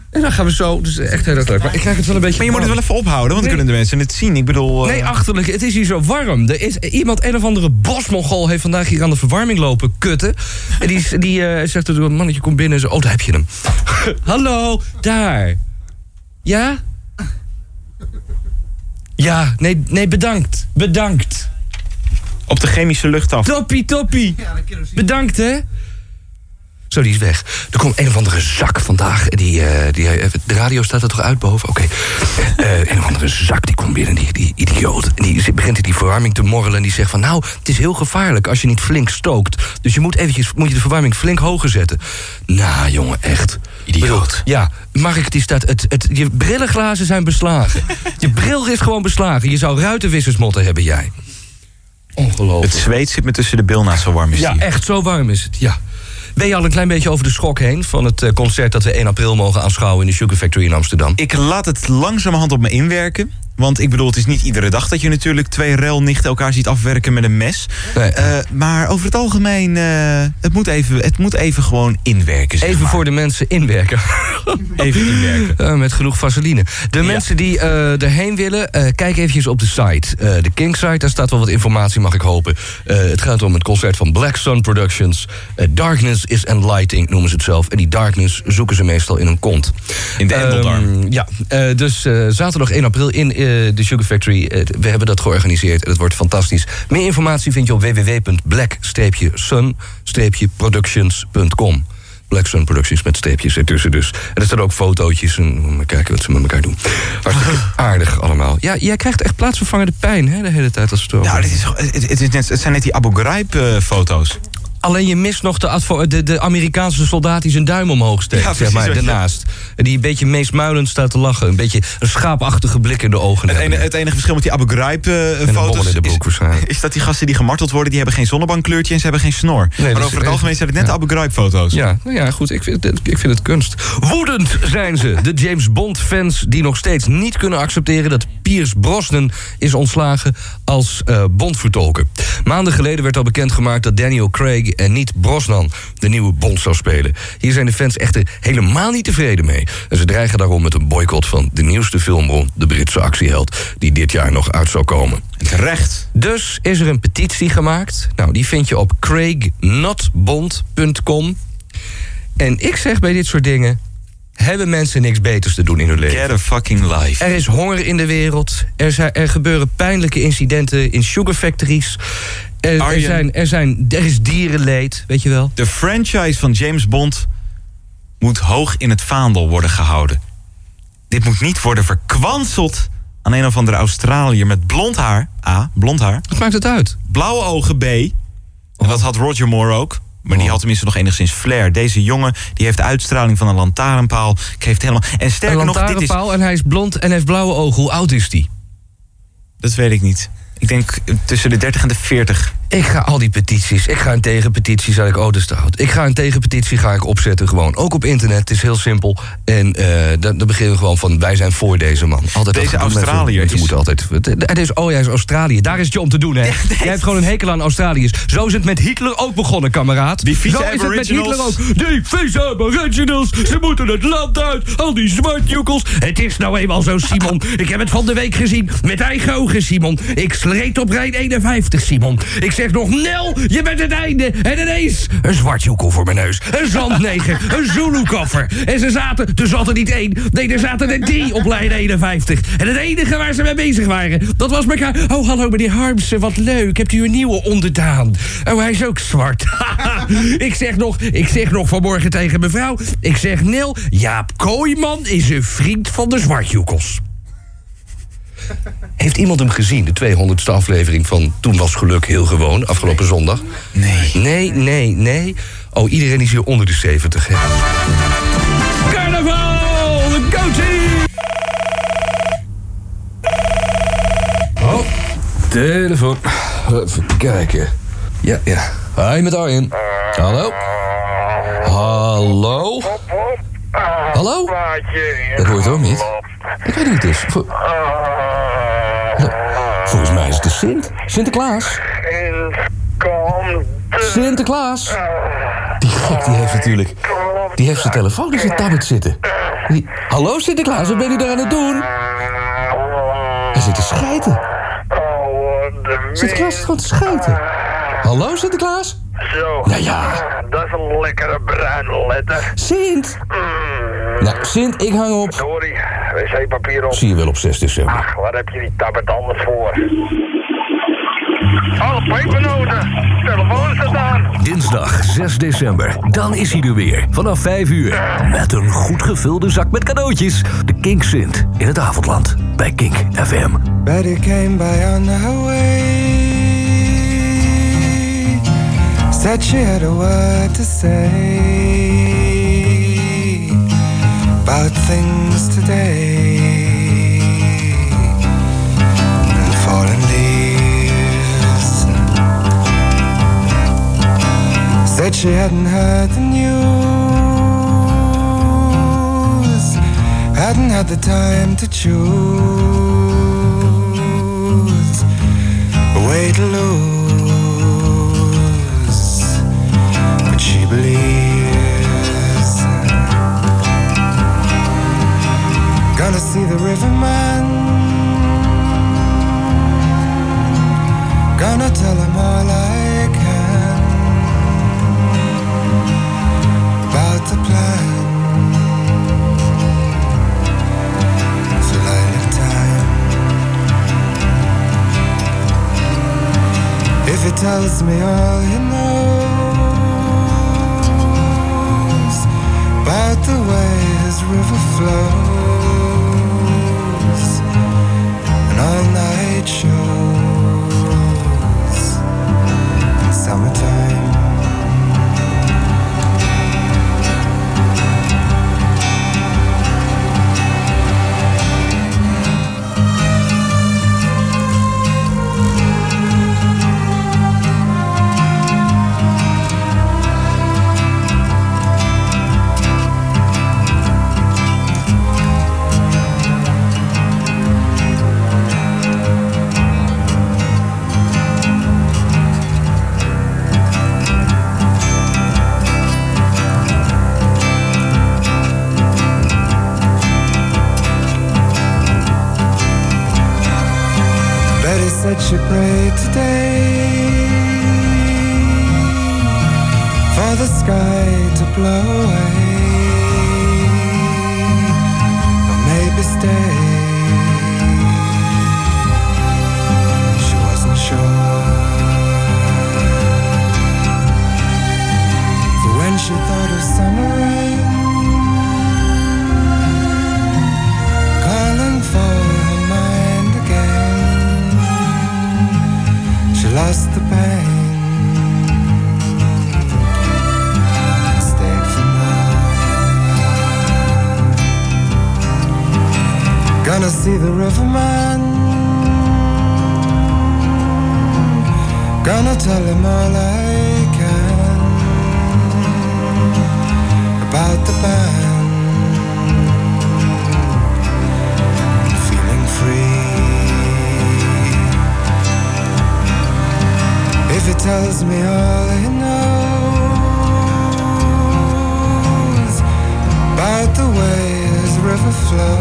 En dan gaan we zo, dus echt heel erg leuk. Maar ik krijg het wel een beetje Maar je moet het wel even ophouden, want dan kunnen de mensen het zien. Ik bedoel... Uh... Nee, achterlijk, het is hier zo warm. Er is iemand, een of andere bosmongool heeft vandaag hier aan de verwarming lopen kutten. En die, die uh, zegt, een mannetje komt binnen en zo, oh, daar heb je hem. Hallo, daar. Ja? Ja, nee, nee, bedankt. Bedankt. Op de chemische luchthaven. Toppie, toppie. Bedankt, hè. Zo, die is weg. Er komt een of andere zak vandaag. Die, uh, die, uh, de radio staat er toch uit boven? Oké. Okay. Uh, een of andere zak die komt binnen, die, die idioot. En die begint die verwarming te morrelen. En die zegt van, nou, het is heel gevaarlijk als je niet flink stookt. Dus je moet eventjes moet je de verwarming flink hoger zetten. Nou, jongen, echt. Idioot. Ja, Mark, die staat, het, het, je brillenglazen zijn beslagen. Je bril is gewoon beslagen. Je zou ruitenwissersmotten hebben, jij. Ongelooflijk. Het zweet zit me tussen de bilnaad, zo warm is Ja, die. echt, zo warm is het, ja. Ben je al een klein beetje over de schok heen van het concert dat we één april mogen aanschouwen in de Sugar Factory in Amsterdam? Ik laat het langzamerhand op me inwerken. Want ik bedoel, het is niet iedere dag dat je natuurlijk twee relnichten elkaar ziet afwerken met een mes. Nee. Uh, maar over het algemeen, uh, het, moet even, het moet even gewoon inwerken. Zeg even maar. voor de mensen inwerken. Even inwerken. Uh, met genoeg vaseline. De ja. mensen die uh, erheen willen, uh, kijk eventjes op de site. Uh, de King site, daar staat wel wat informatie, mag ik hopen. Uh, het gaat om het concert van Black Sun Productions. Uh, Darkness is Enlighting, noemen ze het zelf. En die darkness zoeken ze meestal in een kont. In de endeldarm. Um, ja, uh, dus uh, zaterdag één april in... Uh, de Sugar Factory, we hebben dat georganiseerd en het wordt fantastisch. Meer informatie vind je op w w w punt black sun productions punt com. Black Sun Productions met streepjes ertussen dus. En er staan ook fotootjes en we kijken wat ze met elkaar doen. Hartstikke aardig allemaal. Ja, jij krijgt echt plaatsvervangende pijn, hè, de hele tijd als het over. Nou, dit is, het, het, is net, het zijn net die Abu Ghraib-foto's. Alleen je mist nog de, advo- de, de Amerikaanse soldaat die zijn duim omhoog steekt, ja, zeg maar, daarnaast. En die een beetje meesmuilend staat te lachen. Een beetje een schaapachtige blik in de ogen. Het, ene, het enige verschil met die Abu Ghraib-foto's uh, is, is dat die gasten die gemarteld worden, die hebben geen zonnebankkleurtje en ze hebben geen snor. Nee, maar over het algemeen zijn het net ja. de Abu Ghraib-foto's. Ja, nou ja, goed, ik vind, het, ik vind het kunst. Woedend zijn ze, de James Bond-fans die nog steeds niet kunnen accepteren dat Pierce Brosnan is ontslagen als uh, Bond-vertolker. Maanden geleden werd al bekendgemaakt dat Daniel Craig en niet Brosnan de nieuwe Bond zou spelen. Hier zijn de fans echter helemaal niet tevreden mee. En ze dreigen daarom met een boycott van de nieuwste film rond de Britse actieheld die dit jaar nog uit zou komen. Terecht. Dus is er een petitie gemaakt. Nou, die vind je op craig not bond punt com. En ik zeg bij dit soort dingen, hebben mensen niks beters te doen in hun leven? Get a fucking life. Er is honger in de wereld. Er, zijn, er gebeuren pijnlijke incidenten in sugar factories. Er, er, zijn, er, zijn, er is dierenleed, weet je wel. De franchise van James Bond moet hoog in het vaandel worden gehouden. Dit moet niet worden verkwanseld aan een of andere Australiër met blond haar. A, blond haar. Wat maakt het uit? Blauwe ogen, B. En oh. dat had Roger Moore ook. Maar oh. die had tenminste nog enigszins flair. Deze jongen die heeft de uitstraling van een lantaarnpaal. Geeft helemaal... En sterker een nog, dit is... lantaarnpaal en hij is blond en heeft blauwe ogen. Hoe oud is die? Dat weet ik niet. Ik denk tussen de dertig en de veertig. Ik ga al die petities, ik ga een tegenpetitie, zei ik, oh, dat is te oud. Ik ga een tegenpetitie ga ik opzetten gewoon. Ook op internet, het is heel simpel. En uh, dan, dan beginnen we gewoon van, wij zijn voor deze man. Altijd deze Australiër is... moeten altijd, het is, oh, jij is Australië, daar is het je om te doen, hè? Ja, jij hebt gewoon een hekel aan Australiërs. Zo is het met Hitler ook begonnen, kameraad. Die vieze Zo is het met Hitler ook. Die vieze aboriginals, ze moeten het land uit. Al die zwartjoekels. Het is nou eenmaal zo, Simon. Ik heb het van de week gezien, met eigen ogen, Simon. Ik reed op rij eenenvijftig, Simon. Ik zeg nog, Nel, je bent het einde. En ineens een zwartjoekel voor mijn neus. Een zandneger, een Zulu-koffer. En ze zaten, er zat er niet één. Nee, er zaten er drie op lijn eenenvijftig. En het enige waar ze mee bezig waren, dat was elkaar. Oh, hallo meneer Harmsen, wat leuk. Hebt u een nieuwe onderdaan? Oh, hij is ook zwart. ik, zeg nog, ik zeg nog vanmorgen tegen mevrouw. Ik zeg, Nel, Jaap Kooijman is een vriend van de zwartjoekels. Heeft iemand hem gezien, de tweehonderdste aflevering van Toen was geluk heel gewoon, afgelopen nee. zondag? Nee. Nee, nee, nee. Oh, iedereen is hier onder de zeventig, hè? Carnaval, go team! Oh, telefoon. Even kijken. Ja, ja. Hi, met Arjen. Hallo? Hallo? Hallo? Dat hoort ook niet. Ik weet niet wat het is. Vol... Volgens mij is het de Sint. Sinterklaas. Sinterklaas. Die gek die heeft natuurlijk... Die heeft zijn telefoon in zijn tablet zitten. Hallo Sinterklaas, wat ben u daar aan het doen? Hij zit te schijten. Sinterklaas zit gewoon te schijten. Hallo Sinterklaas? Zo. Nou ja. Dat is een lekkere bruine letter. Sint! Mm. Nou, Sint, ik hang op. Sorry, wc-papier op. Zie je wel op zes december. Ach, waar heb je die tabbert anders voor? Alle pepernoten. Telefoon staat aan. Dinsdag zes december. Dan is hij er weer. Vanaf vijf uur. Met een goed gevulde zak met cadeautjes. De Kink Sint in het avondland. Bij Kink F M. Betty came by on her way. Said she had a word to say about things today and falling leaves. Said she hadn't heard the news, hadn't had the time to choose a way to lose. She believes. Gonna see the riverman. Gonna tell him all I can about the plan for lilac time. If he tells me all he knows about the way his river flows and all night shows in summertime. Said she prayed today for the sky to blow away or maybe stay. She wasn't sure, for when she thought of summer rain calling for her mind again, she lost the pain and stayed for more. Gonna see the riverman. Gonna tell him all I can about the band. Feeling free. If he tells me all he knows about the way his river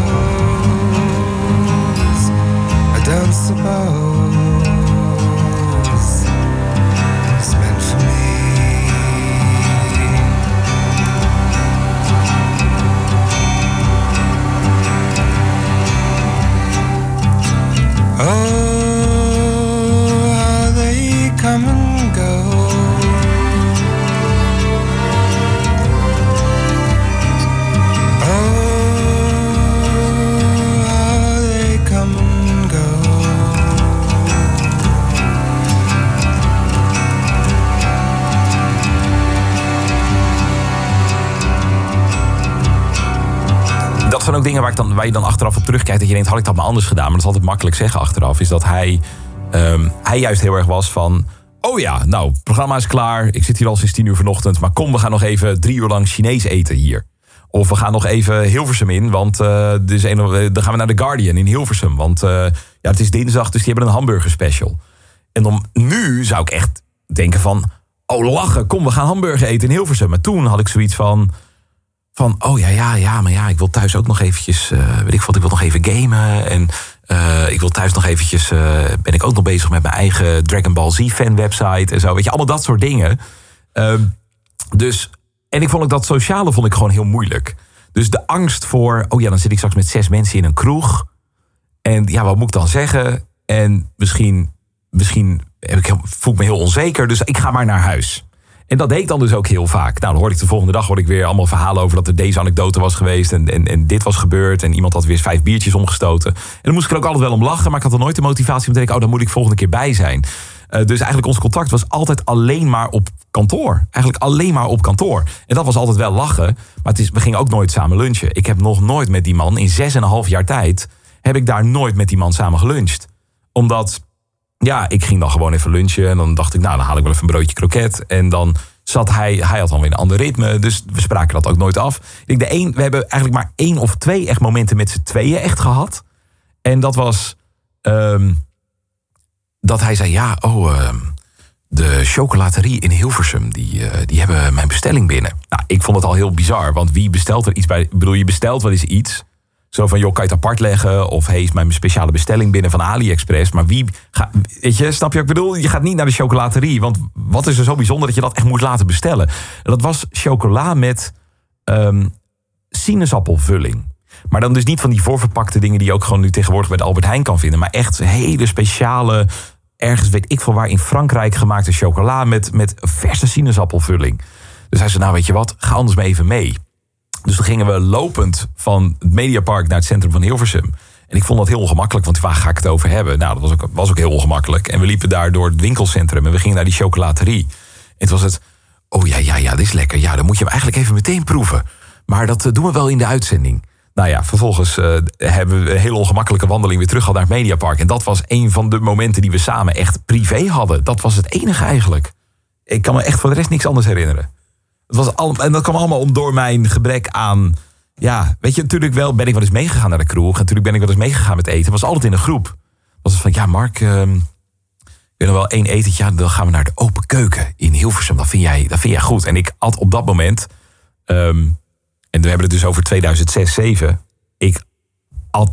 flows, I don't suppose it's meant for me. Oh, come and go. Oh, how they come and go. Dat zijn ook dingen waar, ik dan, waar je dan achteraf op terugkijkt. Dat je denkt, had ik dat maar anders gedaan? Maar dat is altijd makkelijk zeggen achteraf. Is dat hij, um, hij juist heel erg was van... Oh ja, nou, het programma is klaar. Ik zit hier al sinds tien uur vanochtend. Maar kom, we gaan nog even drie uur lang Chinees eten hier. Of we gaan nog even Hilversum in. Want uh, dus een, dan gaan we naar The Guardian in Hilversum. Want uh, ja, het is dinsdag, dus die hebben een hamburger special. En dan nu zou ik echt denken van... Oh, lachen, kom, we gaan hamburger eten in Hilversum. Maar toen had ik zoiets van... van, oh ja, ja, ja, maar ja, ik wil thuis ook nog eventjes, uh, weet ik wat, ik wil nog even gamen. En uh, ik wil thuis nog eventjes, uh, ben ik ook nog bezig met mijn eigen Dragon Ball Z fan website en zo. Weet je, allemaal dat soort dingen. Uh, dus, en ik vond ook dat sociale vond ik gewoon heel moeilijk. Dus de angst voor, oh ja, dan zit ik straks met zes mensen in een kroeg. En ja, wat moet ik dan zeggen? En misschien, misschien heb ik, voel ik me heel onzeker, dus ik ga maar naar huis. En dat deed ik dan dus ook heel vaak. Nou, dan hoorde ik de volgende dag hoorde ik weer allemaal verhalen over dat er deze anekdote was geweest. En, en, en dit was gebeurd. En iemand had weer vijf biertjes omgestoten. En dan moest ik er ook altijd wel om lachen. Maar ik had dan nooit de motivatie om te denken, oh, dan moet ik volgende keer bij zijn. Uh, dus eigenlijk ons contact was altijd alleen maar op kantoor. Eigenlijk alleen maar op kantoor. En dat was altijd wel lachen. Maar het is, we gingen ook nooit samen lunchen. Ik heb nog nooit met die man, in zes en een half jaar tijd, heb ik daar nooit met die man samen geluncht. Omdat, ja, ik ging dan gewoon even lunchen. En dan dacht ik, nou, dan haal ik wel even een broodje kroket. En dan zat hij, hij had dan weer een ander ritme. Dus we spraken dat ook nooit af. Ik denk de een, we hebben eigenlijk maar één of twee echt momenten met z'n tweeën echt gehad. En dat was um, dat hij zei, ja, oh, um, de chocolaterie in Hilversum, die, uh, die hebben mijn bestelling binnen. Nou, ik vond het al heel bizar, want wie bestelt er iets bij? Ik bedoel, je bestelt wel eens iets. Zo van, joh, kan je het apart leggen? Of hey, is mijn speciale bestelling binnen van AliExpress? Maar wie, ga, weet je, snap je wat ik bedoel? Je gaat niet naar de chocolaterie. Want wat is er zo bijzonder dat je dat echt moet laten bestellen? En dat was chocola met um, sinaasappelvulling. Maar dan dus niet van die voorverpakte dingen die je ook gewoon nu tegenwoordig bij de Albert Heijn kan vinden. Maar echt hele speciale, ergens weet ik veel waar, in Frankrijk gemaakte chocola met, met verse sinaasappelvulling. Dus hij zei, nou weet je wat, ga anders maar even mee. Dus toen gingen we lopend van het Mediapark naar het centrum van Hilversum. En ik vond dat heel ongemakkelijk, want waar ga ik het over hebben? Nou, dat was ook, was ook heel ongemakkelijk. En we liepen daar door het winkelcentrum en we gingen naar die chocolaterie. En toen was het, oh ja, ja, ja, dit is lekker. Ja, dan moet je hem eigenlijk even meteen proeven. Maar dat uh, doen we wel in de uitzending. Nou ja, vervolgens uh, hebben we een hele ongemakkelijke wandeling weer terug gehad naar het Mediapark. En dat was een van de momenten die we samen echt privé hadden. Dat was het enige eigenlijk. Ik kan me echt voor de rest niks anders herinneren. Het was al, en dat kwam allemaal om door mijn gebrek aan, ja, weet je, natuurlijk wel ben ik wel eens meegegaan naar de kroeg. En natuurlijk ben ik wel eens meegegaan met eten. Het was altijd in een groep. Het was van, ja Mark, uh, ik wil nog wel één etentje. Ja, dan gaan we naar de open keuken in Hilversum. Dat vind jij, dat vind jij goed. En ik had op dat moment, um, en we hebben het dus over tweeduizend zes, zeven. Ik at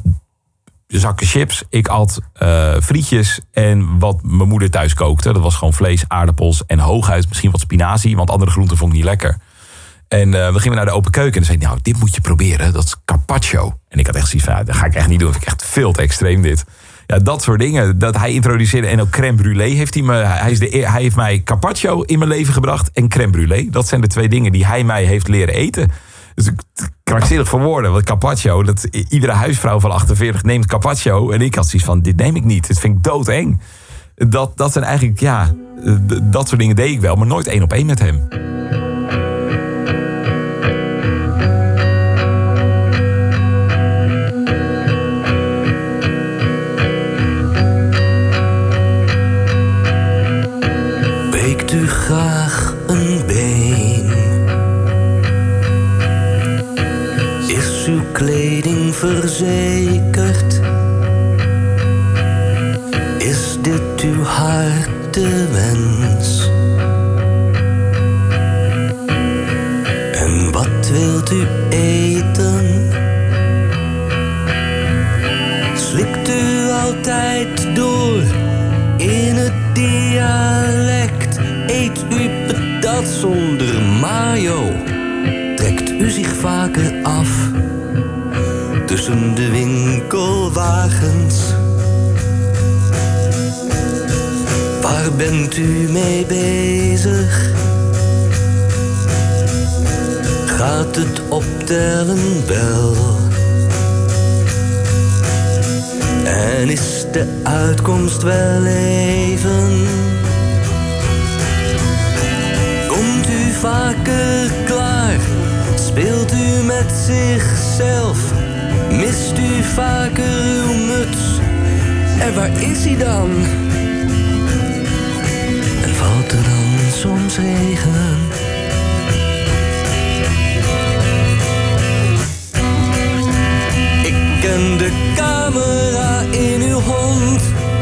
zakken chips, ik at uh, frietjes en wat mijn moeder thuis kookte. Dat was gewoon vlees, aardappels en hooguit misschien wat spinazie, want andere groenten vond ik niet lekker. En uh, we gingen naar de open keuken en zei nou, dit moet je proberen, dat is carpaccio. En ik had echt zoiets van, ja, dat ga ik echt niet doen, dat vind ik echt veel te extreem dit. Ja, dat soort dingen, dat hij introduceerde. En ook crème brûlée heeft hij me, hij, is de, hij heeft mij carpaccio in mijn leven gebracht en crème brûlée. Dat zijn de twee dingen die hij mij heeft leren eten. Dus ik krankzinnig voor woorden. Want carpaccio, dat, iedere huisvrouw van achtenveertig neemt carpaccio. En ik had zoiets van, dit neem ik niet. Dit vind ik doodeng. Dat, dat zijn eigenlijk, ja, dat soort dingen deed ik wel. Maar nooit één op één met hem. Breekt u graag een been? Is uw kleding verzekerd? Is dit uw hartewens? En wat wilt u eten? Slikt u altijd door in het dialect? Eet u patat zonder mayo? Trekt u zich vaker af tussen de winkelwagens? Waar bent u mee bezig? Gaat het optellen wel? En is de uitkomst wel even? Komt u vaker klaar? Speelt u met zichzelf? Mist u vaker uw muts? En waar is hij dan? En valt er dan soms regen? Ik ken de camera in uw hond.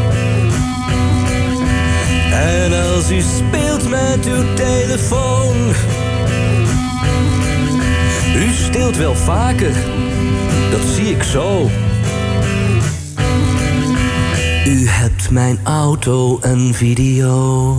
En als u speelt met uw telefoon, u stilt speelt wel vaker, dat zie ik zo. U hebt mijn auto en video.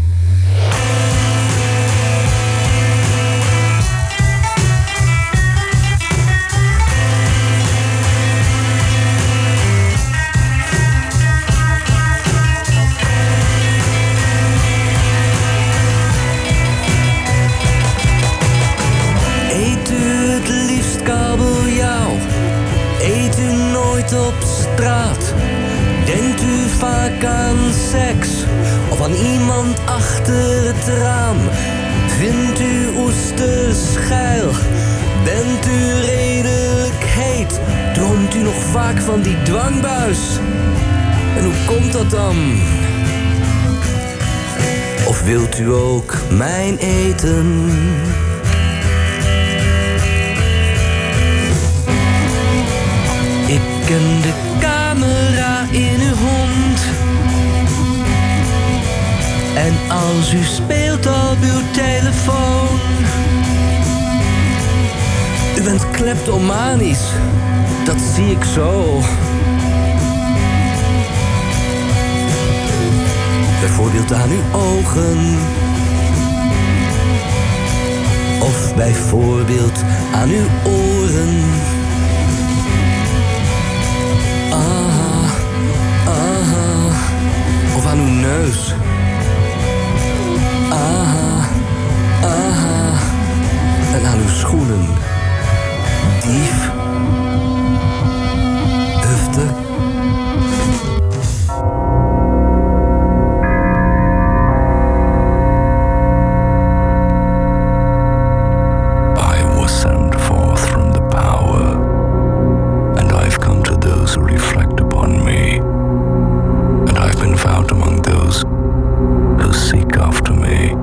Eet u het liefst kabeljauw? Eet u nooit op straat? Denkt u vaak aan seks of aan iemand achter het raam? Vindt u oesters geil? Bent u redelijk heet? Droomt u nog vaak van die dwangbuis? En hoe komt dat dan? Of wilt u ook mijn eten? Ik ken de camera in uw hond. En als u speelt op uw telefoon. U bent kleptomanisch, dat zie ik zo. Bijvoorbeeld aan uw ogen. Of bijvoorbeeld aan uw oren. Aha, aha. Of aan uw neus. Aha, aha. En aan uw schoenen. Dief. Hufte. I was sent forth from the power, and I've come to those who reflect upon me, and I've been found among those who seek after me.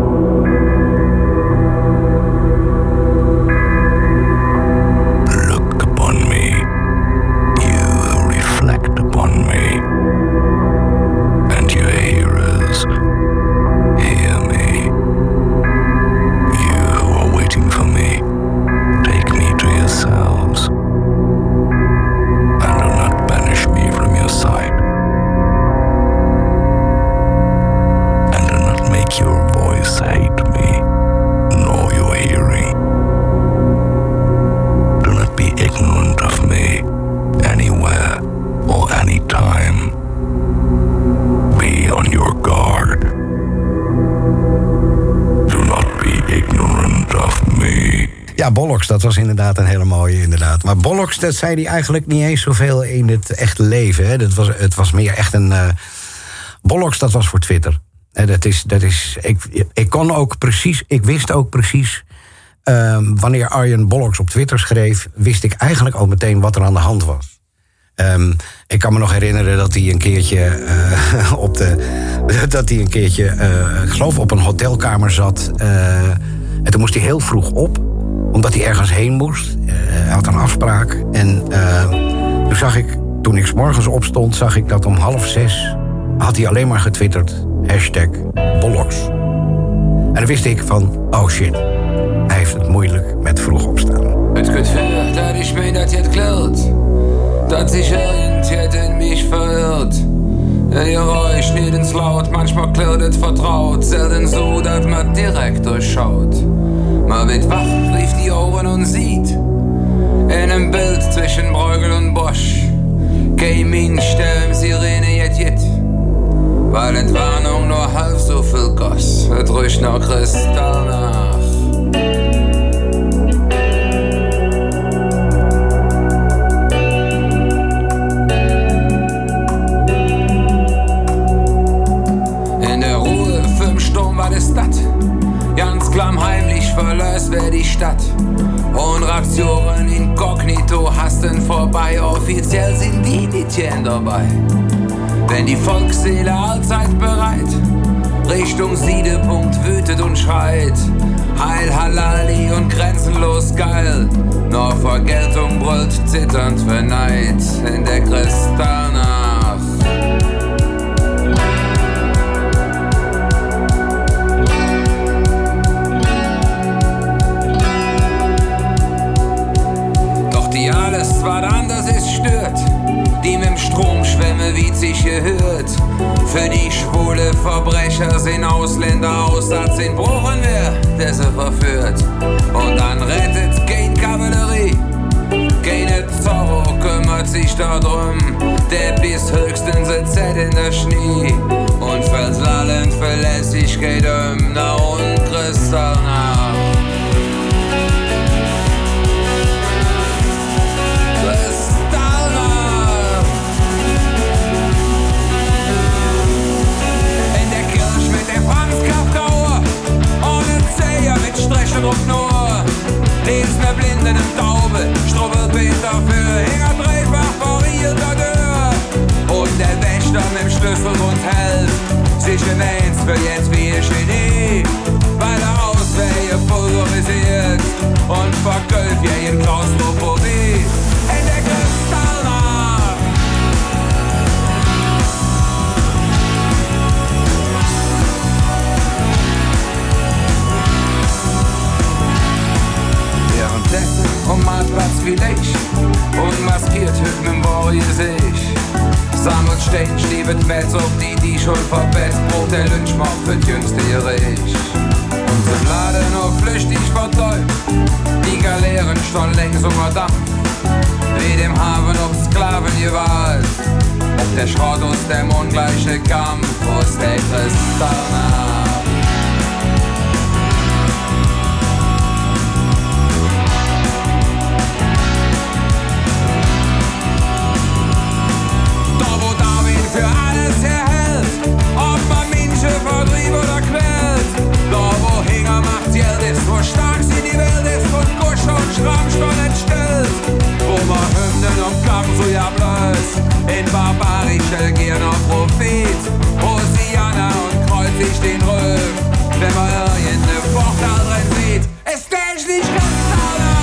Look upon me, you who reflect upon me, and your hearers, hear me. You who are waiting for me, take me to yourselves, and do not banish me from your sight, and do not make your voice hate me, nor your hearing. Do not be ignorant of me, anywhere or anytime. Be on your guard. Do not be ignorant of me. Ja, Bollocks, dat was inderdaad een hele mooie, inderdaad. Maar Bollocks, dat zei hij eigenlijk niet eens zoveel in het echte leven. Hè. Dat was, het was meer echt een... Uh, Bollocks, dat was voor Twitter. En dat is, dat is, ik, ik kon ook precies, ik wist ook precies... Uh, wanneer Arjen Bollocks op Twitter schreef... wist ik eigenlijk al meteen wat er aan de hand was. Um, ik kan me nog herinneren dat hij een keertje uh, op de... dat hij een keertje, uh, ik geloof op een hotelkamer zat. Uh, en toen moest hij heel vroeg op, omdat hij ergens heen moest. Uh, hij had een afspraak. En uh, toen zag ik, toen ik 's morgens opstond, zag ik dat om half zes... had hij alleen maar getwitterd, hashtag Bollocks. En dan wist ik van, oh shit, hij heeft het moeilijk met vroeg opstaan. Het gevoel dat ich mir das jetzt klaut, dass sich irgendjemand in mich verirrt. Ein Geräusch nirgends laut, manchmal klaut es vertraut, selten so, dass man direkt durchschaut. Man wird wach, rief die Augen und sieht, in einem Bild zwischen Bruegel und Bosch, kein Sturm, Sirene, jet, jet. Weil Entwarnung nur halb so viel goss, es riecht nach Kristall nach. In der Ruhe, fünf Sturm war das Stadt, ganz klammheimlich verlöst wer die Stadt. Und Reaktionen inkognito hasten vorbei, offiziell sind die nicht dabei. Wenn die Volksseele allzeit bereit Richtung Siedepunkt wütet und schreit, Heil Halali und grenzenlos geil, nur Vergeltung brüllt zitternd für Neid in der Kristallnacht. gehört. Für die schwule Verbrecher sind Ausländer Aussatz in Bruchen wer, der sie verführt. Und dann rettet kein Kavallerie, keine Zorro kümmert sich darum. Der bis höchstens ein Z in der Schnee und verlallend Verlässlichkeit um na und Kristallnacht. Mit Strechen auf nur lesen der Blinden im Taube, strubbelt Peter für Hänger dreifach variierter Tür. Und der Wächter mit dem Schlüsselbund hält sich in eins für jetzt wie ein Genie, weil er Auswege pulverisiert und vergölft ja in Klaustrophobie in der Kristallnacht. Währenddessen um Marktplatz wie Lech und maskiert hüt mit Warrior sich. Sammelt Stein, stiebet Metz auf die, die schon verbetzt, Brot der Lynchmord für jüngste Gericht. Und zum Laden noch flüchtig vertäubt, die Galeeren schon längst unter Dampf, wie dem Hafen auf Sklaven gewalt. Ob der Schrott aus dem ungleiche Kampf, aus der Kristallnacht. Für alles erhält, ob man Menschen vertrieb oder quält. Da wo Hinger macht Geld ist, wo stark sie die Welt ist, wo Kusch und Schrammstoll entstellt. Wo man Hymnen und Kampf so ja bloß in barbarische Gier noch Profit. Hosianna und kreuzig den Röhm, wenn man irgendeine Vorteil drin sieht. Es denkt nicht ganz sauber.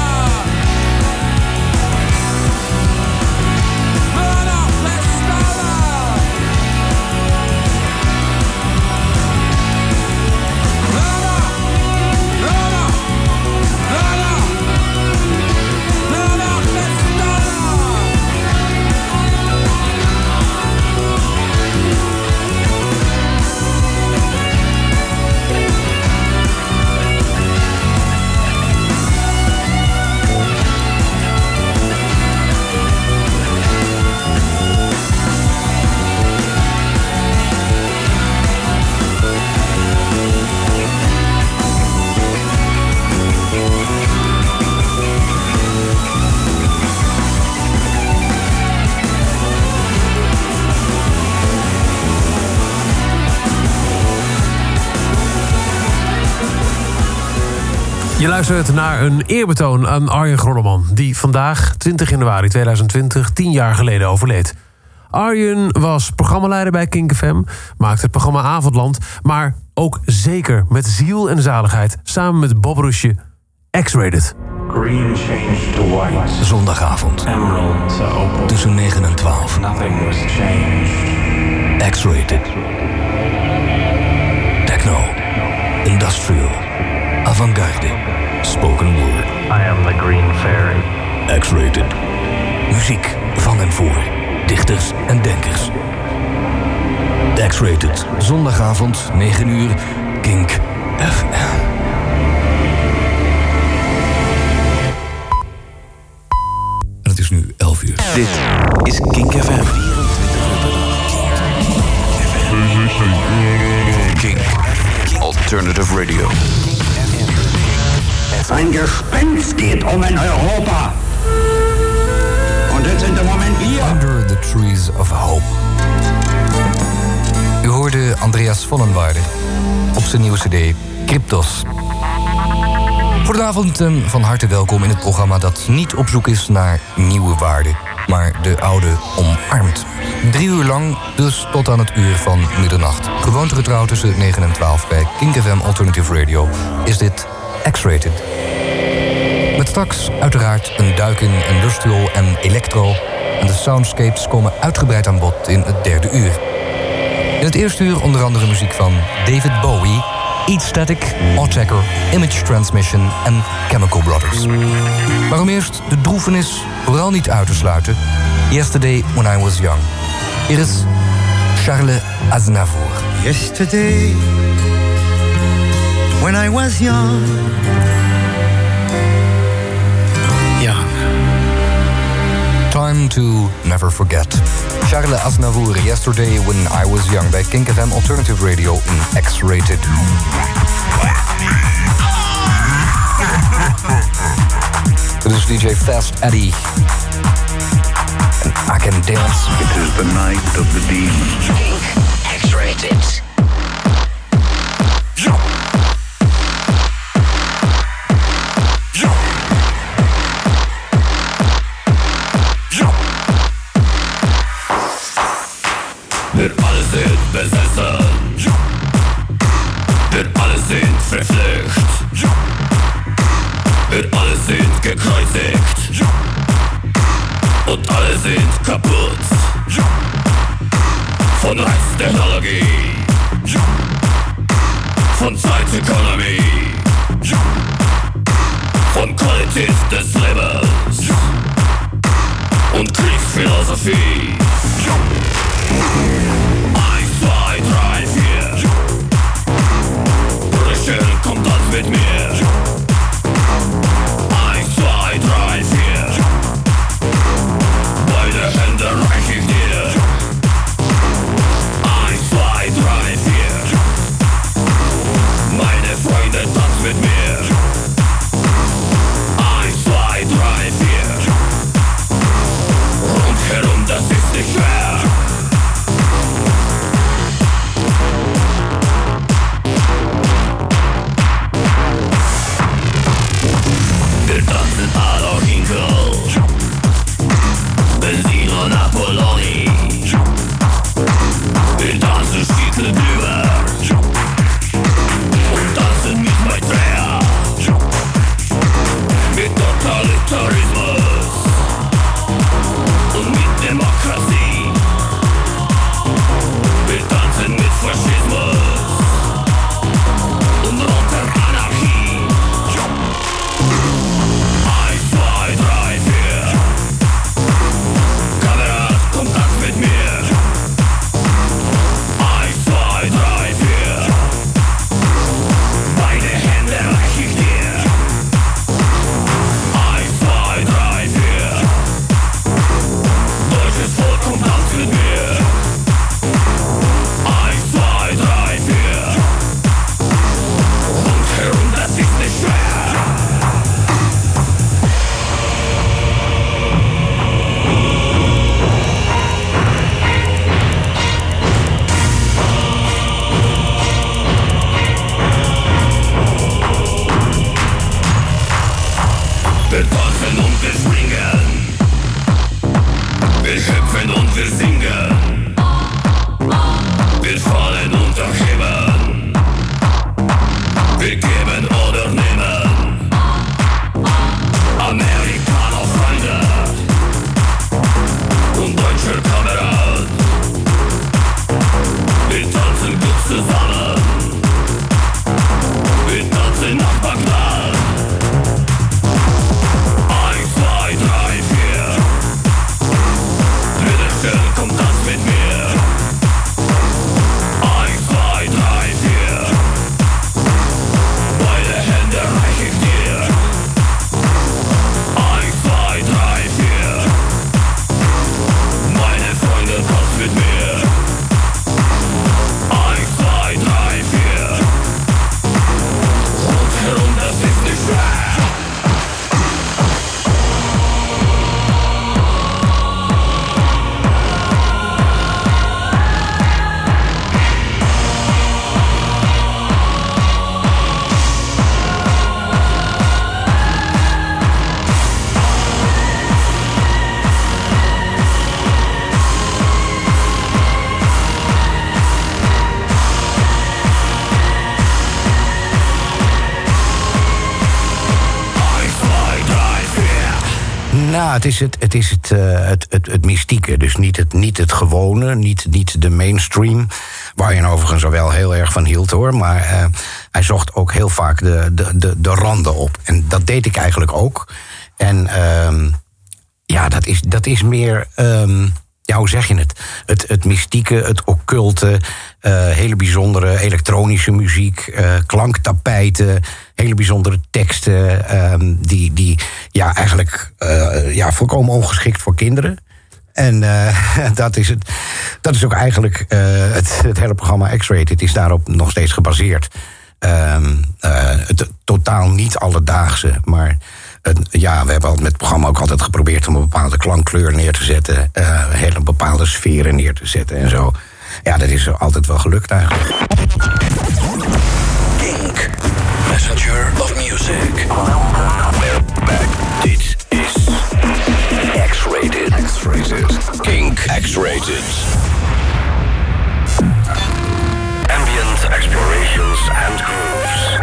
Je luistert naar een eerbetoon aan Arjen Grolleman, die vandaag, twintig januari tweeduizend twintig, tien jaar geleden overleed. Arjen was programmaleider bij Kink F M, maakte het programma Avondland, maar ook zeker met ziel en zaligheid samen met Bob Rusje X-Rated. Green changed to white. Zondagavond. Emerald to opal. Tussen negen en twaalf. Nothing was changed. X-Rated. Techno. Industrial. Avant-garde. Spoken word. I am the Green Fairy. X-Rated. Muziek van en voor. Dichters en denkers. X-Rated. Zondagavond, negen uur. Kink F M. En het is nu elf uur. Dit is Kink F M. Kink. Alternative Radio. Ein Gespenst geht um in Europa. Und jetzt sind im Moment wir. Under the Trees of Hope. U hoorde Andreas Vollenwaarde op zijn nieuwe cd Cryptos. Goedenavond en van harte welkom in het programma dat niet op zoek is naar nieuwe waarden, maar de oude omarmt. Drie uur lang, dus tot aan het uur van middernacht. Gewoontegetrouw tussen negen en twaalf bij Kink F M Alternative Radio is dit X-Rated. Met straks uiteraard een duik in industrial en electro. En de soundscapes komen uitgebreid aan bod in het derde uur. In het eerste uur onder andere muziek van David Bowie, Eat Static, Attacker, Image Transmission en Chemical Brothers. Maar om eerst de droefenis vooral niet uit te sluiten. Yesterday When I Was Young. Hier is Charles Aznavour. Yesterday, when I was young. Young. Time to never forget. Charles Aznavour, Yesterday When I Was Young... bij Kink F M Alternative Radio in X-Rated. Dit is D J Fast Eddie. And I Can Dance. It is the night of the demons. Kink X-Rated. Wir alle sind besessen. Wir alle sind verflucht. Wir alle sind gekreuzigt. Und alle sind kaputt. Von Reiztechnologie. Von Zeitökonomie. Von Qualität des Lebens. Und Kriegsphilosophie. Eins, zwei, drei, vier. Brüchen, kommt das mit mir. Eins, zwei, drei, vier. Beide Hände reich ich dir. Eins, zwei, drei, vier. Meine Freunde, tanzt mit mir. Eins, zwei, drei, vier. Rundherum, das ist nicht schwer. Wir tanzen Adolf Hinkel, Benzin und Apolloni. Wir tanzen Stiefel drüber und tanzen mit Maitreya. Mit Totalitarismus und mit Demokratie. Wir tanzen mit Faschismus und roter Anarchie. Eins, zwei, drei, vier. Kamerad, kommt tanz mit mir. Eins, zwei, drei, vier. Beide Hände reich ich dir. Eins, zwei, drei, vier. Deutsches Volk, kommt tanz mit mir. Eins, zwei, drei, vier. Und herum, das ist nicht schwer. Wir tanzen und wir springen. Wir hüpfen und wir singen. Wir fallen und erheben. Wir geben oder nehmen. Amerikaner Freunde und deutscher Kamerad. Wir tanzen gut zusammen. Wir tanzen nach Bagdad. Eins, zwei, drei, vier. Bitteschön, komm, tanz mit mir. Eins, zwei, drei, vier. Beide Hände reich ich dir. Eins, zwei, drei, vier. Meine Freunde, tanz mit mir. Eins, zwei, drei, vier. Rundherum, das ist nicht schwer. Nou, het is het, het, is het, uh, het, het, het mystieke. Dus niet het, niet het gewone, niet, niet de mainstream. Waar je overigens al wel heel erg van hield, hoor. Maar uh, hij zocht ook heel vaak de, de, de, de randen op. En dat deed ik eigenlijk ook. En um, ja, dat is, dat is meer um, ja, hoe zeg je het? Het, het mystieke, het occulte, uh, hele bijzondere elektronische muziek, uh, klanktapijten, hele bijzondere teksten, um, die, die ja, eigenlijk uh, ja, volkomen ongeschikt voor kinderen. En uh, dat, is het, dat is ook eigenlijk uh, het, het hele programma X-Rated is daarop nog steeds gebaseerd. Um, uh, het totaal niet alledaagse, maar uh, ja, we hebben met het programma ook altijd geprobeerd om een bepaalde klankkleur neer te zetten, uh, hele bepaalde sferen neer te zetten en zo. Ja, dat is altijd wel gelukt eigenlijk. Kink, Messenger of Music. Dit is X-Rated. X-Rated. Kink X-Rated. Ambient explorations and grooves.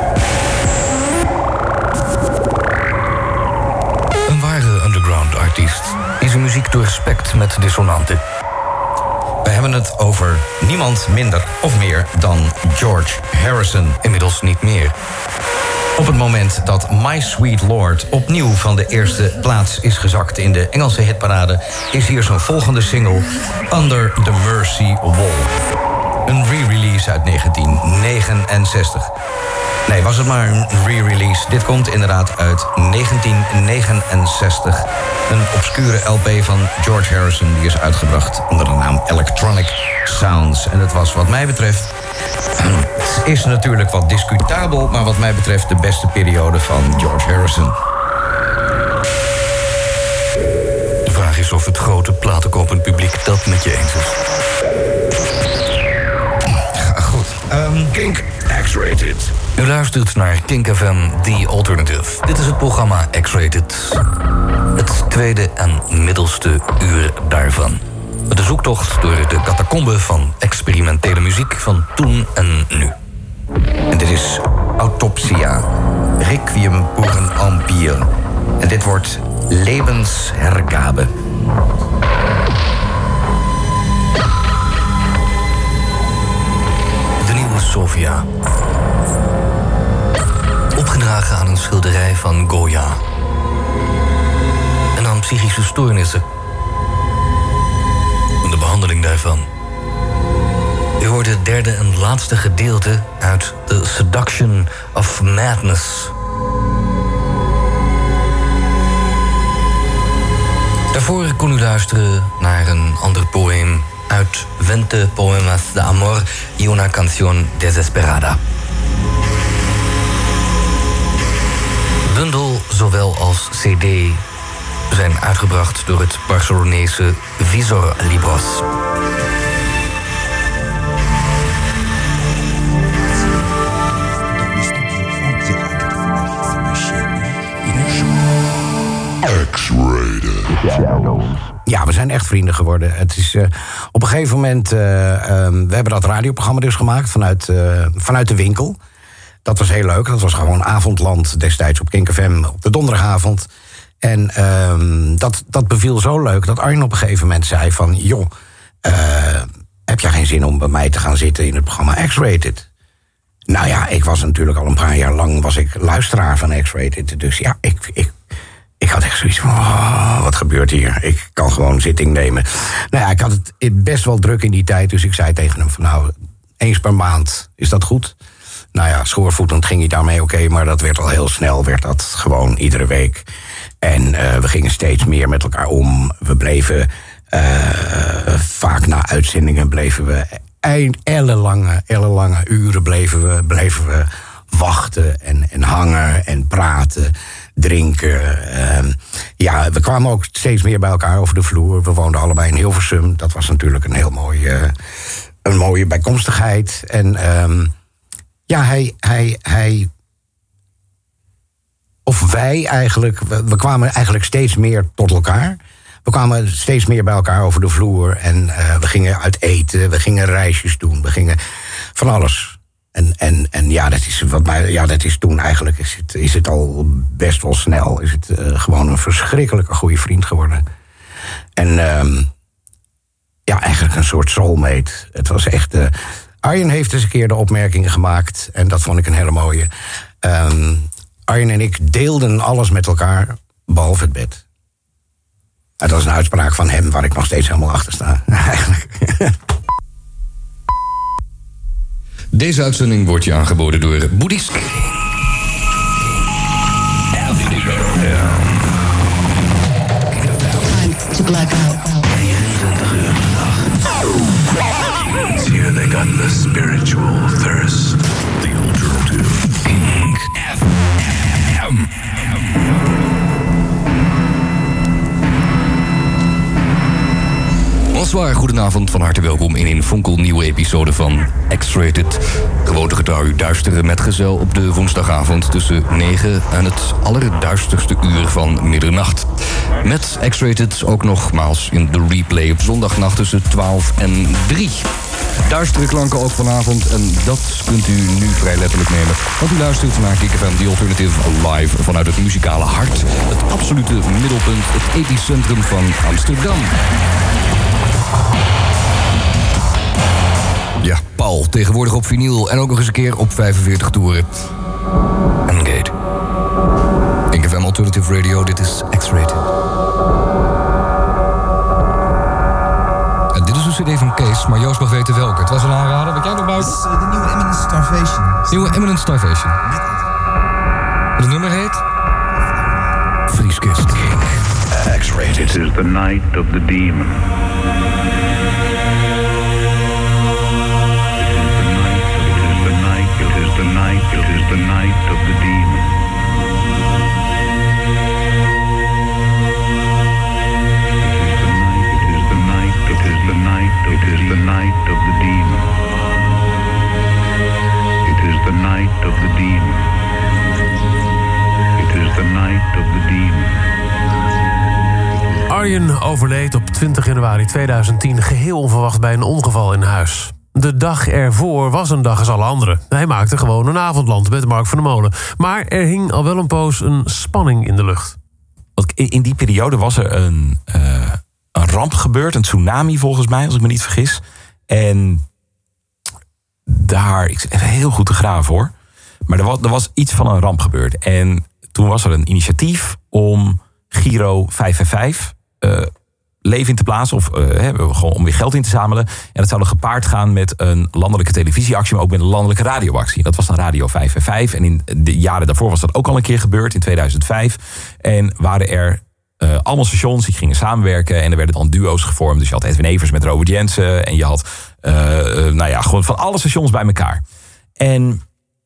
Een ware underground artiest die zijn muziek doorspekt met dissonanten. We hebben het over niemand minder of meer dan George Harrison. Inmiddels niet meer. Op het moment dat My Sweet Lord opnieuw van de eerste plaats is gezakt in de Engelse hitparade, is hier zijn volgende single Under the Mercy Wall. Een re-release uit negentien negenenzestig. Nee, was het maar een re-release. Dit komt inderdaad uit negentien negenenzestig. Een obscure L P van George Harrison die is uitgebracht onder de naam Electronic Sounds. En het was wat mij betreft, het is natuurlijk wat discutabel, maar wat mij betreft de beste periode van George Harrison. De vraag is of het grote platenkopend publiek dat met je eens is. Goed. Um, Kink X-Rated. U luistert naar Kink F M, The Alternative. Dit is het programma X-Rated. Het tweede en middelste uur daarvan. De zoektocht door de catacombe van experimentele muziek van toen en nu. En dit is Autopsia, Requiem pour un Empire. En dit wordt Lebenshergabe. De nieuwe Sofia. Opgedragen aan een schilderij van Goya. En aan psychische stoornissen. De behandeling daarvan. U hoort het derde en laatste gedeelte uit The Seduction of Madness. Daarvoor kon u luisteren naar een ander poëem uit Veinte Poemas de Amor y una Canción Desesperada. Bundel zowel als cd zijn uitgebracht door het Barcelonese Visor Libros. Ja, we zijn echt vrienden geworden. Het is uh, op een gegeven moment, uh, um, we hebben dat radioprogramma dus gemaakt vanuit, uh, vanuit de winkel. Dat was heel leuk. Dat was gewoon avondland destijds op Kink F M op de donderdagavond. En um, dat, dat beviel zo leuk dat Arjen op een gegeven moment zei van, joh, uh, heb jij geen zin om bij mij te gaan zitten in het programma X-Rated? Nou ja, ik was natuurlijk al een paar jaar lang was ik luisteraar van X-Rated. Dus ja, ik, ik, ik had echt zoiets van, oh, wat gebeurt hier? Ik kan gewoon zitting nemen. Nou ja, ik had het best wel druk in die tijd. Dus ik zei tegen hem van, nou, eens per maand, is dat goed? Nou ja, schoorvoetend ging hij daarmee oké, okay, maar dat werd al heel snel, werd dat gewoon iedere week. En uh, we gingen steeds meer met elkaar om. We bleven uh, vaak na uitzendingen bleven we ellenlange, ellenlange uren bleven we, bleven we wachten en, en hangen en praten, drinken. Uh, ja, we kwamen ook steeds meer bij elkaar over de vloer. We woonden allebei in Hilversum. Dat was natuurlijk een heel mooie, uh, een mooie bijkomstigheid. En um, ja, hij, hij, hij of wij eigenlijk, we, we kwamen eigenlijk steeds meer tot elkaar. We kwamen steeds meer bij elkaar over de vloer. En uh, we gingen uit eten, we gingen reisjes doen, we gingen van alles. En, en, en ja, dat is wat mij, ja, dat is toen eigenlijk, is het, is het al best wel snel, is het uh, gewoon een verschrikkelijke goede vriend geworden. En um, ja, eigenlijk een soort soulmate. Het was echt, uh, Arjen heeft eens een keer de opmerkingen gemaakt, en dat vond ik een hele mooie. Um, Arjen en ik deelden alles met elkaar, behalve het bed. Dat is een uitspraak van hem waar ik nog steeds helemaal achter sta. Eigenlijk. Deze uitzending wordt je aangeboden door Boeddhisk. To black out. Here they got the spiritual thirst. The alternative. King F M. Bonsoir, goedenavond, van harte welkom in een fonkelnieuwe episode van X-Rated. Gewoontegetrouw uw duistere metgezel op de woensdagavond tussen negen en het allerduisterste uur van middernacht. Met X-Rated ook nogmaals in de replay op zondagnacht tussen twaalf en drie. Duistere klanken ook vanavond en dat kunt u nu vrij letterlijk nemen. Want u luistert naar Kink F M, The Alternative live vanuit het muzikale hart. Het absolute middelpunt, het epicentrum van Amsterdam. Ja, Paul, tegenwoordig op vinyl en ook nog eens een keer op vijfenveertig toeren. Engate. Kink F M Alternative Radio, dit is X-Rated. En dit is een cd van Kees, maar Joost mag weten welke. Het was een aanrader, wat jij nog buiten? Het is uh, de nieuwe Eminent Starvation. Nieuwe Eminent Starvation. Het nummer heet? Vrieskist. X-rated. It is the night of the demon. It is the night, it is the night of the demon. It is the night, it is the night, it is the night of the demon. It is the night of the demon. It is the night of the demon. Arjen overleed op twintig januari tweeduizend tien geheel onverwacht bij een ongeval in huis. De dag ervoor was een dag als alle anderen. Hij maakte gewoon een avondland met Mark van der Molen. Maar er hing al wel een poos een spanning in de lucht. Want in die periode was er een, uh, een ramp gebeurd. Een tsunami volgens mij, als ik me niet vergis. En daar, ik zit even heel goed te graven hoor. Maar er was, er was iets van een ramp gebeurd. En toen was er een initiatief om Giro vijf vijf vijf... Uh, leven in te plaatsen, of uh, he, gewoon om weer geld in te zamelen. En dat zou dan gepaard gaan met een landelijke televisieactie, maar ook met een landelijke radioactie. Dat was dan Radio vijf vijf vijf. En in de jaren daarvoor was dat ook al een keer gebeurd, in tweeduizend vijf. En waren er uh, allemaal stations die gingen samenwerken. En er werden dan duo's gevormd. Dus je had Edwin Evers met Robert Jensen. En je had, uh, uh, nou ja, gewoon van alle stations bij elkaar. En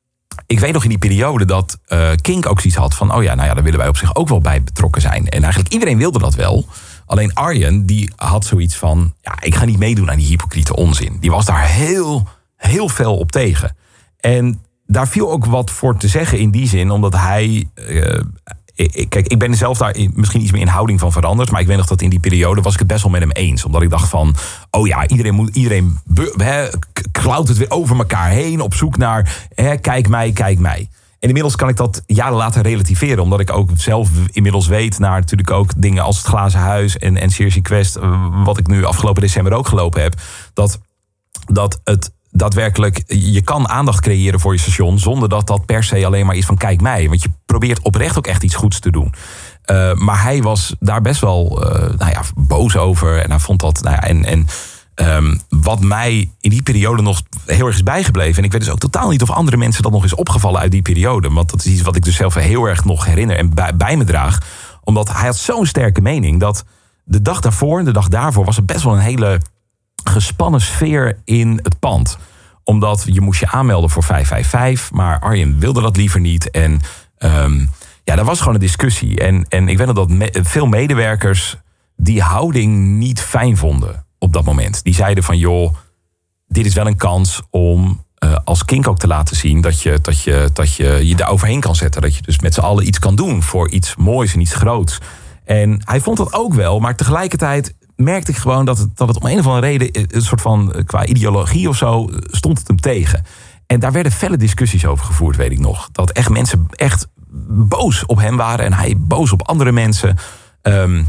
ik weet nog in die periode dat uh, Kink ook zoiets had van, oh ja, nou ja, daar willen wij op zich ook wel bij betrokken zijn. En eigenlijk iedereen wilde dat wel. Alleen Arjen, die had zoiets van, ja, ik ga niet meedoen aan die hypocriete onzin. Die was daar heel, heel fel op tegen. En daar viel ook wat voor te zeggen in die zin, omdat hij... Uh, ik, kijk, ik ben er zelf daar misschien iets meer in houding van veranderd, maar ik weet nog dat in die periode was ik het best wel met hem eens. Omdat ik dacht van, oh ja, iedereen moet, iedereen he, klauwt het weer over elkaar heen op zoek naar, he, kijk mij, kijk mij. En inmiddels kan ik dat jaren later relativeren. Omdat ik ook zelf inmiddels weet naar natuurlijk ook dingen als het Glazen Huis en, en Seriously Quest, wat ik nu afgelopen december ook gelopen heb. Dat, dat het daadwerkelijk, je kan aandacht creëren voor je station zonder dat dat per se alleen maar is van kijk mij. Want je probeert oprecht ook echt iets goeds te doen. Uh, maar hij was daar best wel uh, nou ja, boos over. En hij vond dat, nou ja, en... en Um, wat mij in die periode nog heel erg is bijgebleven. En ik weet dus ook totaal niet of andere mensen dat nog is opgevallen uit die periode. Want dat is iets wat ik dus zelf heel erg nog herinner en bij, bij me draag. Omdat hij had zo'n sterke mening dat de dag daarvoor en de dag daarvoor was er best wel een hele gespannen sfeer in het pand. Omdat je moest je aanmelden voor vijf vijf vijf, maar Arjen wilde dat liever niet. En um, ja, daar was gewoon een discussie. En, en ik weet nog dat me, veel medewerkers die houding niet fijn vonden. Op dat moment. Die zeiden van, joh, dit is wel een kans om uh, als Kink ook te laten zien dat je, dat, je, dat je je daar overheen kan zetten. Dat je dus met z'n allen iets kan doen voor iets moois en iets groots. En hij vond dat ook wel, maar tegelijkertijd merkte ik gewoon dat het, dat het om een of andere reden, een soort van qua ideologie of zo, stond het hem tegen. En daar werden felle discussies over gevoerd, weet ik nog. Dat echt mensen echt boos op hem waren en hij boos op andere mensen. Um,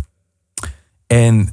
en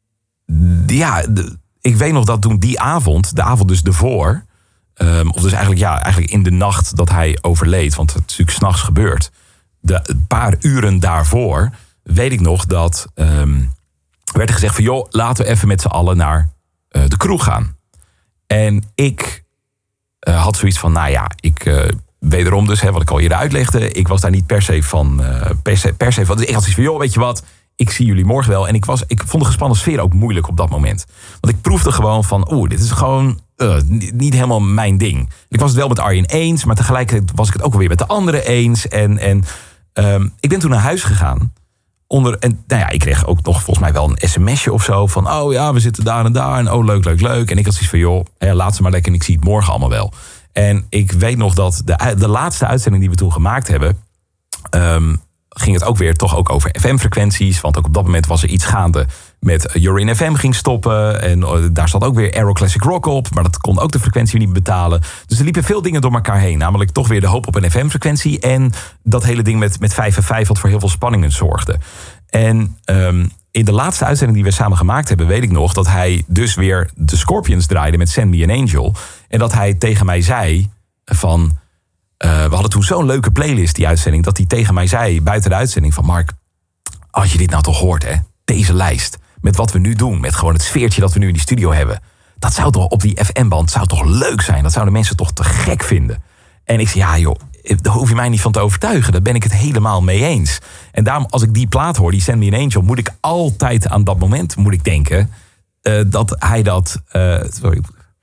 ja, de, ik weet nog dat toen die avond, de avond dus ervoor, um, of dus eigenlijk, ja, eigenlijk in de nacht dat hij overleed, want het is natuurlijk 's nachts gebeurd. De een paar uren daarvoor weet ik nog dat um, werd er gezegd van... joh, laten we even met z'n allen naar uh, de kroeg gaan. En ik uh, had zoiets van, nou ja, ik... Uh, wederom dus, hè, wat ik al eerder uitlegde... ik was daar niet per se van... Uh, per se, per se van dus ik had zoiets van, joh, weet je wat... ik zie jullie morgen wel. En ik, was, ik vond de gespannen sfeer ook moeilijk op dat moment. Want ik proefde gewoon van... oeh, dit is gewoon uh, niet, niet helemaal mijn ding. Ik was het wel met Arjen eens... maar tegelijkertijd was ik het ook alweer met de anderen eens. En, en um, ik ben toen naar huis gegaan... Onder, en nou ja, ik kreeg ook nog volgens mij wel een sms'je of zo... van, oh ja, we zitten daar en daar... en oh, leuk, leuk, leuk. En ik had zoiets van, joh, hè, laat ze maar lekker... en ik zie het morgen allemaal wel. En ik weet nog dat de, de laatste uitzending die we toen gemaakt hebben... Um, ging het ook weer toch ook over F M-frequenties. Want ook op dat moment was er iets gaande met Jorin F M ging stoppen. En uh, daar zat ook weer Aero Classic Rock op. Maar dat kon ook de frequentie niet betalen. Dus er liepen veel dingen door elkaar heen. Namelijk toch weer de hoop op een F M-frequentie. En dat hele ding met, met vijf en vijf wat voor heel veel spanningen zorgde. En um, in de laatste uitzending die we samen gemaakt hebben... weet ik nog dat hij dus weer de Scorpions draaide met Send Me an Angel. En dat hij tegen mij zei van... Uh, we hadden toen zo'n leuke playlist, die uitzending... dat hij tegen mij zei, buiten de uitzending... van Mark, als je dit nou toch hoort, hè, deze lijst... met wat we nu doen, met gewoon het sfeertje dat we nu in die studio hebben... dat zou toch op die F M-band zou toch leuk zijn? Dat zouden mensen toch te gek vinden? En ik zei, ja joh, daar hoef je mij niet van te overtuigen. Daar ben ik het helemaal mee eens. En daarom, als ik die plaat hoor, die Send Me an Angel... moet ik altijd aan dat moment moet ik denken... Uh, dat hij dat... Uh, sorry.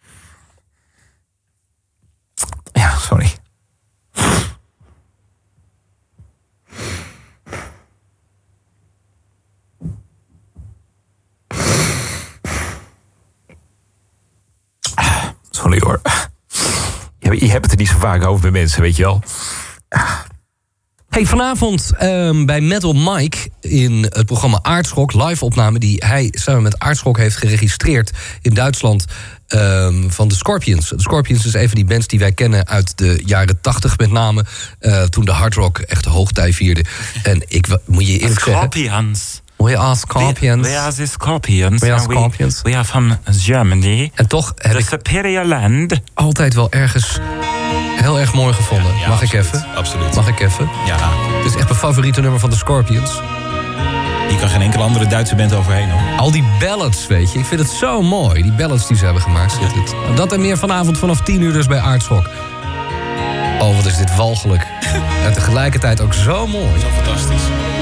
Ja, sorry... Sorry hoor. Je hebt het er niet zo vaak over met mensen, weet je wel. Hey, vanavond um, bij Metal Mike in het programma Aardschok... live-opname die hij samen met Aardschok heeft geregistreerd... in Duitsland um, van de Scorpions. De Scorpions is een van die bands die wij kennen uit de jaren tachtig met name... Uh, toen de hardrock echt hoogtij vierde. En ik moet je eerlijk zeggen... Scorpions. We are Scorpions. We, we are the Scorpions. We are Scorpions. We, we are from Germany. En toch heb the ik superior land. altijd wel ergens heel erg mooi gevonden. Ja, Mag absoluut, ik even? Absoluut. Mag ik even? Ja. Het is echt mijn favoriete nummer van de Scorpions. Hier kan geen enkele andere Duitse band overheen, hoor. Al die ballads, weet je. Ik vind het zo mooi. Die ballads die ze hebben gemaakt. Ja. Het. Dat en meer vanavond vanaf tien uur dus bij Aardschok. Oh, wat is dit walgelijk. En tegelijkertijd ook zo mooi. Zo fantastisch.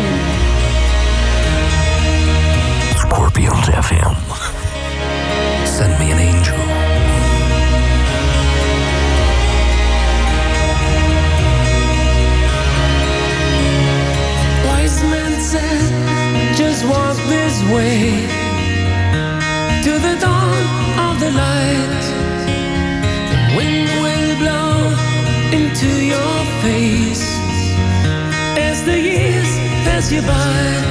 Scorpions F M. Send me an angel. Wise men said, just walk this way to the dawn of the light. The wind will blow into your face as the years pass you by.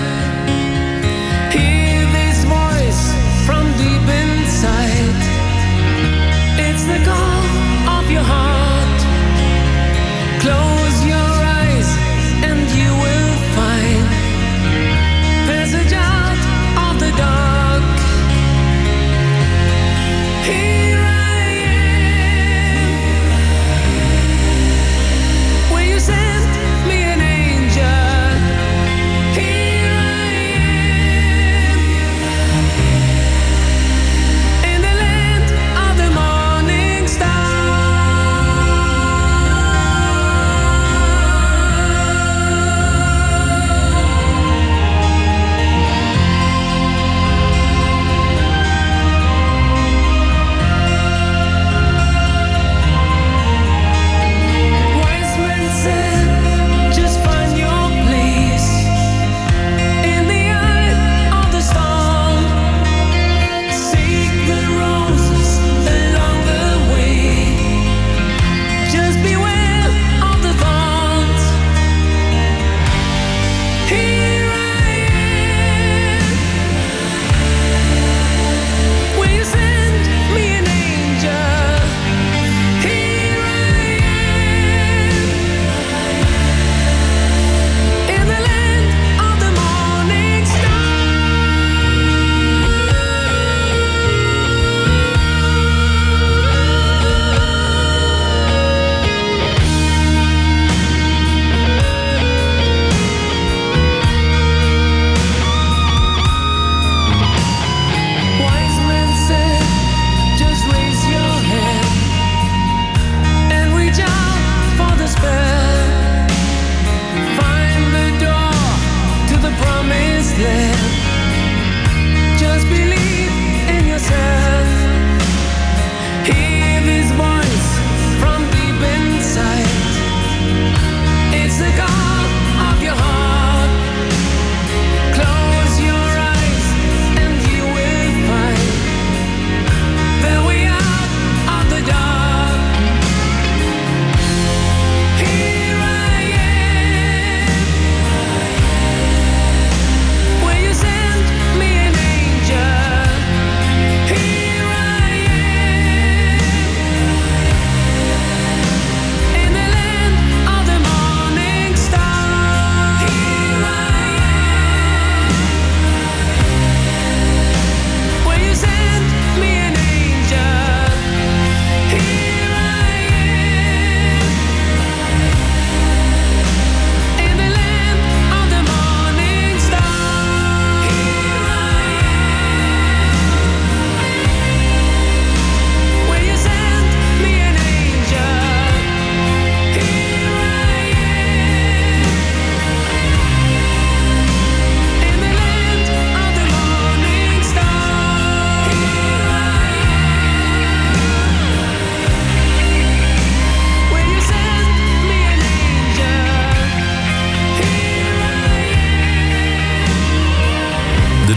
From deep inside, it's the call of your heart. Close your eyes and you will find passage out of the dark. Here I am. Will you send me an angel? Here I am.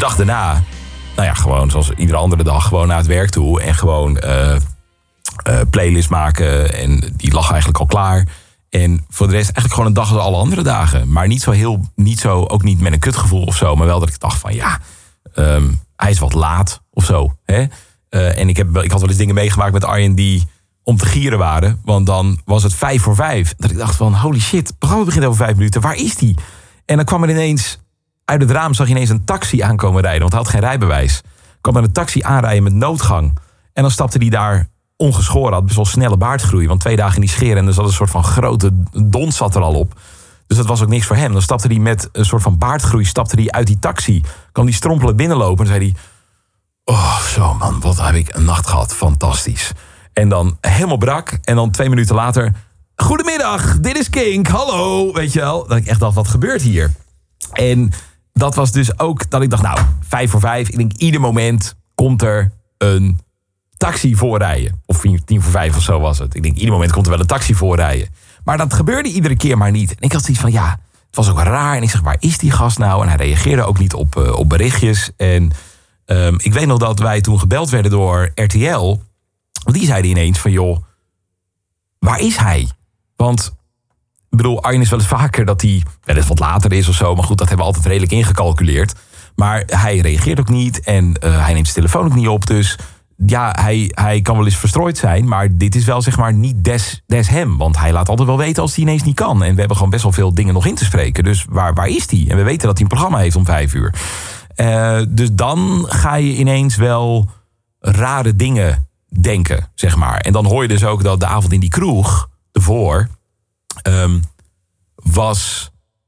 dag daarna, nou ja, gewoon zoals iedere andere dag, gewoon naar het werk toe. En gewoon uh, uh, playlist maken. En die lag eigenlijk al klaar. En voor de rest eigenlijk gewoon een dag als alle andere dagen. Maar niet zo heel, niet zo, ook niet met een kutgevoel of zo. Maar wel dat ik dacht van ja, um, hij is wat laat of zo. Hè? Uh, en ik, heb, ik had wel eens dingen meegemaakt met Arjen die om te gieren waren. Want dan was het vijf voor vijf. Dat ik dacht van holy shit, het programma begint over vijf minuten. Waar is die? En dan kwam er ineens, uit het raam zag je ineens een taxi aankomen rijden. Want hij had geen rijbewijs. Kwam er een taxi aanrijden met noodgang. En dan stapte hij daar ongeschoren, had best wel snelle baardgroei. Want twee dagen in die scheren en er zat een soort van grote dont zat er al op. Dus dat was ook niks voor hem. Dan stapte hij met een soort van baardgroei, stapte hij uit die taxi. Kwam die strompelend binnenlopen en zei hij, oh zo man, wat heb ik een nacht gehad. Fantastisch. En dan helemaal brak. En dan twee minuten later, goedemiddag, dit is Kink, hallo. Weet je wel, dat ik echt dacht, wat gebeurt hier? En dat was dus ook dat ik dacht, nou, vijf voor vijf. Ik denk, ieder moment komt er een taxi voorrijden. Of tien voor vijf of zo was het. Ik denk, ieder moment komt er wel een taxi voorrijden. Maar dat gebeurde iedere keer maar niet. En ik had zoiets van, ja, het was ook raar. En ik zeg, waar is die gast nou? En hij reageerde ook niet op, uh, op berichtjes. En um, ik weet nog dat wij toen gebeld werden door R T L. Want die zeiden ineens van, joh, waar is hij? Want, ik bedoel, Arjen is wel eens vaker dat hij wel eens wat later is of zo. Maar goed, dat hebben we altijd redelijk ingecalculeerd. Maar hij reageert ook niet. En uh, hij neemt zijn telefoon ook niet op. Dus ja, hij, hij kan wel eens verstrooid zijn. Maar dit is wel zeg maar niet des, des hem. Want hij laat altijd wel weten als hij ineens niet kan. En we hebben gewoon best wel veel dingen nog in te spreken. Dus waar, waar is hij? En we weten dat hij een programma heeft om vijf uur. Uh, dus dan ga je ineens wel rare dingen denken, zeg maar. En dan hoor je dus ook dat de avond in die kroeg ervoor um, was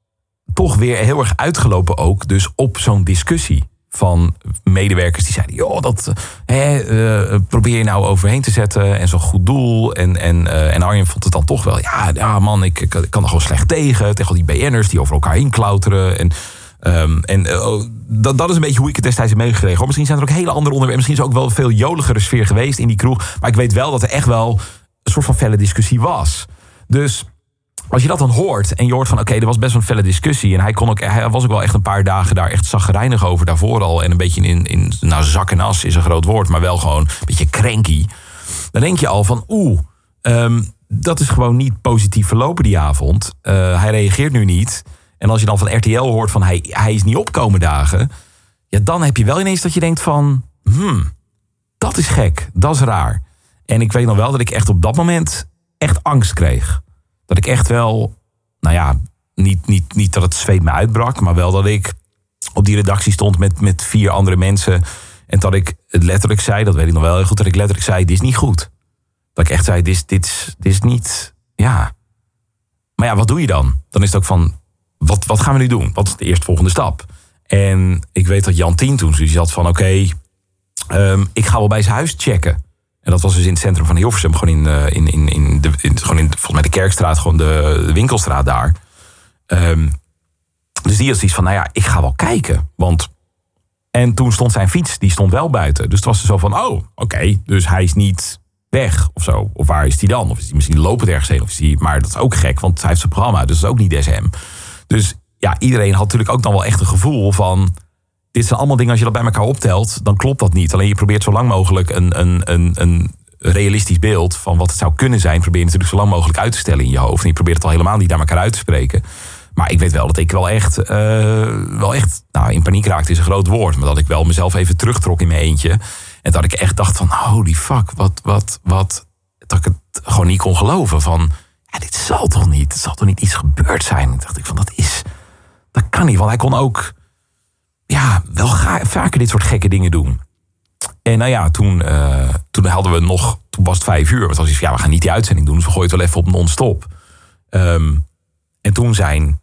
toch weer heel erg uitgelopen ook. Dus op zo'n discussie van medewerkers die zeiden, joh, dat hè, uh, probeer je nou overheen te zetten en zo'n goed doel. En, en, uh, en Arjen vond het dan toch wel, ja, ja man, ik, ik kan er gewoon slecht tegen. Tegen al die B N'ers die over elkaar heen klauteren. En, um, en uh, dat, dat is een beetje hoe ik het destijds heb meegekregen. Hoor. Misschien zijn er ook hele andere onderwerpen. Misschien is er ook wel veel joligere sfeer geweest in die kroeg. Maar ik weet wel dat er echt wel een soort van felle discussie was. Dus als je dat dan hoort en je hoort van oké, okay, er was best wel een felle discussie. En hij, kon ook, hij was ook wel echt een paar dagen daar echt chagrijnig over daarvoor al. En een beetje in, in nou, zak en as is een groot woord, maar wel gewoon een beetje cranky. Dan denk je al van oeh, um, dat is gewoon niet positief verlopen die avond. Uh, hij reageert nu niet. En als je dan van R T L hoort van hij, hij is niet opkomen dagen. Ja, dan heb je wel ineens dat je denkt van hmm, dat is gek, dat is raar. En ik weet nog wel dat ik echt op dat moment echt angst kreeg. Dat ik echt wel, nou ja, niet, niet, niet dat het zweet me uitbrak, maar wel dat ik op die redactie stond met, met vier andere mensen. En dat ik het letterlijk zei, dat weet ik nog wel heel goed, dat ik letterlijk zei, dit is niet goed. Dat ik echt zei, dit is, dit is, dit is niet, ja. Maar ja, wat doe je dan? Dan is het ook van, wat, wat gaan we nu doen? Wat is de eerstvolgende stap? En ik weet dat Jan Tien toen zoiets had van, oké, okay, um, ik ga wel bij zijn huis checken. En dat was dus in het centrum van Hilversum, gewoon in, uh, in, in, in, de, in, gewoon in volgens mij de Kerkstraat, gewoon de, de winkelstraat daar. Um, dus die had zoiets van, nou ja, ik ga wel kijken. Want en toen stond zijn fiets, die stond wel buiten. Dus het was er zo van, oh, oké, okay, dus hij is niet weg of zo. Of waar is hij dan? Of is hij misschien lopend ergens heen? Of is hij, maar dat is ook gek, want hij heeft zijn programma, dus dat is ook niet des hem. Dus ja, iedereen had natuurlijk ook dan wel echt een gevoel van, dit zijn allemaal dingen, als je dat bij elkaar optelt, dan klopt dat niet. Alleen je probeert zo lang mogelijk een, een, een, een realistisch beeld van wat het zou kunnen zijn, probeer je natuurlijk zo lang mogelijk uit te stellen in je hoofd. En je probeert het al helemaal niet naar elkaar uit te spreken. Maar ik weet wel dat ik wel echt, uh, wel echt, nou in paniek raakte is een groot woord, maar dat ik wel mezelf even terugtrok in mijn eentje. En dat ik echt dacht van, holy fuck, wat, wat, wat, dat ik het gewoon niet kon geloven. Van, ja, dit zal toch niet, het zal toch niet iets gebeurd zijn. En dacht ik van, dat is, dat kan niet, want hij kon ook, ja, wel ga, vaker dit soort gekke dingen doen. En nou ja, toen, uh, toen hadden we nog, toen was het vijf uur. Want was iets van, ja, we gaan niet die uitzending doen, dus we gooien het wel even op non-stop. Um, en toen zijn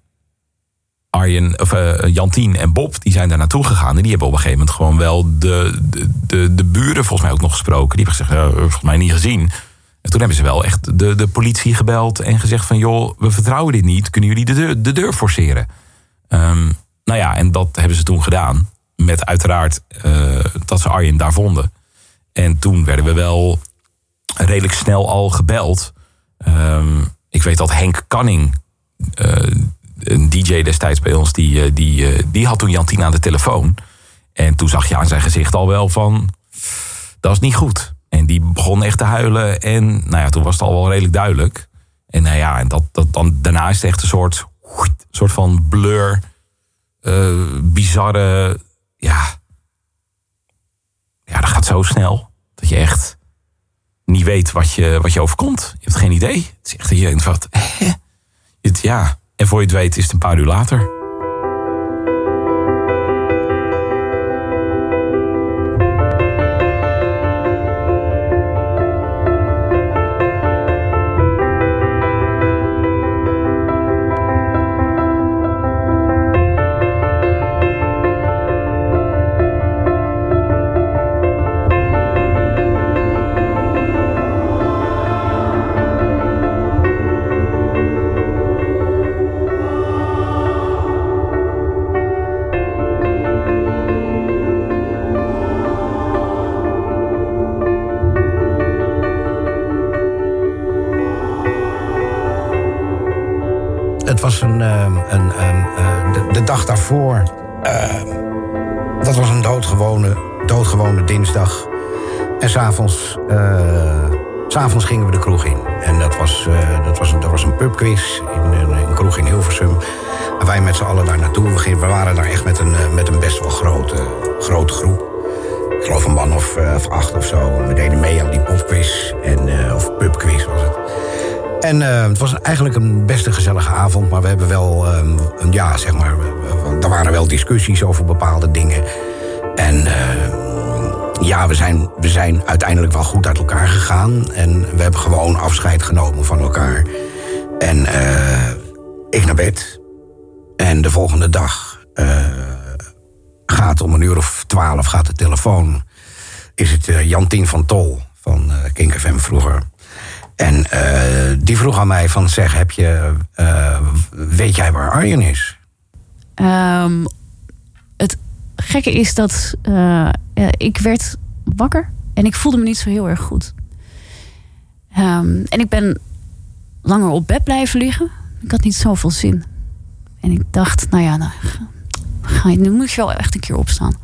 Arjen, of uh, Jan Tien en Bob, die zijn daar naartoe gegaan. En die hebben op een gegeven moment gewoon wel de, de, de, de buren volgens mij ook nog gesproken. Die hebben gezegd, uh, volgens mij niet gezien. En toen hebben ze wel echt de, de politie gebeld en gezegd van, joh, we vertrouwen dit niet. Kunnen jullie de deur, de deur forceren? Um, nou ja, en dat hebben ze toen gedaan. Met uiteraard uh, dat ze Arjen daar vonden. En toen werden we wel redelijk snel al gebeld. Um, ik weet dat Henk Canning, uh, een D J destijds bij ons, die, die, die had toen Jan Tien aan de telefoon. En toen zag je aan zijn gezicht al wel van, dat is niet goed. En die begon echt te huilen. En nou ja, toen was het al wel redelijk duidelijk. En nou ja, en dat, dat, dan, daarna is het echt een soort, soort van blur, uh, bizarre, ja... Ja, dat gaat zo snel dat je echt niet weet wat je, wat je overkomt. Je hebt geen idee. Het is echt dat je denkt, wat, het, ja. En voor je het weet is het een paar uur later. Het was een, um, een, um, uh, de, de dag daarvoor. Uh, dat was een doodgewone, doodgewone dinsdag. En s'avonds, uh, s'avonds gingen we de kroeg in. En dat was, uh, dat was, een, dat was een pubquiz in een, een kroeg in Hilversum. En wij met z'n allen daar naartoe. We, gingen, we waren daar echt met een, uh, met een best wel grote, grote groep. Ik geloof een man of, uh, of acht of zo. We deden mee aan die popquiz. En, uh, of pubquiz was het. En uh, het was eigenlijk een best een gezellige avond. Maar we hebben wel, um, een, ja, zeg maar... er waren wel discussies over bepaalde dingen. En uh, ja, we zijn, we zijn uiteindelijk wel goed uit elkaar gegaan. En we hebben gewoon afscheid genomen van elkaar. En uh, ik naar bed. En de volgende dag uh, gaat om een uur of twaalf gaat de telefoon. Is het uh, Jantien van Tol van uh, Kink F M vroeger. En uh, die vroeg aan mij van, zeg, heb je, uh, weet jij waar Arjen is? Um, het gekke is dat uh, uh, ik werd wakker en ik voelde me niet zo heel erg goed. Um, en ik ben langer op bed blijven liggen. Ik had niet zoveel zin. En ik dacht, nou ja, nou, ga je, nu moet je wel echt een keer opstaan.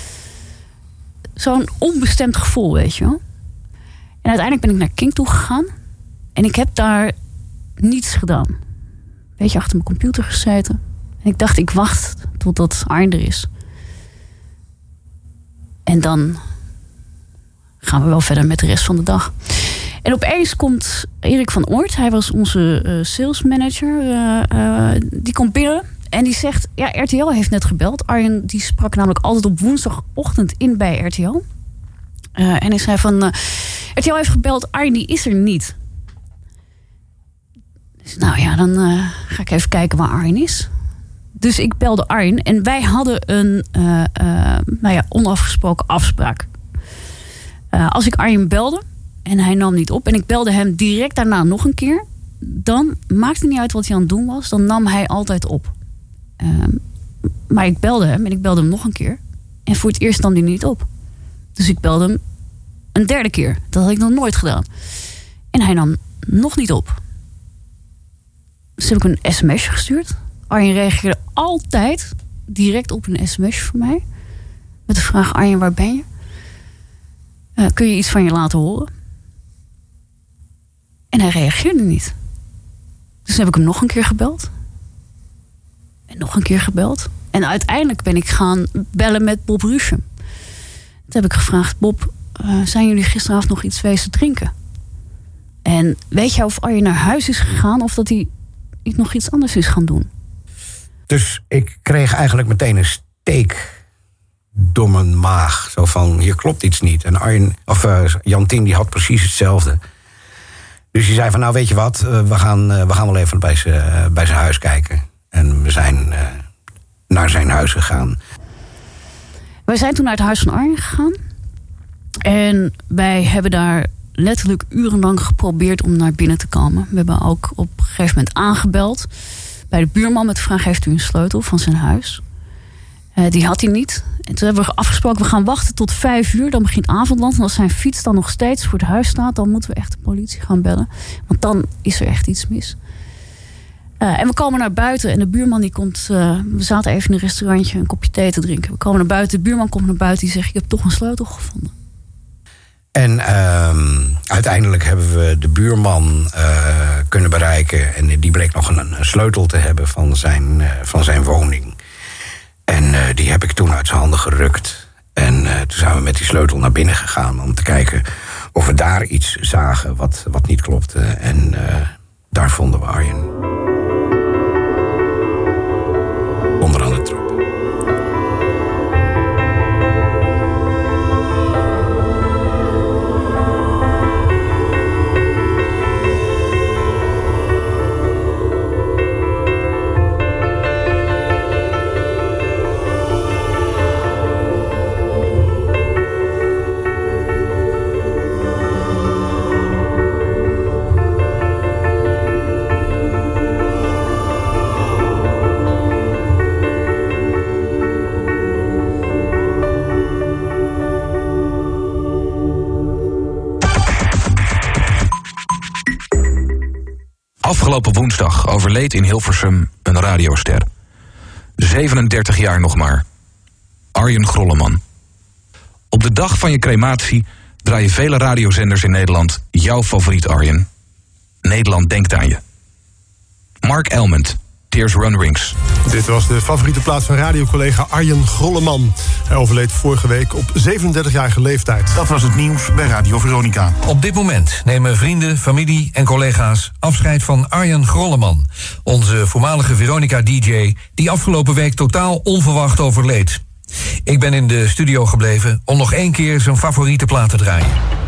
Zo'n onbestemd gevoel, weet je wel. En uiteindelijk ben ik naar Kink toe gegaan. En ik heb daar niets gedaan. Een beetje achter mijn computer gezeten. En ik dacht, ik wacht totdat Arjen er is. En dan gaan we wel verder met de rest van de dag. En opeens komt Erik van Oort. Hij was onze uh, sales manager. Uh, uh, die komt binnen. En die zegt, ja, R T L heeft net gebeld. Arjen die sprak namelijk altijd op woensdagochtend in bij R T L. Uh, en hij zei van, uh, R T L heeft gebeld, Arjen die is er niet. Dus nou ja, dan uh, ga ik even kijken waar Arjen is. Dus ik belde Arjen en wij hadden een uh, uh, nou ja, onafgesproken afspraak. Uh, als ik Arjen belde en hij nam niet op en ik belde hem direct daarna nog een keer, dan maakte het niet uit wat hij aan het doen was, dan nam hij altijd op. Uh, maar ik belde hem en ik belde hem nog een keer en voor het eerst nam hij niet op. Dus ik belde hem een derde keer. Dat had ik nog nooit gedaan. En hij nam nog niet op. Dus heb ik een sms'je gestuurd. Arjen reageerde altijd direct op een sms'je van mij. Met de vraag, Arjen, waar ben je? Uh, kun je iets van je laten horen? En hij reageerde niet. Dus heb ik hem nog een keer gebeld. En nog een keer gebeld. En uiteindelijk ben ik gaan bellen met Bob Ruschem. Toen heb ik gevraagd, Bob, uh, zijn jullie gisteravond nog iets wezen drinken? En weet jij of Arjen naar huis is gegaan of dat hij nog iets anders is gaan doen? Dus ik kreeg eigenlijk meteen een steek door mijn maag. Zo van, hier klopt iets niet. En Arjen, of uh, Jantien, die had precies hetzelfde. Dus die zei van, nou weet je wat, uh, we, gaan, uh, we gaan wel even bij zijn uh, bij zijn huis kijken. En we zijn uh, naar zijn huis gegaan. Wij zijn toen naar het huis van Arjen gegaan. En wij hebben daar letterlijk urenlang geprobeerd om naar binnen te komen. We hebben ook op een gegeven moment aangebeld bij de buurman met de vraag, heeft u een sleutel van zijn huis? Uh, die had hij niet. En toen hebben we afgesproken, we gaan wachten tot vijf uur. Dan begint avondland. En als zijn fiets dan nog steeds voor het huis staat, dan moeten we echt de politie gaan bellen. Want dan is er echt iets mis. Uh, en we komen naar buiten en de buurman die komt... Uh, we zaten even in een restaurantje een kopje thee te drinken. We komen naar buiten, de buurman komt naar buiten... die zegt, ik heb toch een sleutel gevonden. En uh, uiteindelijk hebben we de buurman uh, kunnen bereiken... en die bleek nog een, een sleutel te hebben van zijn, uh, van zijn woning. En uh, die heb ik toen uit zijn handen gerukt. En uh, toen zijn we met die sleutel naar binnen gegaan... om te kijken of we daar iets zagen wat, wat niet klopte. En uh, daar vonden we Arjen. Onderaan de trap. Afgelopen woensdag overleed in Hilversum een radioster. zevenendertig jaar nog maar. Arjen Grolleman. Op de dag van je crematie draaien vele radiozenders in Nederland jouw favoriet Arjen. Nederland denkt aan je. Mark Elmond, Tears Run Rings. Dit was de favoriete plaats van radiocollega Arjen Grolleman. Hij overleed vorige week op zevenendertigjarige leeftijd. Dat was het nieuws bij Radio Veronica. Op dit moment nemen vrienden, familie en collega's afscheid van Arjen Grolleman. Onze voormalige Veronica-D J die afgelopen week totaal onverwacht overleed. Ik ben in de studio gebleven om nog één keer zijn favoriete plaat te draaien.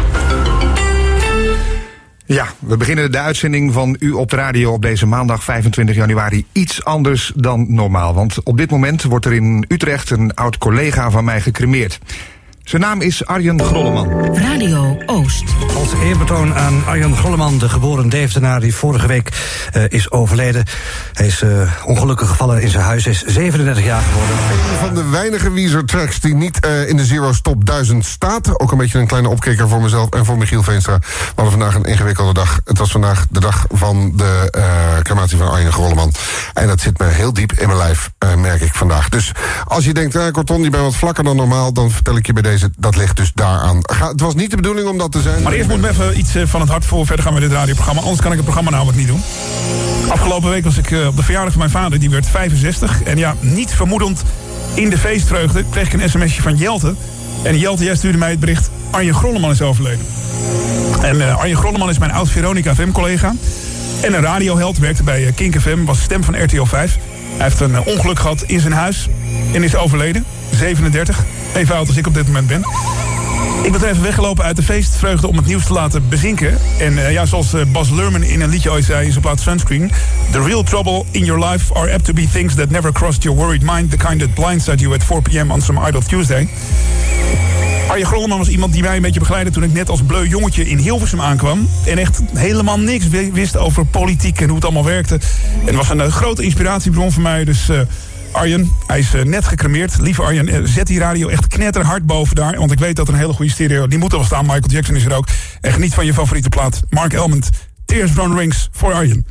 Ja, we beginnen de uitzending van U op de Radio op deze maandag vijfentwintig januari iets anders dan normaal. Want op dit moment wordt er in Utrecht een oud collega van mij gecremeerd. Zijn naam is Arjen Grolleman. Radio Oost. Als eerbetoon aan Arjen Grolleman, de geboren Deventenaar die vorige week uh, is overleden. Hij is uh, ongelukkig gevallen in zijn huis, is zevenendertig jaar geworden. Een van de weinige Weezer-tracks die niet uh, in de Zero's Top duizend staat. Ook een beetje een kleine opkikker voor mezelf en voor Michiel Veenstra. We hadden vandaag een ingewikkelde dag. Het was vandaag de dag van de uh, crematie van Arjen Grolleman. En dat zit me heel diep in mijn lijf, uh, merk ik vandaag. Dus als je denkt, uh, Corton, je bent wat vlakker dan normaal, dan vertel ik je bij deze, dat ligt dus daaraan. Ga, het was niet de bedoeling om dat te zijn. Maar eerst moet me even iets van het hart voor verder gaan met dit radioprogramma. Anders kan ik het programma namelijk niet doen. Afgelopen week was ik uh, op de verjaardag van mijn vader. Die werd vijfenzestig. En ja, niet vermoedend in de feestvreugde kreeg ik een sms'je van Jelte. En Jelte, jij stuurde mij het bericht: Arjen Grolleman is overleden. En uh, Arjen Grolleman is mijn oud Veronica F M-collega. En een radioheld, werkte bij uh, Kink F M, was stem van R T L vijf. Hij heeft een uh, ongeluk gehad in zijn huis en is overleden. zevenendertig. Even oud als ik op dit moment ben. Ik ben er even weggelopen uit de feestvreugde om het nieuws te laten bezinken. En uh, ja, zoals uh, Bas Luhrmann in een liedje ooit zei in zijn plaat Sunscreen: The real trouble in your life are apt to be things that never crossed your worried mind. The kind that blindside you at four p.m. on some idle Tuesday. Arjen Grolleman was iemand die mij een beetje begeleidde toen ik net als bleu jongetje in Hilversum aankwam. En echt helemaal niks wist over politiek en hoe het allemaal werkte. En het was een uh, grote inspiratiebron voor mij. Dus uh, Arjen, hij is uh, net gecremeerd. Lieve Arjen, uh, zet die radio echt knetterhard boven daar. Want ik weet dat er een hele goede stereo, die moet er wel staan. Michael Jackson is er ook. En geniet van je favoriete plaat. Mark Elmond, Tears Run Rings voor Arjen.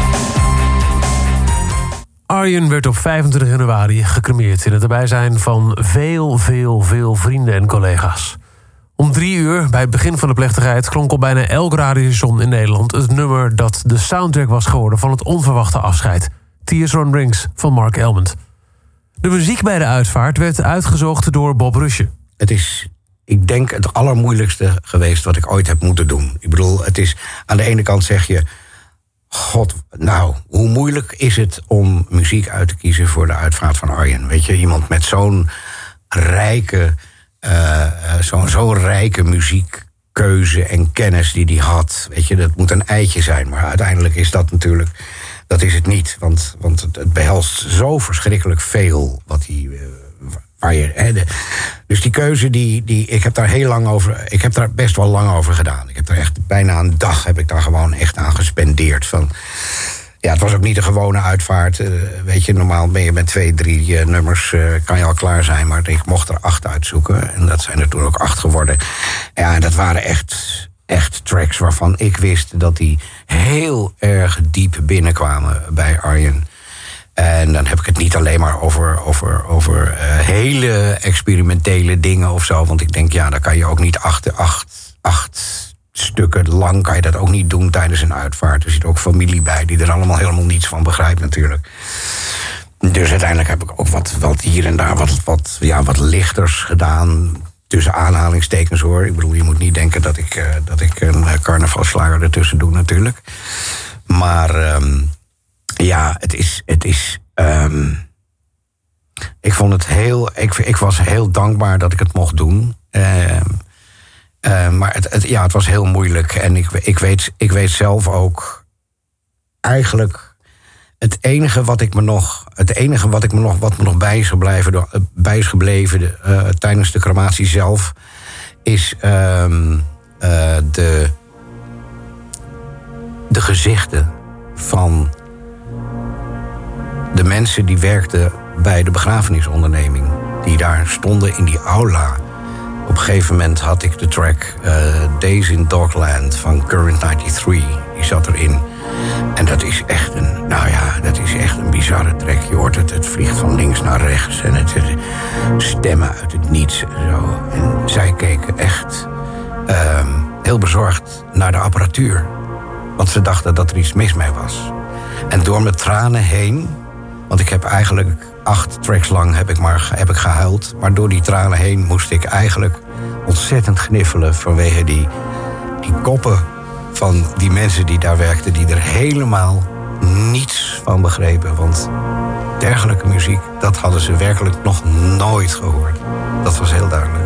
Arjen werd op vijfentwintig januari gecremeerd in het bijzijn van veel, veel, veel vrienden en collega's. Om drie uur, bij het begin van de plechtigheid, klonk op bijna elk radiostation in Nederland het nummer dat de soundtrack was geworden van het onverwachte afscheid. Tears Run Rings van Mark Elmond. De muziek bij de uitvaart werd uitgezocht door Bob Rusje. Het is, ik denk, het allermoeilijkste geweest wat ik ooit heb moeten doen. Ik bedoel, het is, aan de ene kant zeg je: God, nou, hoe moeilijk is het om muziek uit te kiezen voor de uitvaart van Arjen? Weet je, iemand met zo'n rijke, uh, zo'n zo rijke muziekkeuze en kennis die hij had. Weet je, dat moet een eitje zijn. Maar uiteindelijk is dat natuurlijk, dat is het niet. Want, want het, het behelst zo verschrikkelijk veel wat hij... Uh, waar je, hè, de, dus die keuze, die, die, ik heb daar heel lang over, ik heb daar best wel lang over gedaan. Ik heb er echt bijna een dag heb ik daar gewoon echt aan gespendeerd. Van, ja, het was ook niet een gewone uitvaart. Uh, weet je, normaal ben je met twee, drie uh, nummers, uh, kan je al klaar zijn. Maar ik mocht er acht uitzoeken. En dat zijn er toen ook acht geworden. Ja, en dat waren echt, echt tracks waarvan ik wist dat die heel erg diep binnenkwamen bij Arjen. En dan heb ik het niet alleen maar over, over, over uh, hele experimentele dingen of zo. Want ik denk, ja, daar kan je ook niet acht, acht, acht stukken lang kan je dat ook niet doen tijdens een uitvaart. Er zit ook familie bij die er allemaal helemaal niets van begrijpt natuurlijk. Dus uiteindelijk heb ik ook wat, wat hier en daar wat, wat, ja, wat lichters gedaan. Tussen aanhalingstekens hoor. Ik bedoel, je moet niet denken dat ik, uh, dat ik een uh, carnavalslager ertussen doe natuurlijk. Maar um, ja, het is... Het is um, ik vond het heel... Ik, ik was heel dankbaar dat ik het mocht doen. Uh, uh, maar het, het, ja, het was heel moeilijk. En ik, ik, weet, ik weet zelf ook... Eigenlijk... Het enige wat ik me nog, het enige wat ik me nog, wat me nog bij is gebleven, bij is gebleven uh, tijdens de crematie zelf, is uh, uh, de, de gezichten van de mensen die werkten bij de begrafenisonderneming, die daar stonden in die aula. Op een gegeven moment had ik de track uh, Days in Dogland van Current negenennegentig, die zat erin. En dat is echt een, nou ja, dat is echt een bizarre track. Je hoort het, het vliegt van links naar rechts en het, het stemmen uit het niets en zo. En zij keken echt uh, heel bezorgd naar de apparatuur. Want ze dachten dat er iets mis mee was. En door mijn tranen heen, want ik heb eigenlijk acht tracks lang heb ik maar heb ik gehuild. Maar door die tranen heen moest ik eigenlijk ontzettend gniffelen vanwege die, die koppen van die mensen die daar werkten, die er helemaal niets van begrepen. Want dergelijke muziek, dat hadden ze werkelijk nog nooit gehoord. Dat was heel duidelijk.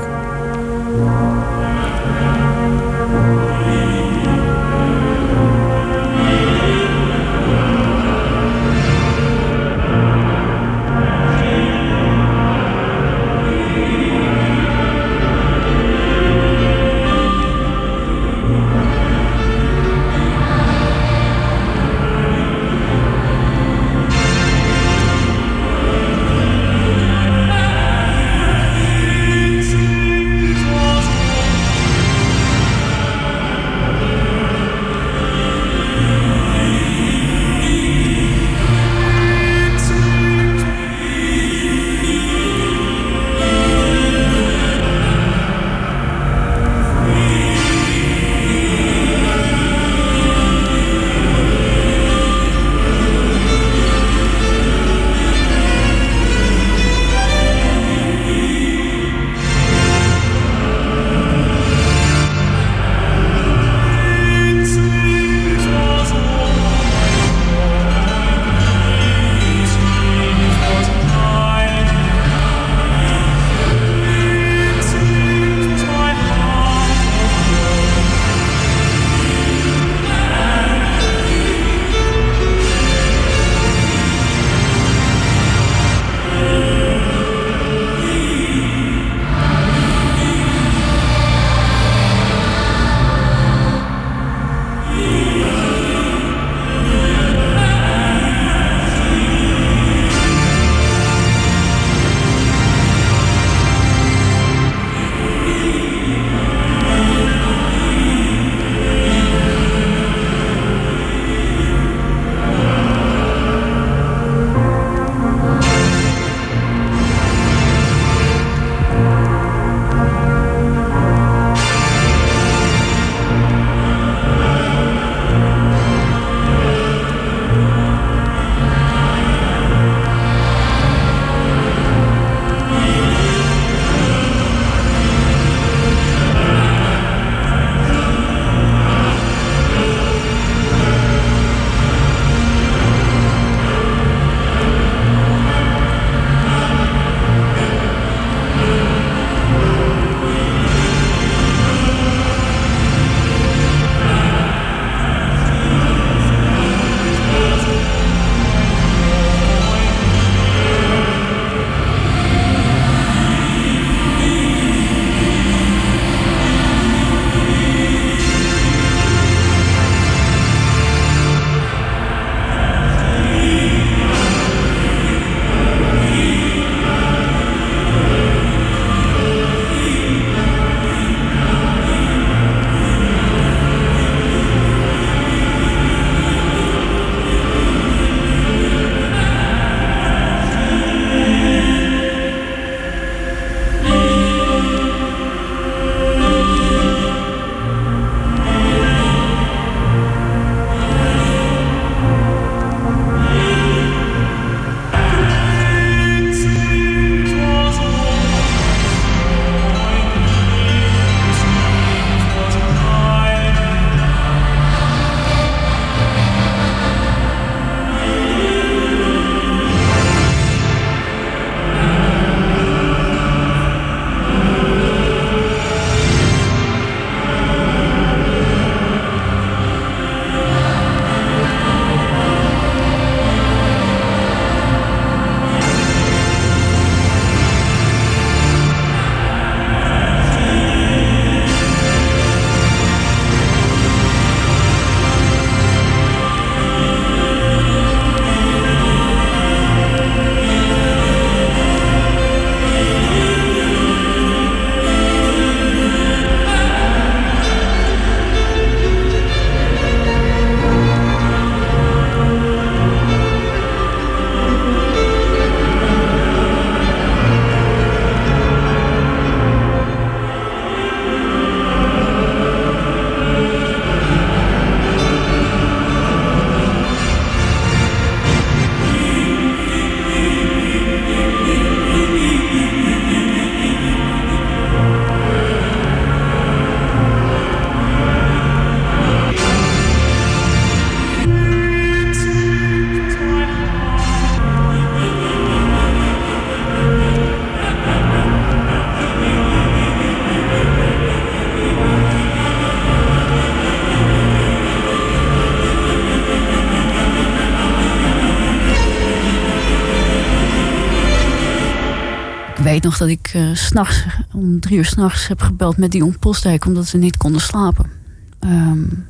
weet nog dat ik uh, 's nachts, om drie uur 's nachts heb gebeld met Dion Postdijk, omdat we niet konden slapen. Um,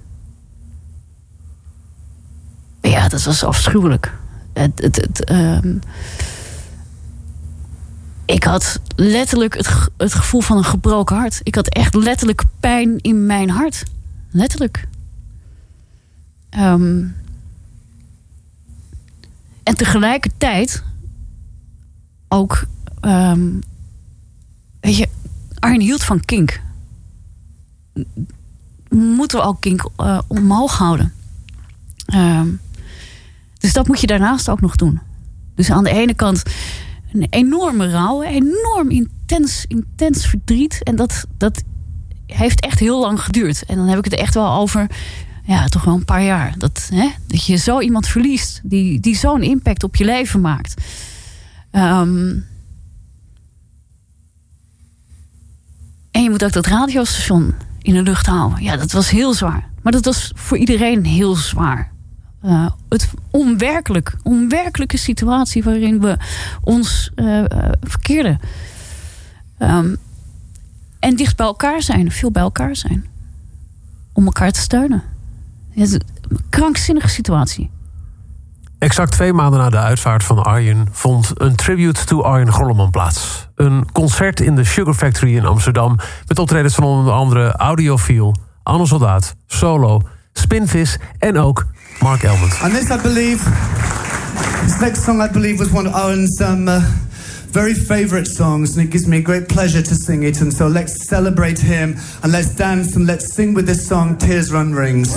ja, dat was afschuwelijk. Het, het, het, um, ik had letterlijk het, het gevoel van een gebroken hart. Ik had echt letterlijk pijn in mijn hart. Letterlijk. Um, en tegelijkertijd ook, um, weet je, Arjen hield van kink. Moeten we ook kink uh, omhoog houden. Um, dus dat moet je daarnaast ook nog doen. Dus aan de ene kant een enorme rouw, enorm intens, intens verdriet. En dat, dat heeft echt heel lang geduurd. En dan heb ik het echt wel over, ja, toch wel een paar jaar. Dat, hè, dat je zo iemand verliest die, die zo'n impact op je leven maakt. Um, en je moet ook dat radiostation in de lucht houden. Ja, dat was heel zwaar. Maar dat was voor iedereen heel zwaar. Uh, het onwerkelijk, onwerkelijke situatie waarin we ons uh, uh, verkeerden. Um, en dicht bij elkaar zijn, veel bij elkaar zijn. Om elkaar te steunen. Het is een krankzinnige situatie. Exact twee maanden na de uitvaart van Arjen vond een tribute to Arjen Grolleman plaats. Een concert in de Sugar Factory in Amsterdam met optredens van onder andere Audiofiel, Anne Soldaat, Solo, Spinvis en ook Mark Elmond. And this, I believe, this next song, I believe, was one of Owen's um, uh, very favorite songs, and it gives me a great pleasure to sing it. And so let's celebrate him, and let's dance, and let's sing with this song, Tears Run Rings.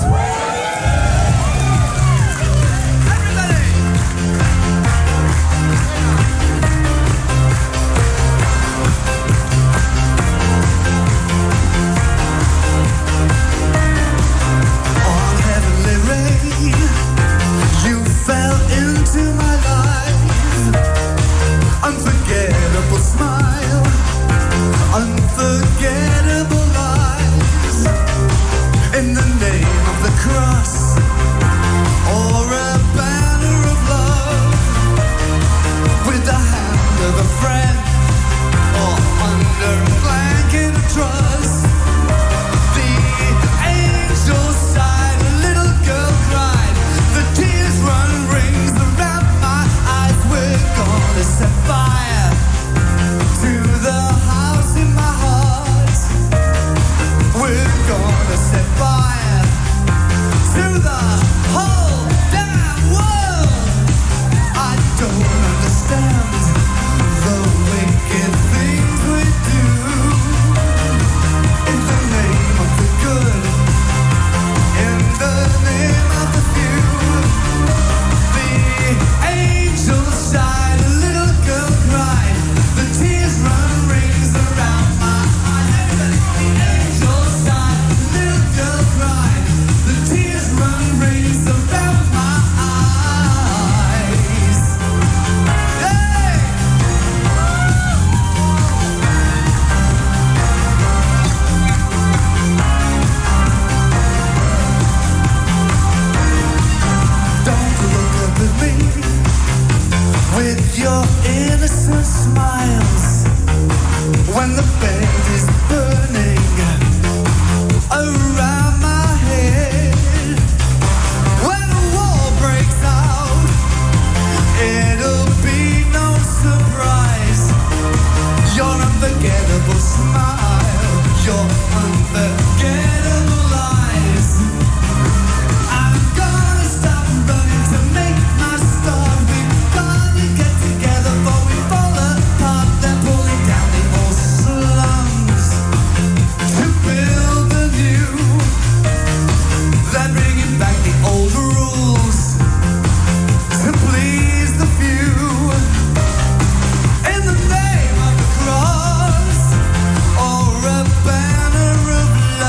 Love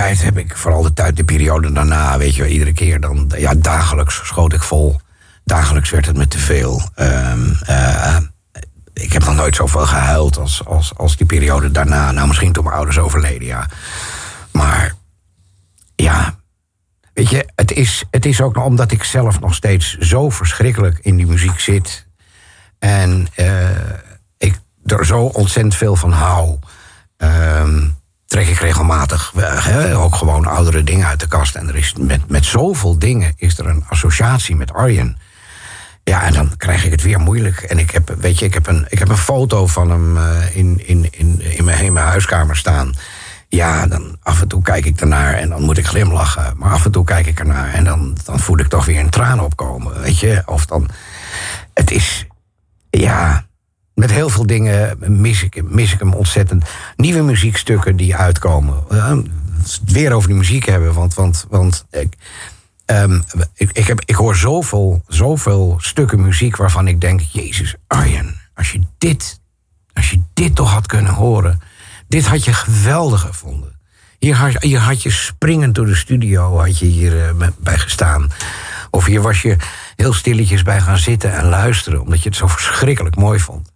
tijd heb ik, vooral de tijd, de periode daarna, weet je wel, iedere keer dan, ja, dagelijks schoot ik vol. Dagelijks werd het me te veel. Um, uh, ik heb nog nooit zoveel gehuild als, als, als die periode daarna. Nou, misschien toen mijn ouders overleden, ja. Maar, ja, weet je, het is, het is ook omdat ik zelf nog steeds zo verschrikkelijk in die muziek zit. En uh, ik er zo ontzettend veel van hou. Um, trek ik regelmatig uh, he, ook gewoon oudere dingen uit de kast. En er is met, met zoveel dingen is er een associatie met Arjen. Ja, en dan krijg ik het weer moeilijk. En ik heb, weet je, ik heb een, ik heb een foto van hem uh, in, in, in, in, mijn, in mijn huiskamer staan. Ja, dan af en toe kijk ik ernaar en dan moet ik glimlachen. Maar af en toe kijk ik ernaar en dan, dan voel ik toch weer een traan opkomen, weet je. Of dan, het is, ja, met heel veel dingen mis ik, mis ik hem ontzettend. Nieuwe muziekstukken die uitkomen. Uh, weer over die muziek hebben, want, want, want ik, um, ik, ik, heb, ik hoor zoveel, zoveel stukken muziek waarvan ik denk, Jezus, Arjen, als je dit, als je dit toch had kunnen horen. Dit had je geweldig gevonden. Hier had, hier had je springend door de studio had je hier uh, bij gestaan. Of hier was je heel stilletjes bij gaan zitten en luisteren, omdat je het zo verschrikkelijk mooi vond.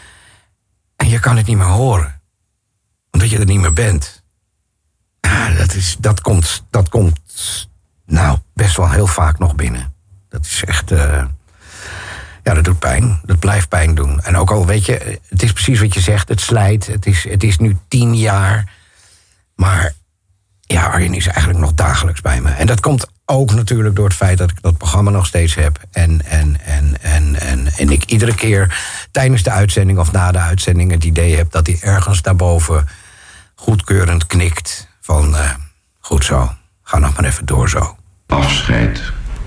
En je kan het niet meer horen. Omdat je er niet meer bent. Ja, dat, is, dat, komt, dat komt nou best wel heel vaak nog binnen. Dat is echt... Uh, ja, dat doet pijn. Dat blijft pijn doen. En ook al, weet je, het is precies wat je zegt. Het slijt. Het is, het is nu tien jaar. Maar ja, Arjen is eigenlijk nog dagelijks bij me. En dat komt ook natuurlijk door het feit dat ik dat programma nog steeds heb. En, en, en, en, en, en ik iedere keer tijdens de uitzending of na de uitzending het idee heb dat hij ergens daarboven goedkeurend knikt. Van, uh, goed zo, ga nog maar even door zo. Afscheid.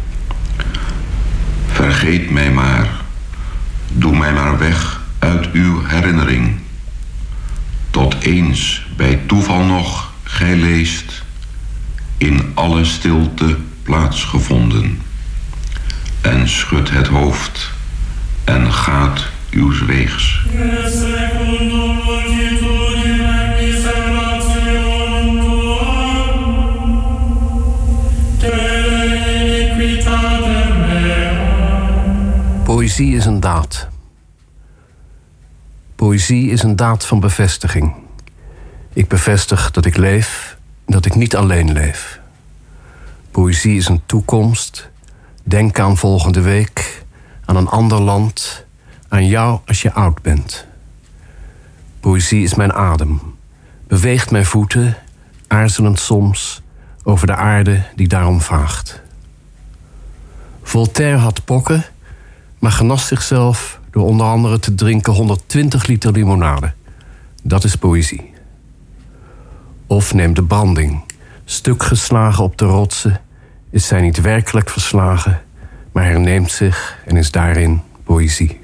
Vergeet mij maar. Doe mij maar weg uit uw herinnering. Tot eens bij toeval nog gij leest, in alle stilte plaatsgevonden. En schudt het hoofd en gaat uws weegs. Poëzie is een daad. Poëzie is een daad van bevestiging. Ik bevestig dat ik leef, dat ik niet alleen leef. Poëzie is een toekomst. Denk aan volgende week, aan een ander land, aan jou als je oud bent. Poëzie is mijn adem. Beweegt mijn voeten, aarzelend soms, over de aarde die daarom vaagt. Voltaire had pokken, maar genas zichzelf door onder andere te drinken honderdtwintig liter limonade. Dat is poëzie. Of neem de branding. Stuk geslagen op de rotsen is zij niet werkelijk verslagen, maar herneemt zich en is daarin poëzie.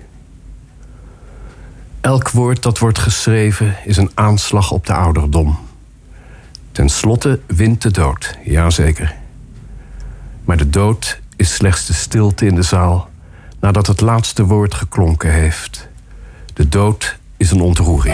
Elk woord dat wordt geschreven is een aanslag op de ouderdom. Ten slotte wint de dood, jazeker. Maar de dood is slechts de stilte in de zaal nadat het laatste woord geklonken heeft. De dood is een ontroering.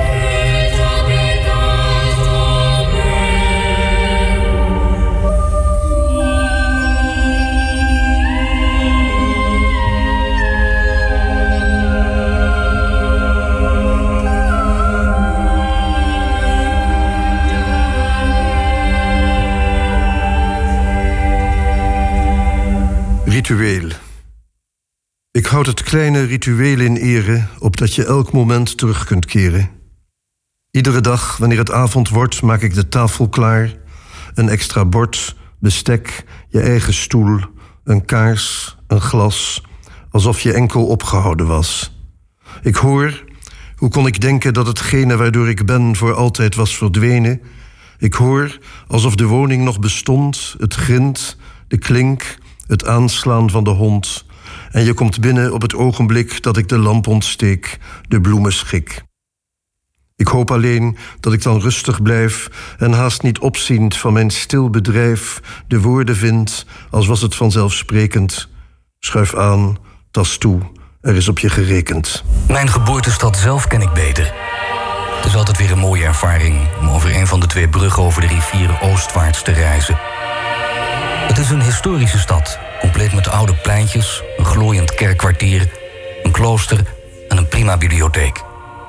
Ritueel. Ik houd het kleine ritueel in ere, opdat je elk moment terug kunt keren. Iedere dag, wanneer het avond wordt, maak ik de tafel klaar. Een extra bord, bestek, je eigen stoel, een kaars, een glas, alsof je enkel opgehouden was. Ik hoor, hoe kon ik denken dat hetgene waardoor ik ben voor altijd was verdwenen? Ik hoor, alsof de woning nog bestond, het grind, de klink, het aanslaan van de hond. En je komt binnen op het ogenblik dat ik de lamp ontsteek, de bloemen schik. Ik hoop alleen dat ik dan rustig blijf en haast niet opziend van mijn stil bedrijf de woorden vind, als was het vanzelfsprekend. Schuif aan, tas toe, er is op je gerekend. Mijn geboortestad zelf ken ik beter. Het is altijd weer een mooie ervaring om over een van de twee bruggen over de rivier oostwaarts te reizen. Het is een historische stad, compleet met oude pleintjes, een glooiend kerkkwartier, een klooster en een prima bibliotheek.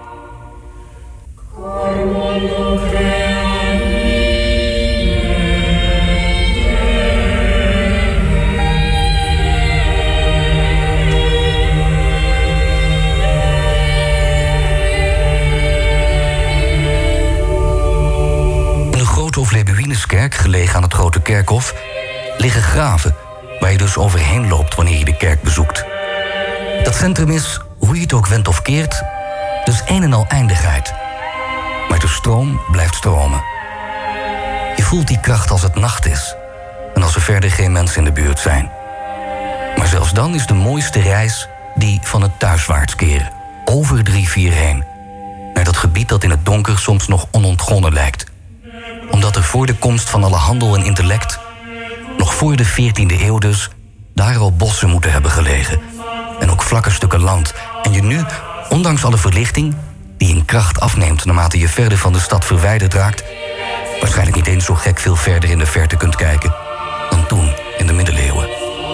Of Lebuinuskerk, gelegen aan het Grote Kerkhof, liggen graven waar je dus overheen loopt wanneer je de kerk bezoekt. Dat centrum is, hoe je het ook wendt of keert, dus een en al eindigheid. Maar de stroom blijft stromen. Je voelt die kracht als het nacht is en als er verder geen mensen in de buurt zijn. Maar zelfs dan is de mooiste reis die van het thuiswaarts keren, over de rivier heen, naar dat gebied dat in het donker soms nog onontgonnen lijkt. Omdat er voor de komst van alle handel en intellect, nog voor de veertiende eeuw dus, daar al bossen moeten hebben gelegen. En ook vlakke stukken land. En je nu, ondanks alle verlichting, die in kracht afneemt naarmate je verder van de stad verwijderd raakt, waarschijnlijk niet eens zo gek veel verder in de verte kunt kijken dan toen in de middeleeuwen.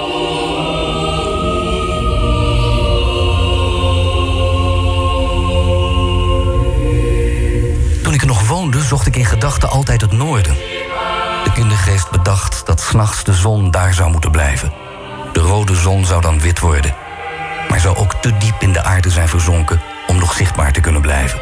Toen ik er nog woonde, zocht ik in gedachten altijd het noorden. De kindergeest bedacht dat 's nachts de zon daar zou moeten blijven. De rode zon zou dan wit worden, maar zou ook te diep in de aarde zijn verzonken om nog zichtbaar te kunnen blijven.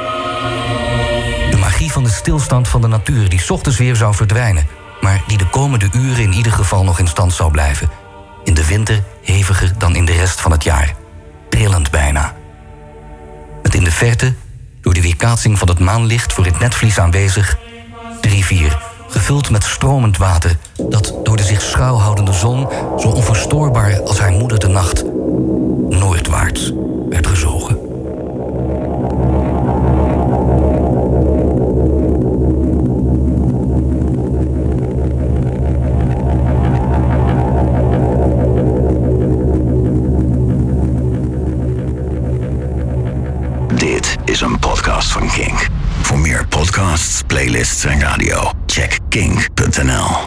De magie van de stilstand van de natuur die 's ochtends weer zou verdwijnen, maar die de komende uren in ieder geval nog in stand zou blijven. In de winter heviger dan in de rest van het jaar. Trillend bijna. Met in de verte, door de weerkaatsing van het maanlicht voor het netvlies aanwezig, de rivier, gevuld met stromend water, dat door de zich schuilhoudende zon zo onverstoorbaar als haar moeder de nacht noordwaarts werd gezogen. Dit is een podcast van Kink. Voor meer podcasts, playlists en radio, check kink punt n l.